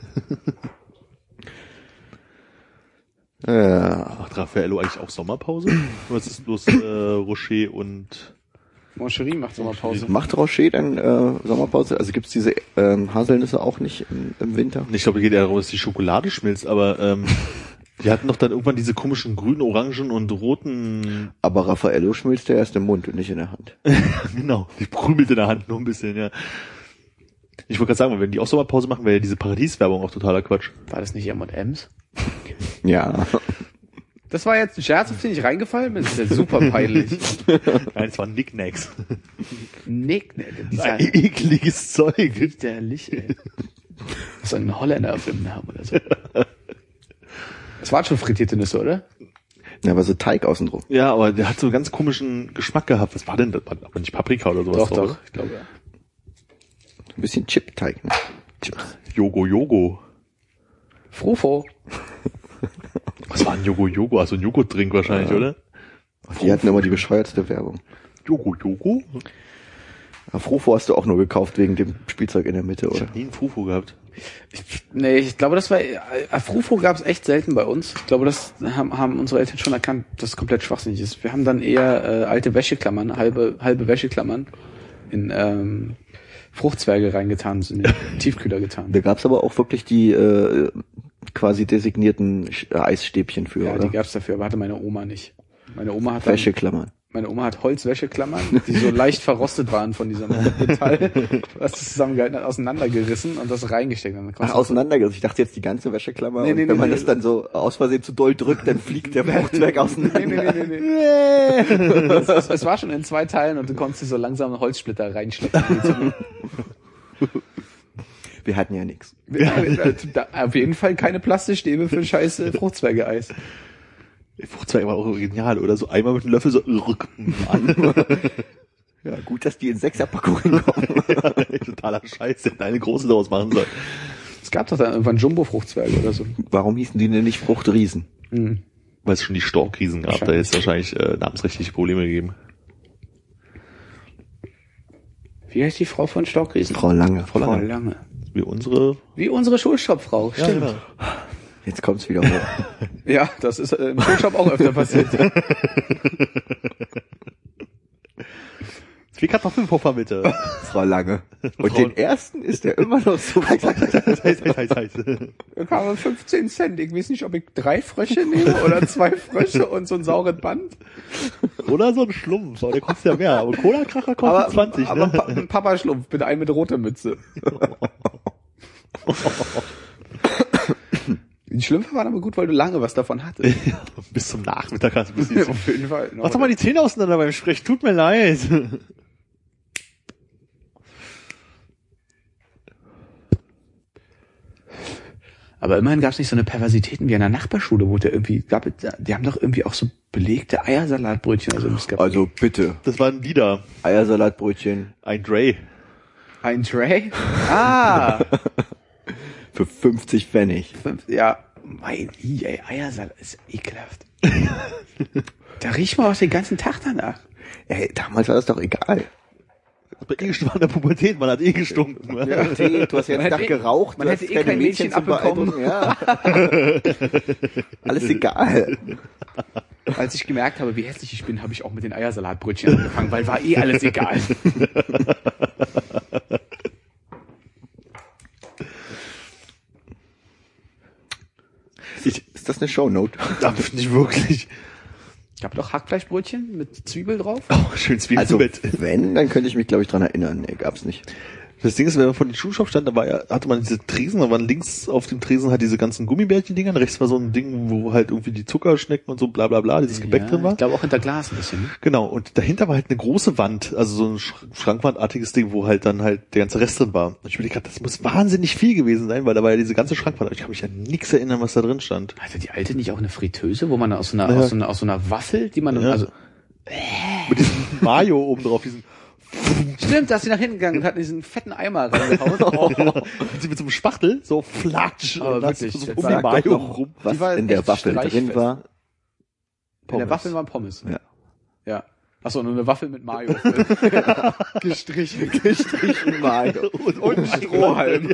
Ja. Macht Raffaello eigentlich auch Sommerpause? Oder ist es bloß äh, Rocher und... Moncherie macht Sommerpause. Macht Rocher denn äh, Sommerpause? Also gibt's diese ähm, Haselnüsse auch nicht im, im Winter? Ich glaube, es geht eher darum, dass die Schokolade schmilzt, aber ähm, die hatten doch dann irgendwann diese komischen grünen, orangen und roten... Aber Raffaello schmilzt ja erst im Mund und nicht in der Hand. Genau, die prümelt in der Hand nur ein bisschen, ja. Ich wollte gerade sagen, wenn die auch Sommerpause machen, wäre ja diese Paradies-Werbung auch totaler Quatsch. War das nicht M und M's? Ja. Das war jetzt ein Scherz, auf den ich reingefallen bin. Das ist ja super peinlich. Nein, es waren Knickknacks. Nick, ne, dieser Ein ekliges Zeug. widerlich, ey. Was soll ein Holländer erfunden haben oder so. Das waren schon frittierte Nüsse, oder? Ja, aber so Teig außen drum. Ja, aber der hat so einen ganz komischen Geschmack gehabt. Was war denn das? War aber nicht Paprika oder sowas? Doch, drauf, doch, ich glaube, ja. Ein bisschen Chip-Teig, ne? Chips. oder? Yogo Yogo. Frufo. Was war ein Yogo Yogo? Also ein Joghurtdrink wahrscheinlich, Ja. oder? Die hatten immer die bescheuertste Werbung. Yogo Yogo? Ja, Frufo hast du auch nur gekauft wegen dem Spielzeug in der Mitte, Ich oder? hab nie einen Fufu gehabt. Ich, nee, ich glaube, das war, äh, Frufo gab es echt selten bei uns. Ich glaube, das haben, haben unsere Eltern schon erkannt, dass es komplett schwachsinnig ist. Wir haben dann eher äh, alte Wäscheklammern, halbe, halbe Wäscheklammern in ähm, Fruchtzwerge reingetan, in den Tiefkühler getan. Da gab's aber auch wirklich die äh, quasi designierten Sch- Eisstäbchen für, Ja, oder? die gab's dafür, aber hatte meine Oma nicht. Meine Oma hat dann, Wäscheklammern. meine Oma hat Holzwäscheklammern, die so leicht verrostet waren von diesem Metall, was das zusammengehalten hat, auseinandergerissen und das reingesteckt. Und dann Ach, konntest du- auseinandergerissen. Ich dachte jetzt die ganze Wäscheklammer. Nee, und nee, wenn nee, man nee. das dann so aus Versehen zu doll drückt, dann fliegt der Fruchtzwerg auseinander. Nee, nee, nee, nee, nee. es, es, es war schon in zwei Teilen und du konntest dir so langsam einen Holzsplitter reinstecken. Wir hatten ja nichts. Da, auf jeden Fall keine Plastikstäbe für scheiß äh, Fruchtzwerge-Eis. Fruchtzweig war auch genial, oder? So einmal mit einem Löffel so an. Ja, gut, dass die in Sechserpackungen kommen. Totaler Scheiß, der hätte eine große daraus machen sollen. Es gab doch dann irgendwann Jumbo-Fruchtzwerge oder so. Warum hießen die denn nicht Fruchtriesen? Mhm. Weil es schon die Storkriesen gab, da ist wahrscheinlich äh, namensrechtliche Probleme gegeben. Wie heißt die Frau von Storkriesen? Frau Lange. Frau Frau Lange. Lange. Wie unsere... Wie unsere Schulshop-Frau. Ja, Stimmt. genau. Jetzt kommt's wieder hoch. Ja, das ist äh, im Schulshop auch öfter passiert. Wie Kartoffelpuffer bitte. Frau Lange. Und Frau- den ersten ist der immer noch so. heiß, heiß, heiß, heiß, heiß. Ich habe fünfzehn Cent. Ich weiß nicht, ob ich drei Frösche nehme oder zwei Frösche und so ein saures Band. Oder so ein Schlumpf, aber der kostet ja mehr. Aber Cola-Kracher kostet Aber, zwanzig, aber ne? Pa- ein Papa-Schlumpf, bitte einen mit roter Mütze. Die Schlümpfe waren aber gut, weil du lange was davon hattest. Ja, bis zum Nachmittag hast du bis jetzt. Auf jeden Fall. Mach doch mal die Zähne auseinander beim Sprechen, tut mir leid. Aber immerhin gab es nicht so eine Perversitäten wie an der Nachbarschule, wo der irgendwie, gab, die haben doch irgendwie auch so belegte Eiersalatbrötchen. Also, es gab Also bitte. Das waren die da. Eiersalatbrötchen Ein Dre. ein Tray. Ah! für fünfzig Pfennig. Fünf, ja, mein I, ey, Eiersalat ist ekelhaft. Da riecht man auch den ganzen Tag danach. Ey, damals war das doch egal. Bei eh schon in der Pubertät, man hat eh gestunken. Ja, Tee, du hast ja Man den hätte Tag eh- geraucht, man du hätte hast eh keine kein Mädchen Mädchen zum abbekommen. Beeindrucken, ja. Alles egal. Als ich gemerkt habe, wie hässlich ich bin, habe ich auch mit den Eiersalatbrötchen angefangen, weil war eh alles egal. Ich, Ist das eine Shownote? darf nicht wirklich. Gab doch Hackfleischbrötchen mit Zwiebel drauf? Oh, schön Also, Zwiebelbett. wenn, dann könnte ich mich, glaube ich, dran erinnern. Nee, gab's nicht. Das Ding ist, wenn man vor den Schulshop stand, da war ja, hatte man diese Tresen, da waren links auf dem Tresen halt diese ganzen Gummibärchen-Dinger, rechts war so ein Ding, wo halt irgendwie die Zuckerschnecken und so bla bla bla, dieses Gebäck Ja, drin war. Ich glaube auch hinter Glas ein bisschen. Ne? Genau, und dahinter war halt eine große Wand, also so ein Sch- Schrankwandartiges Ding, wo halt dann halt der ganze Rest drin war. Und ich überlege gerade, das muss wahnsinnig viel gewesen sein, weil da war ja diese ganze Schrankwand, aber ich kann mich an nichts erinnern, was da drin stand. Hatte die alte nicht auch eine Fritteuse, wo man aus so einer, Ja. aus so einer, aus so einer Waffel, die man, Ja. also, Mit diesem Mayo oben drauf, diesen, stimmt, da ist sie nach hinten gegangen und hat diesen fetten Eimer reingehauen. mit, mit so einem Spachtel, so flatsch, Aber und hast wirklich, so das um war den Mayo doch noch, rum. was Die war in der echt Waffel drin streichfest. war. In der Pommes. Waffel waren Pommes. Ja. Ja. Achso, nur eine Waffel mit Mayo. Gestrichen. Gestrichen Mayo. Und, Und ein Strohhalm.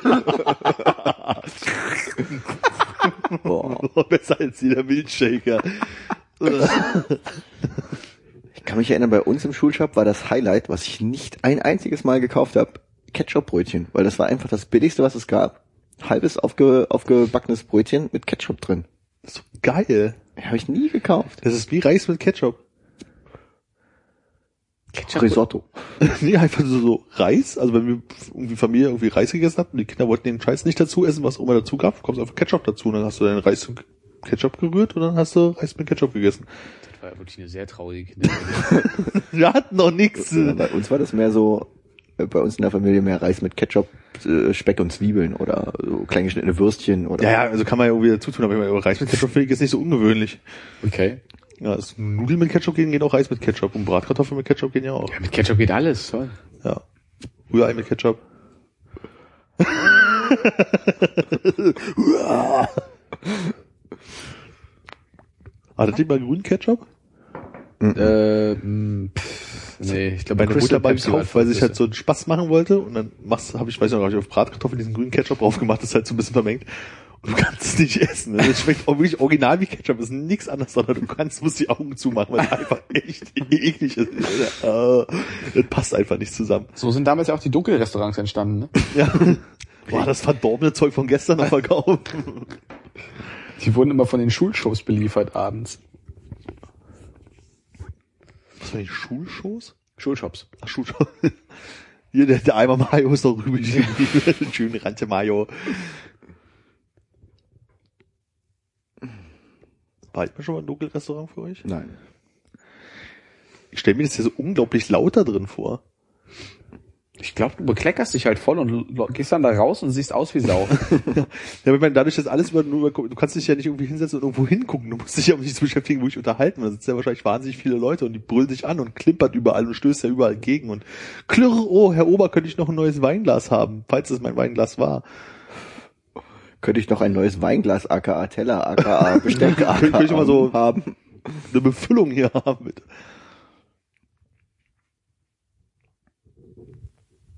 Boah. Besser als jeder Milchshaker. Ich kann mich erinnern, bei uns im Schulshop war das Highlight, was ich nicht ein einziges Mal gekauft habe, Ketchup-Brötchen, weil das war einfach das billigste, was es gab. Halbes aufge, aufgebackenes Brötchen mit Ketchup drin. Das ist so geil. Habe ich nie gekauft. Das ist wie Reis mit Ketchup. Ketchup. Risotto. Nee, einfach so, so Reis. Also wenn wir irgendwie Familie irgendwie Reis gegessen hatten und die Kinder wollten den Scheiß nicht dazu essen, was auch immer dazu gab, kommst einfach Ketchup dazu und dann hast du deinen Reis und Ketchup gerührt und dann hast du Reis mit Ketchup gegessen. Das war ja wirklich eine sehr traurige Kinder. Wir hatten noch nichts. Bei uns war das mehr so, äh, bei uns in der Familie mehr Reis mit Ketchup, äh, Speck und Zwiebeln oder so klein geschnittene Würstchen oder. Ja, ja, also kann man ja irgendwie dazu tun, aber immer Reis mit Ketchup finde ich jetzt nicht so ungewöhnlich. Okay. Ja, es Nudeln mit Ketchup gehen, geht auch Reis mit Ketchup und Bratkartoffeln mit Ketchup gehen ja auch. Ja, mit Ketchup geht alles, toll. Ja. Rührei mit Ketchup. Hattet ihr mal grünen Ketchup? Äh, mh, pff, nee, ich glaube, Meine Mutter beim Pepsi war Kauf, weil sie sich halt das. so einen Spaß machen wollte und dann machst, habe ich, weiß noch, hab ich auf Bratkartoffeln diesen grünen Ketchup drauf gemacht, das ist halt so ein bisschen vermengt. Und du kannst es nicht essen. Also es schmeckt auch wirklich original wie Ketchup, ist nichts anderes, sondern du kannst, musst die Augen zumachen, weil es einfach echt eklig ist. Äh, das passt einfach nicht zusammen. So sind damals ja auch die Dunkelrestaurants entstanden, ne? Ja. Boah, das verdorbene Zeug von gestern noch verkauft. Die wurden immer von den Schulshows beliefert abends. Was waren die Schulshows? Schulshops. Ach, Schulshows. Hier, der, der Eimer Mayo ist doch rüber. Schön Rante Mayo. War ich mal schon mal ein Dunkelrestaurant für euch? Nein. Ich stelle mir das ja so unglaublich laut da drin vor. Ich glaube, du bekleckerst dich halt voll und lo- gehst dann da raus und siehst aus wie Sau. Ja, ich meine, dadurch, dass alles über, nur über, du kannst dich ja nicht irgendwie hinsetzen und irgendwo hingucken. Du musst dich ja um nichts beschäftigen, wo ich unterhalten. Da sitzen ja wahrscheinlich wahnsinnig viele Leute und die brüllen sich an und klimpert überall und stößt ja überall gegen und klirr, oh, Herr Ober, könnte ich noch ein neues Weinglas haben, falls es mein Weinglas war. Könnte ich noch ein neues Weinglas, aka Teller, aka Besteck, Könnte aka ich mal so haben. eine Befüllung hier haben mit.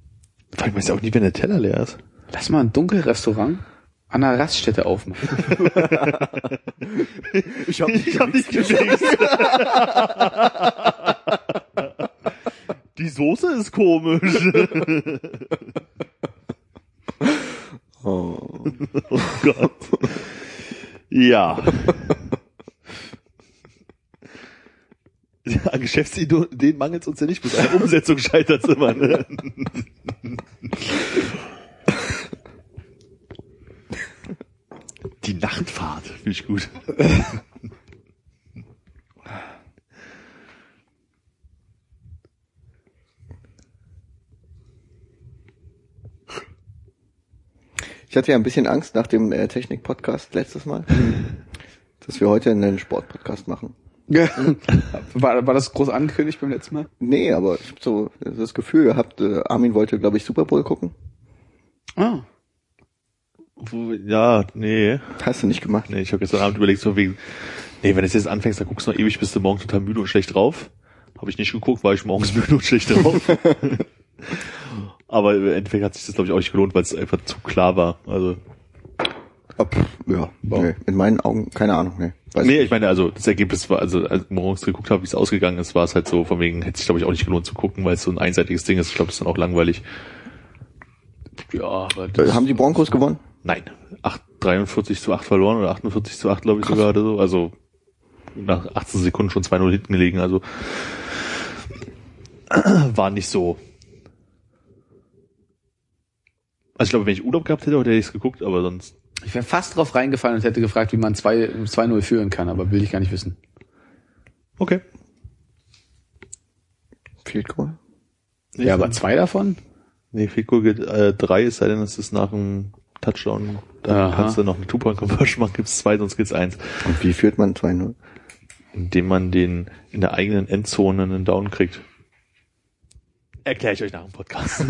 Vor allem weiß ja auch nie, wenn der Teller leer ist. Lass mal ein Dunkelrestaurant an einer Raststätte aufmachen. Ich hab nicht, ich hab nicht gewichst. Die Soße ist komisch. Oh. Oh Gott. Ja. Ja, an Geschäftsideen mangelt es uns ja nicht, bis eine Umsetzung scheitert immer. Ne? Die Nachtfahrt, finde ich gut. Ich hatte ja ein bisschen Angst nach dem äh, Technik-Podcast letztes Mal, dass wir heute einen Sport-Podcast machen. war, war das groß angekündigt beim letzten Mal? Nee, aber ich habe so das Gefühl gehabt, äh, Armin wollte, glaube ich, Super Bowl gucken. Ah. Ja, nee. Hast du nicht gemacht? Nee, ich habe gestern Abend überlegt, so wegen, nee, wenn du jetzt anfängst, dann guckst du noch ewig, bist du morgen total müde und schlecht drauf. Habe ich nicht geguckt, war ich morgens müde und schlecht drauf. Aber im Endeffekt hat sich das, glaube ich, auch nicht gelohnt, weil es einfach zu klar war. Also Ab, ja, nee, in meinen Augen, keine Ahnung, nee. Weiß nee, nicht. ich meine, also das Ergebnis war, also als ich morgens geguckt habe, wie es ausgegangen ist, war es halt so, von wegen, hätte sich, glaube ich, auch nicht gelohnt zu gucken, weil es so ein einseitiges Ding ist. Ich glaube, das ist dann auch langweilig. Ja, aber Äh, das haben die Broncos gewonnen? Nein, acht, dreiundvierzig zu acht verloren oder achtundvierzig zu acht, glaube ich, sogar oder so. Also nach achtzehn Sekunden schon zwei null hinten gelegen, also war nicht so. Also ich glaube, wenn ich Urlaub gehabt hätte, hätte ich es geguckt, aber sonst. Ich wäre fast drauf reingefallen und hätte gefragt, wie man zwei null führen kann, aber will ich gar nicht wissen. Okay. Field Goal? Nee, Ja, aber zwei davon? Nee, Field Goal geht äh, drei, es sei denn, es ist nach einem Touchdown. Dann Aha. kannst du noch eine Two-Point-Conversion machen, gibt's zwei, sonst gibt's eins. Und wie führt man zwei null? Indem man den in der eigenen Endzone einen Down kriegt. Erkläre ich euch nach dem Podcast.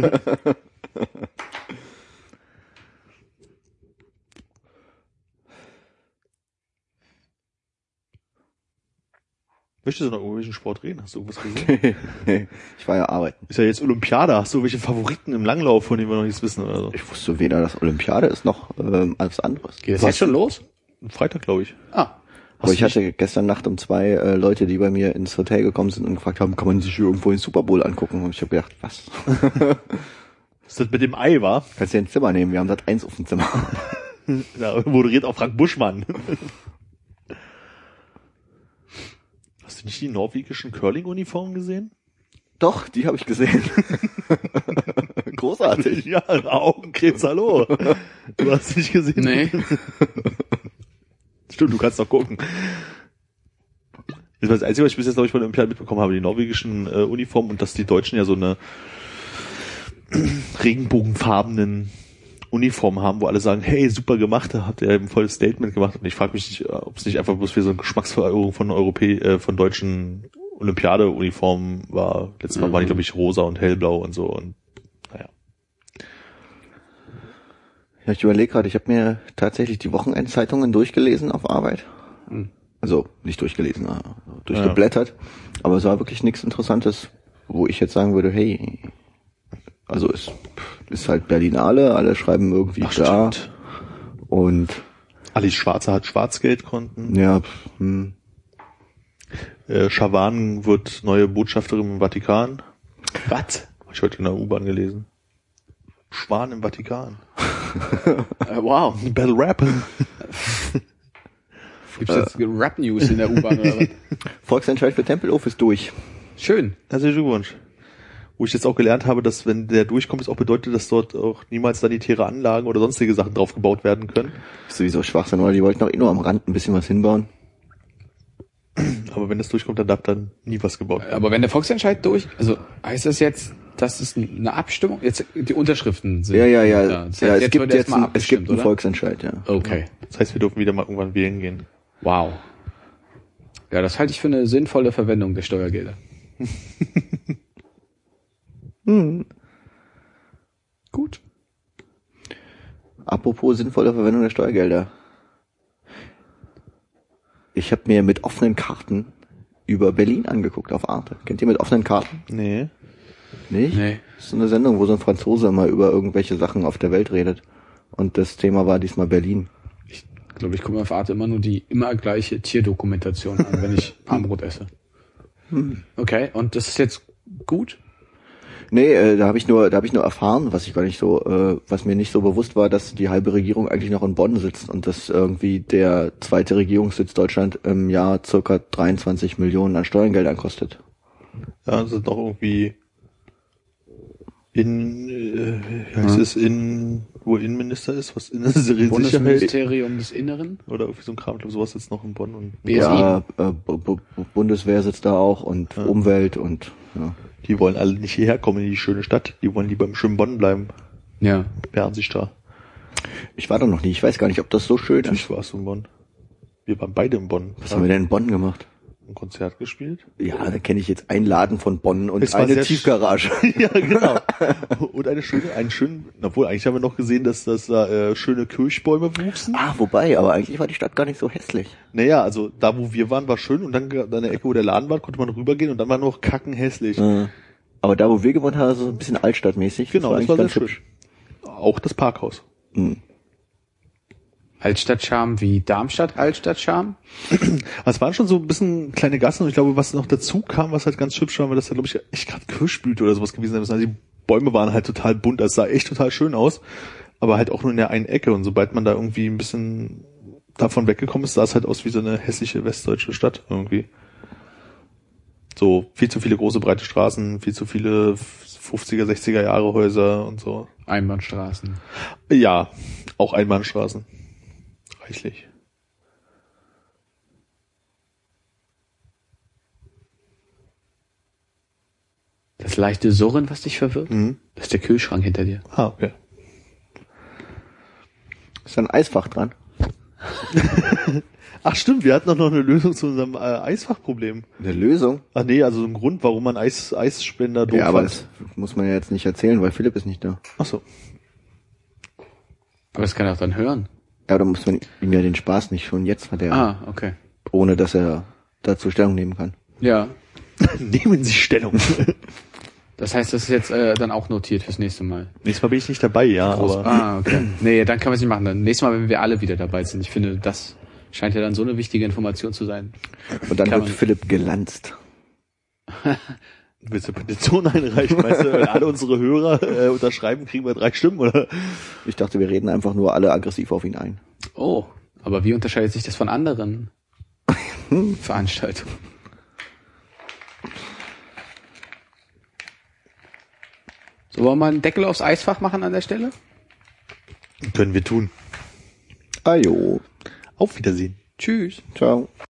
Möchtest du noch über irgendwelchen Sport reden? Hast du irgendwas gesehen? Nee, ich war ja arbeiten. Ist ja jetzt Olympiade. Hast du irgendwelche Favoriten im Langlauf, von denen wir noch nichts wissen oder so? Ich wusste weder, dass Olympiade ist, noch ähm, alles anderes. Geht das jetzt schon los? Freitag, glaube ich. Ah. Aber ich hatte gestern Nacht um zwei äh, Leute, die bei mir ins Hotel gekommen sind und gefragt haben, kann man sich irgendwo den Super Bowl angucken? Und ich habe gedacht, was? Was das mit dem Ei war? Kannst du dir ein Zimmer nehmen? Wir haben das eins auf dem Zimmer. Da moderiert auch Frank Buschmann. Hast du nicht die norwegischen Curling-Uniformen gesehen? Doch, die habe ich gesehen. Großartig. Ja, Augenkrebs, hallo. Du hast sie nicht gesehen? Nee. Stimmt, du kannst doch gucken. Das war das Einzige, was ich bis jetzt, glaube ich, von der Olympiade mitbekommen habe, die norwegischen äh, Uniformen und dass die Deutschen ja so eine regenbogenfarbenen Uniformen haben, wo alle sagen, hey, super gemacht, da habt ihr ein volles Statement gemacht. Und ich frage mich nicht, ob es nicht einfach bloß für so eine Geschmacksverirrung von Europä äh, von deutschen Olympiade-Uniformen war. Letztes Mal Mhm. waren die, glaube ich, rosa und hellblau und so. Und naja. Ja, ich überlege gerade, ich habe mir tatsächlich die Wochenendzeitungen durchgelesen auf Arbeit. Mhm. Also nicht durchgelesen, äh, durchgeblättert. Aber es war wirklich nichts Interessantes, wo ich jetzt sagen würde, hey, also es ist halt Berlinale, alle schreiben irgendwie Ach, klar. stimmt. Und Alice Schwarzer hat Schwarzgeldkonten. ja, pf, hm. Äh, Schawan wird neue Botschafterin im Vatikan. Was? Habe ich heute in der U-Bahn gelesen. Schwan im Vatikan. Äh, wow. Battle Rap. Gibt's jetzt Rap-News in der U-Bahn oder was? Volksentscheid für Tempelhof ist durch. Schön. Herzlichen Glückwunsch. Wo ich jetzt auch gelernt habe, dass wenn der durchkommt, es auch bedeutet, dass dort auch niemals sanitäre Anlagen oder sonstige Sachen draufgebaut werden können. Ist sowieso Schwachsinn, oder? Die wollten auch eh nur am Rand ein bisschen was hinbauen. Aber wenn das durchkommt, dann darf dann nie was gebaut werden. Aber wenn der Volksentscheid durch, also heißt das jetzt, dass es eine Abstimmung, jetzt die Unterschriften sind? Ja, ja, ja. Da. Das heißt, ja es jetzt gibt wird jetzt erstmal ein, es gibt abgestimmt, einen oder? Volksentscheid, ja. Okay. Das heißt, wir dürfen wieder mal irgendwann wählen gehen. Wow. Ja, das halte ich für eine sinnvolle Verwendung der Steuergelder. Hm. Gut. Apropos sinnvolle Verwendung der Steuergelder. Ich habe mir mit offenen Karten über Berlin angeguckt auf Arte. Kennt ihr mit offenen Karten? Nee. Nicht? Nee. Das ist so eine Sendung, wo so ein Franzose immer über irgendwelche Sachen auf der Welt redet. Und das Thema war diesmal Berlin. Ich glaube, ich gucke mir auf Arte immer nur die immer gleiche Tierdokumentation an, wenn ich Armbrot esse. Okay, und das ist jetzt gut? Nee, äh, da habe ich nur, da habe ich nur erfahren, was ich gar nicht so, äh, was mir nicht so bewusst war, dass die halbe Regierung eigentlich noch in Bonn sitzt und dass irgendwie der zweite Regierungssitz Deutschland im Jahr circa dreiundzwanzig Millionen an Steuergeldern kostet. Ja, das ist doch irgendwie in, äh, wie heißt Hm. es, in, wo Innenminister ist, was Innensicherheit Bundesministerium des Inneren? oder irgendwie so ein Kram, ich glaube, sowas sitzt noch in Bonn und B S I. Ja, äh, B- B- Bundeswehr sitzt da auch und Ja. Umwelt und ja. die wollen alle nicht hierher kommen in die schöne Stadt, die wollen lieber im schönen Bonn bleiben, Ja. Bernsichstra. Ich war da noch nie, ich weiß gar nicht, ob das so schön Natürlich ist. warst du in Bonn. Wir waren beide in Bonn. Was haben wir denn in Bonn gemacht? Ein Konzert gespielt. Ja, da kenne ich jetzt einen Laden von Bonn und Es war eine sehr Tiefgarage. Ja, genau. Und eine schöne, einen schönen, obwohl eigentlich haben wir noch gesehen, dass das da äh, schöne Kirschbäume wuchsen. Ah, wobei, aber eigentlich war die Stadt gar nicht so hässlich. Naja, also da wo wir waren, war schön und dann an der Ecke, wo der Laden war, konnte man rübergehen und dann war noch kackenhässlich. Äh, aber da, wo wir gewohnt haben, so ein bisschen altstadtmäßig. Genau, das eigentlich war sehr ganz schön. hübsch. Auch das Parkhaus. Hm. Altstadtcharme wie Darmstadt Altstadtcharme? Aber es waren schon so ein bisschen kleine Gassen und ich glaube, was noch dazu kam, was halt ganz hübsch war, war das ja, glaube ich, echt gerade Kirschblüte oder sowas gewesen sein müssen. Also die Bäume waren halt total bunt, das sah echt total schön aus, aber halt auch nur in der einen Ecke und sobald man da irgendwie ein bisschen davon weggekommen ist, sah es halt aus wie so eine hässliche westdeutsche Stadt irgendwie. So viel zu viele große, breite Straßen, viel zu viele fünfziger, sechziger Jahre Häuser und so. Einbahnstraßen. Ja, auch Einbahnstraßen. Reichlich. Das leichte Surren, was dich verwirrt? Mhm. Das ist der Kühlschrank hinter dir. Ah, okay. Ist da ein Eisfach dran? Ach stimmt, wir hatten doch noch eine Lösung zu unserem äh, Eisfachproblem. Eine Lösung? Ach nee, also so ein Grund, warum man Eis, Eisspender doof Ja, aber fand. das muss man ja jetzt nicht erzählen, weil Philipp ist nicht da. Ach so. Aber das kann er auch dann hören. Ja, da muss man ihm ja den Spaß nicht schon jetzt verderben, Ah, okay. ohne dass er dazu Stellung nehmen kann. Ja. Nehmen Sie Stellung. Das heißt, das ist jetzt äh, dann auch notiert fürs nächste Mal. Nächstes Mal bin ich nicht dabei, ja, aber Ah, okay. Nee, dann kann man es nicht machen. Dann nächstes Mal, wenn wir alle wieder dabei sind. Ich finde, das scheint ja dann so eine wichtige Information zu sein. Und dann Kann wird man- Philipp gelanzt. willst du eine Petition einreichen? Weißt du, wenn alle unsere Hörer äh, unterschreiben, kriegen wir drei Stimmen, oder? Ich dachte, wir reden einfach nur alle aggressiv auf ihn ein. Oh, aber wie unterscheidet sich das von anderen Veranstaltungen? So, wollen wir mal einen Deckel aufs Eisfach machen an der Stelle? Können wir tun. Ajo. Auf Wiedersehen. Tschüss. Ciao.